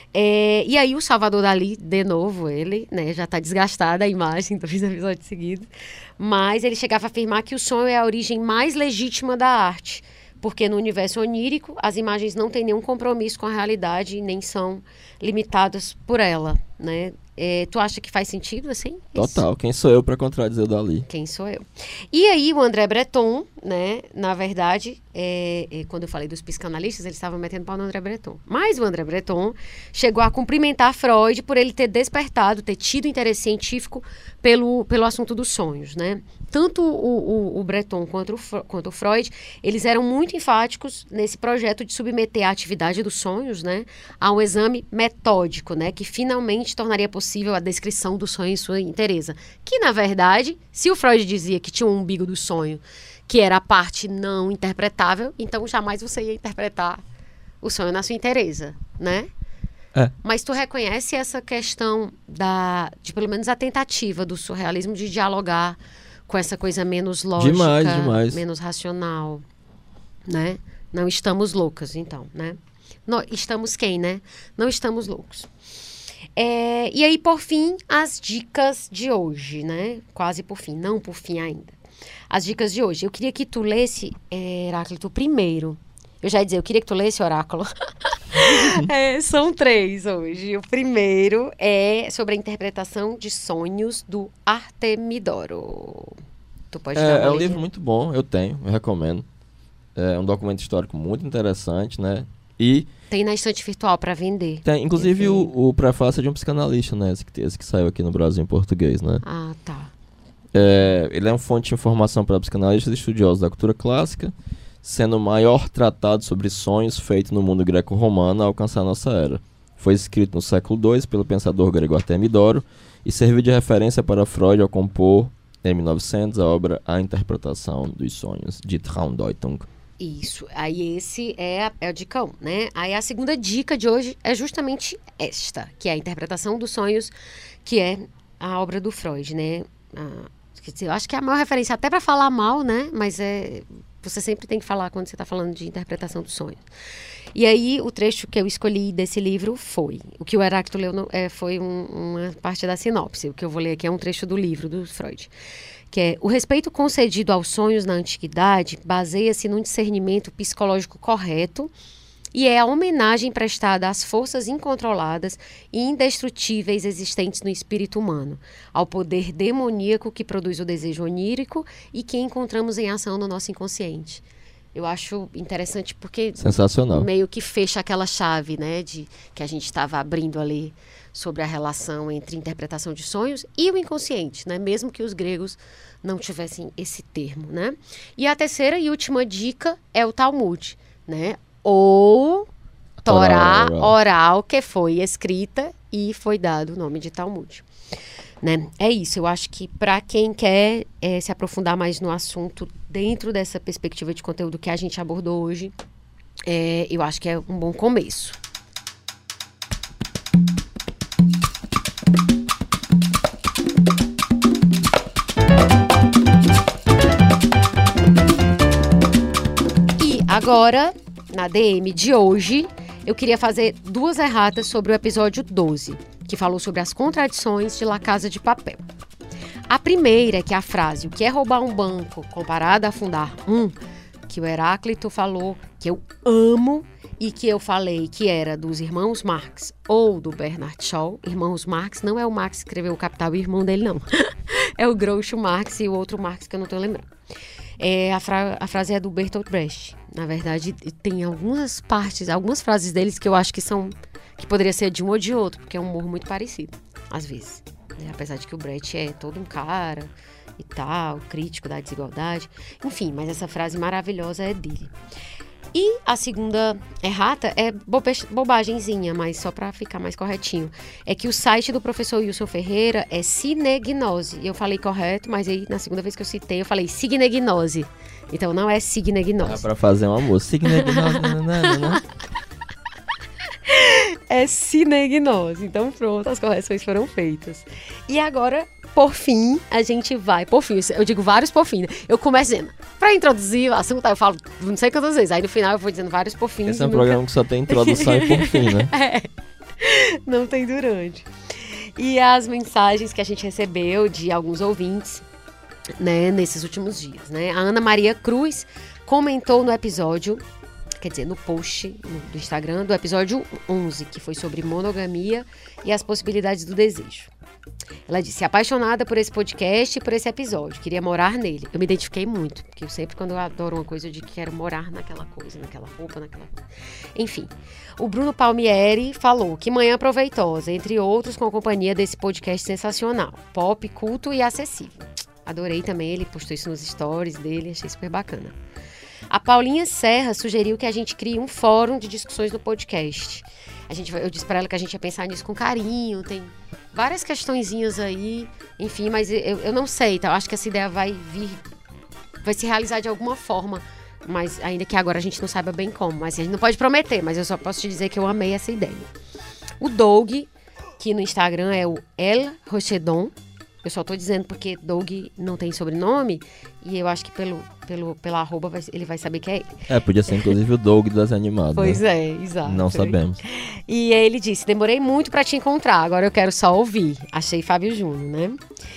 É, e aí o Salvador Dalí, de novo, ele, né, já está desgastada a imagem, dois episódios seguidos, mas ele chegava a afirmar que o sonho é a origem mais legítima da arte, porque no universo onírico as imagens não têm nenhum compromisso com a realidade e nem são limitadas por ela, né? É, tu acha que faz sentido, assim? Total. Isso? Quem sou eu para contradizer o Dalí? Quem sou eu? E aí o André Breton, né, na verdade, é, é, quando eu falei dos psicanalistas, eles estavam metendo pau no André Breton. Mas o André Breton chegou a cumprimentar Freud por ele ter despertado, ter tido interesse científico pelo, pelo assunto dos sonhos, né? Tanto o, o, o Breton quanto o, quanto o Freud, eles eram muito enfáticos nesse projeto de submeter a atividade dos sonhos, né, a um exame metódico, né, que finalmente tornaria possível a descrição do sonho em sua inteireza. Que, na verdade, se o Freud dizia que tinha um umbigo do sonho, que era a parte não interpretável, então jamais você ia interpretar o sonho na sua inteireza, né? É. Mas tu reconhece essa questão da, de pelo menos a tentativa do surrealismo de dialogar com essa coisa menos lógica, demais, demais. menos racional, né? Não estamos loucas, então, né? Não, estamos quem, né? Não estamos loucos. É, e aí, por fim, as dicas de hoje, né? Quase por fim, não por fim ainda. As dicas de hoje. Eu queria que tu lesse, é, Heráclito, primeiro. Eu já ia dizer, eu queria que tu lesse Oráculo. é, são três hoje. O primeiro é sobre a interpretação de sonhos do Artemidoro. Tu pode é, dar uma É um olhadinha? livro muito bom, eu tenho, eu recomendo. É um documento histórico muito interessante, né? E tem na estante virtual para vender. Tem, inclusive o, o prefácio é de um psicanalista, né? Esse que, esse que saiu aqui no Brasil em português, né? Ah, tá. É, ele é uma fonte de informação para psicanalistas e estudiosos da cultura clássica, sendo o maior tratado sobre sonhos feito no mundo greco-romano a alcançar a nossa era. Foi escrito no século dois pelo pensador grego Artemidoro e serviu de referência para Freud ao compor, em mil e novecentos, a obra A Interpretação dos Sonhos, de Traumdeutung. Isso. Aí esse é a, é a dica um, né? Aí a segunda dica de hoje é justamente esta, que é a interpretação dos sonhos, que é a obra do Freud, né? Ah, quer dizer, eu acho que é a maior referência, até para falar mal, né? Mas é, você sempre tem que falar quando você está falando de interpretação dos sonhos. E aí o trecho que eu escolhi desse livro foi, o que o Heráclito leu no, é, foi um, uma parte da sinopse, o que eu vou ler aqui é um trecho do livro do Freud, que é: o respeito concedido aos sonhos na antiguidade baseia-se num discernimento psicológico correto e é a homenagem prestada às forças incontroladas e indestrutíveis existentes no espírito humano, ao poder demoníaco que produz o desejo onírico e que encontramos em ação no nosso inconsciente. Eu acho interessante porque sensacional, meio que fecha aquela chave, né, de, que a gente estava abrindo ali sobre a relação entre interpretação de sonhos e o inconsciente, né, mesmo que os gregos não tivessem esse termo, né. E a terceira e última dica é o Talmud, né, ou Torá oral. oral, que foi escrita e foi dado o nome de Talmud. Né? É isso, eu acho que para quem quer é, se aprofundar mais no assunto dentro dessa perspectiva de conteúdo que a gente abordou hoje, é, eu acho que é um bom começo. E agora, na D M de hoje, eu queria fazer duas erratas sobre o episódio doze, que falou sobre as contradições de La Casa de Papel. A primeira é que a frase, o que é roubar um banco comparado a fundar um, que o Heráclito falou que eu amo e que eu falei que era dos irmãos Marx ou do Bernard Shaw. Irmãos Marx não é o Marx que escreveu o Capital e o irmão dele, não. É o Groucho Marx e o outro Marx que eu não estou lembrando. É, a, fra- a frase é do Bertolt Brecht. Na verdade, tem algumas partes, algumas frases deles que eu acho que são... que poderia ser de um ou de outro, porque é um humor muito parecido, às vezes. Né? Apesar de que o Brecht é todo um cara e tal, crítico da desigualdade. Enfim, mas essa frase maravilhosa é dele. E a segunda errata é bobe- bobagemzinha, mas só para ficar mais corretinho. É que o site do professor Wilson Ferreira é Cinegnose. E eu falei correto, mas aí na segunda vez que eu citei, eu falei Signegnose. Então não é Signegnose. É para fazer um almoço. Signegnose, não, não, não. É cinegnose. Então pronto, as correções foram feitas. E agora, por fim, a gente vai... Por fim, eu digo vários por fim. Né? Eu começo dizendo, pra introduzir o assunto, eu falo não sei quantas vezes. Aí no final eu vou dizendo vários por fim. Esse é um programa nunca... que só tem introdução e por fim, né? É, não tem durante. E as mensagens que a gente recebeu de alguns ouvintes, né, nesses últimos dias, né? A Ana Maria Cruz comentou no episódio... quer dizer, no post no, do Instagram do episódio onze, que foi sobre monogamia e as possibilidades do desejo. Ela disse, apaixonada por esse podcast e por esse episódio, queria morar nele. Eu me identifiquei muito, porque eu sempre, quando eu adoro uma coisa, eu digo que quero morar naquela coisa, naquela roupa, naquela coisa. Enfim, o Bruno Palmieri falou, que manhã proveitosa, entre outros, com a companhia desse podcast sensacional, pop, culto e acessível. Adorei também, ele postou isso nos stories dele, achei super bacana. A Paulinha Serra sugeriu que a gente crie um fórum de discussões no podcast. A gente, eu disse para ela que a gente ia pensar nisso com carinho, tem várias questõezinhas aí, enfim, mas eu, eu não sei, tá? Eu acho que essa ideia vai vir, vai se realizar de alguma forma, mas ainda que agora a gente não saiba bem como, mas a gente não pode prometer, mas eu só posso te dizer que eu amei essa ideia. O Doug, que no Instagram é o El Rochedon, eu só tô dizendo porque Doug não tem sobrenome e eu acho que pelo, pelo, pela arroba vai, ele vai saber que é ele. É, podia ser inclusive o Doug das animadas. Pois né? é, exato. Não sabemos. E ele disse, demorei muito pra te encontrar, agora eu quero só ouvir. Achei Fábio Júnior, né?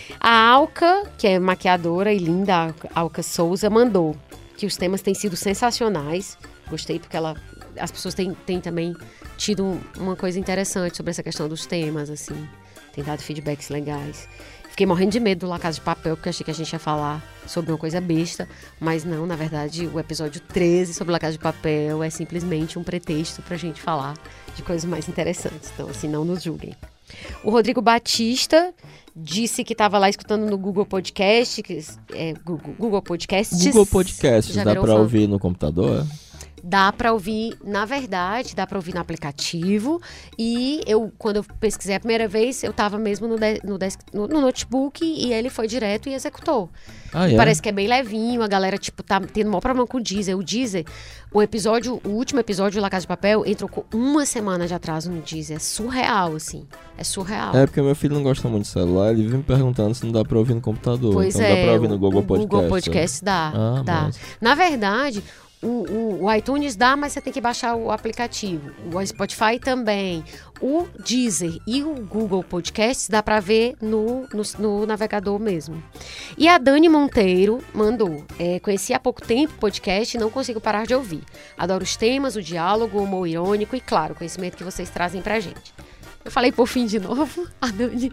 A Alca, que é maquiadora e linda, Alca Souza, mandou que os temas têm sido sensacionais. Gostei porque ela, as pessoas têm, têm também tido uma coisa interessante sobre essa questão dos temas, assim. Tem dado feedbacks legais. Fiquei morrendo de medo do La Casa de Papel, porque achei que a gente ia falar sobre uma coisa besta, mas não, na verdade, o episódio treze sobre La Casa de Papel é simplesmente um pretexto pra gente falar de coisas mais interessantes. Então, assim, não nos julguem. O Rodrigo Batista disse que estava lá escutando no Google Podcast, que, é, Google, Google Podcasts. Google Podcasts, dá pra fã? ouvir no computador? Dá para ouvir, na verdade, dá para ouvir no aplicativo. E eu, quando eu pesquisei a primeira vez, eu estava mesmo no, de, no, desk, no, no notebook e ele foi direto e executou. Ah, e é? parece que é bem levinho, a galera, tipo, tá tendo o maior problema com o Deezer. O Deezer, o episódio, o último episódio do La Casa de Papel entrou com uma semana de atraso no Deezer. É surreal, assim. É surreal. É porque meu filho não gosta muito de celular, ele vive me perguntando se não dá pra ouvir no computador. Pois então é, dá pra ouvir no Google o Podcast. Google Podcast dá, Ah, dá. massa. Na verdade, o, o, o iTunes dá, mas você tem que baixar o aplicativo. O Spotify também. O Deezer e o Google Podcasts dá pra ver no, no, no navegador mesmo. E a Dani Monteiro mandou. É, conheci há pouco tempo o podcast e não consigo parar de ouvir. Adoro os temas, o diálogo, o humor irônico e, claro, o conhecimento que vocês trazem pra gente. Eu falei por fim de novo, a Dani.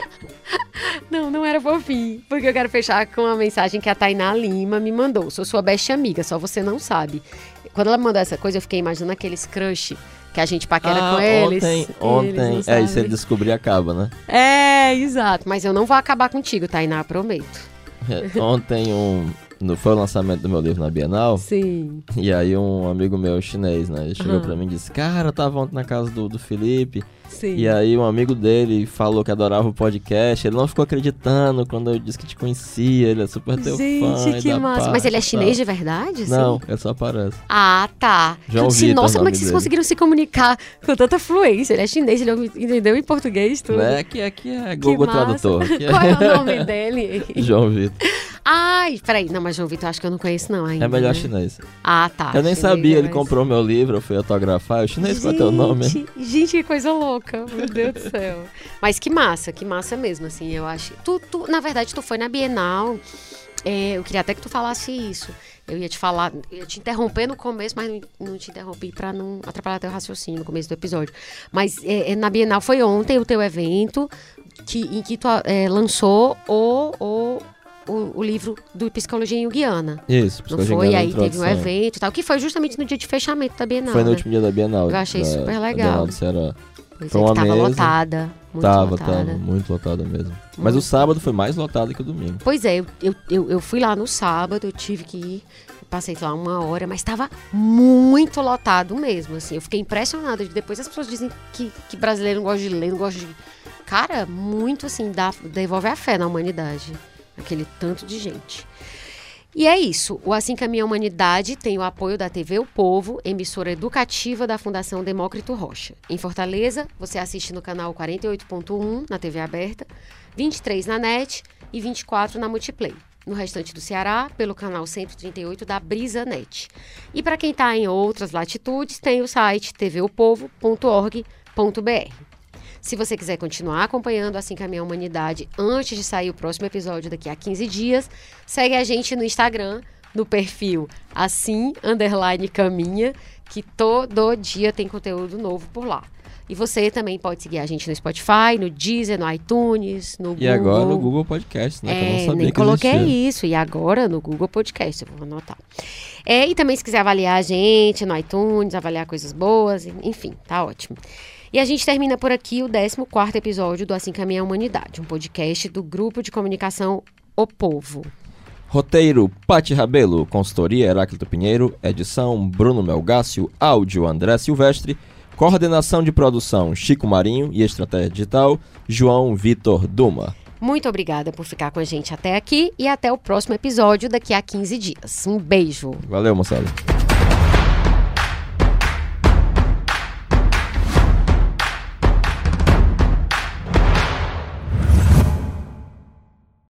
Não, não era por fim, porque eu quero fechar com uma mensagem que a Tainá Lima me mandou. Sou sua best amiga, só você não sabe. Quando ela mandou essa coisa, eu fiquei imaginando aqueles crush que a gente paquera ah, com eles. Ontem, ontem. Eles é, e se ele descobrir, acaba, né? É, exato. Mas eu não vou acabar contigo, Tainá, prometo. É, ontem um, no, foi o lançamento do meu livro na Bienal. Sim. E aí um amigo meu chinês, né? Ele chegou Uhum. pra mim e disse, cara, eu tava ontem na casa do, do Felipe. Sim. E aí um amigo dele falou que adorava o podcast. Ele não ficou acreditando quando eu disse que te conhecia. Ele é super teu Gente, fã. que da massa. parte Mas ele é e chinês tal. de verdade? assim? Não, ele só aparece. Ah, tá. João Eu disse, Vitor, nossa, o como é nome que vocês dele. conseguiram se comunicar com tanta fluência? Ele é chinês, ele entendeu em português tudo. Né? Aqui, aqui é Que Google massa. Tradutor. Aqui Qual é é o nome dele? João Vitor. Ai, peraí. Não, mas João Vitor, acho que eu não conheço não ainda. É melhor né? chinês. Ah, tá. Eu nem chinês, sabia, ele mas- comprou meu livro, eu fui autografar. O chinês, qual é teu nome? Gente, gente, que coisa louca. Meu Deus do céu. Mas que massa, que massa mesmo, assim, eu acho. Tu, tu, na verdade, tu foi na Bienal. É, eu queria até que tu falasse isso. Eu ia te falar, eu ia te interromper no começo, mas não, não te interrompi pra não atrapalhar teu raciocínio no começo do episódio. Mas é, é, na Bienal foi ontem o teu evento que, em que tu é, lançou o, o, o, o livro do Psicologia Junguiana. Isso, Não Psicologia foi? Junguiana, Aí teve um Introdução. evento e tal, que foi justamente no dia de fechamento da Bienal. Foi no né? último dia da Bienal. Eu achei da- super da legal. Bienal do Ceará. Pois Foi é, que uma tava mesa. lotada. Muito Tava, lotada. tava, muito lotada mesmo. Mas o sábado foi mais lotado que o domingo. Pois é, eu, eu, eu, eu fui lá no sábado, eu tive que ir, eu passei lá uma hora, mas estava muito lotado mesmo, assim. Eu fiquei impressionada. Depois as pessoas dizem que, que brasileiro não gosta de ler, não gosta de... Cara, muito assim, dá, devolve a fé na humanidade. Aquele tanto de gente. E é isso. O Assim Caminha a Humanidade tem o apoio da T V O Povo, emissora educativa da Fundação Demócrito Rocha. Em Fortaleza, você assiste no canal quarenta e oito ponto um, na T V aberta, vinte e três na NET e vinte e quatro na Multiplay. No restante do Ceará, pelo canal cento e trinta e oito da Brisa Net. E para quem está em outras latitudes, tem o site t v o povo ponto org ponto b r. Se você quiser continuar acompanhando Assim Caminha a Humanidade antes de sair o próximo episódio daqui a quinze dias, segue a gente no Instagram, no perfil Assim, underline Caminha, que todo dia tem conteúdo novo por lá. E você também pode seguir a gente no Spotify, no Deezer, no iTunes, no Google. E agora no Google Podcast, né? Que eu não É, sabia nem que coloquei existia. isso. E agora no Google Podcast, eu vou anotar. É, e também se quiser avaliar a gente no iTunes, avaliar coisas boas, enfim, tá ótimo. E a gente termina por aqui o décimo quarto episódio do Assim Caminha a Humanidade, um podcast do Grupo de Comunicação O Povo. Roteiro, Pati Rabelo. Consultoria, Heráclito Pinheiro. Edição, Bruno Melgácio. Áudio, André Silvestre. Coordenação de produção, Chico Marinho. E estratégia digital, João Vitor Duma. Muito obrigada por ficar com a gente até aqui e até o próximo episódio daqui a quinze dias. Um beijo! Valeu, moçada.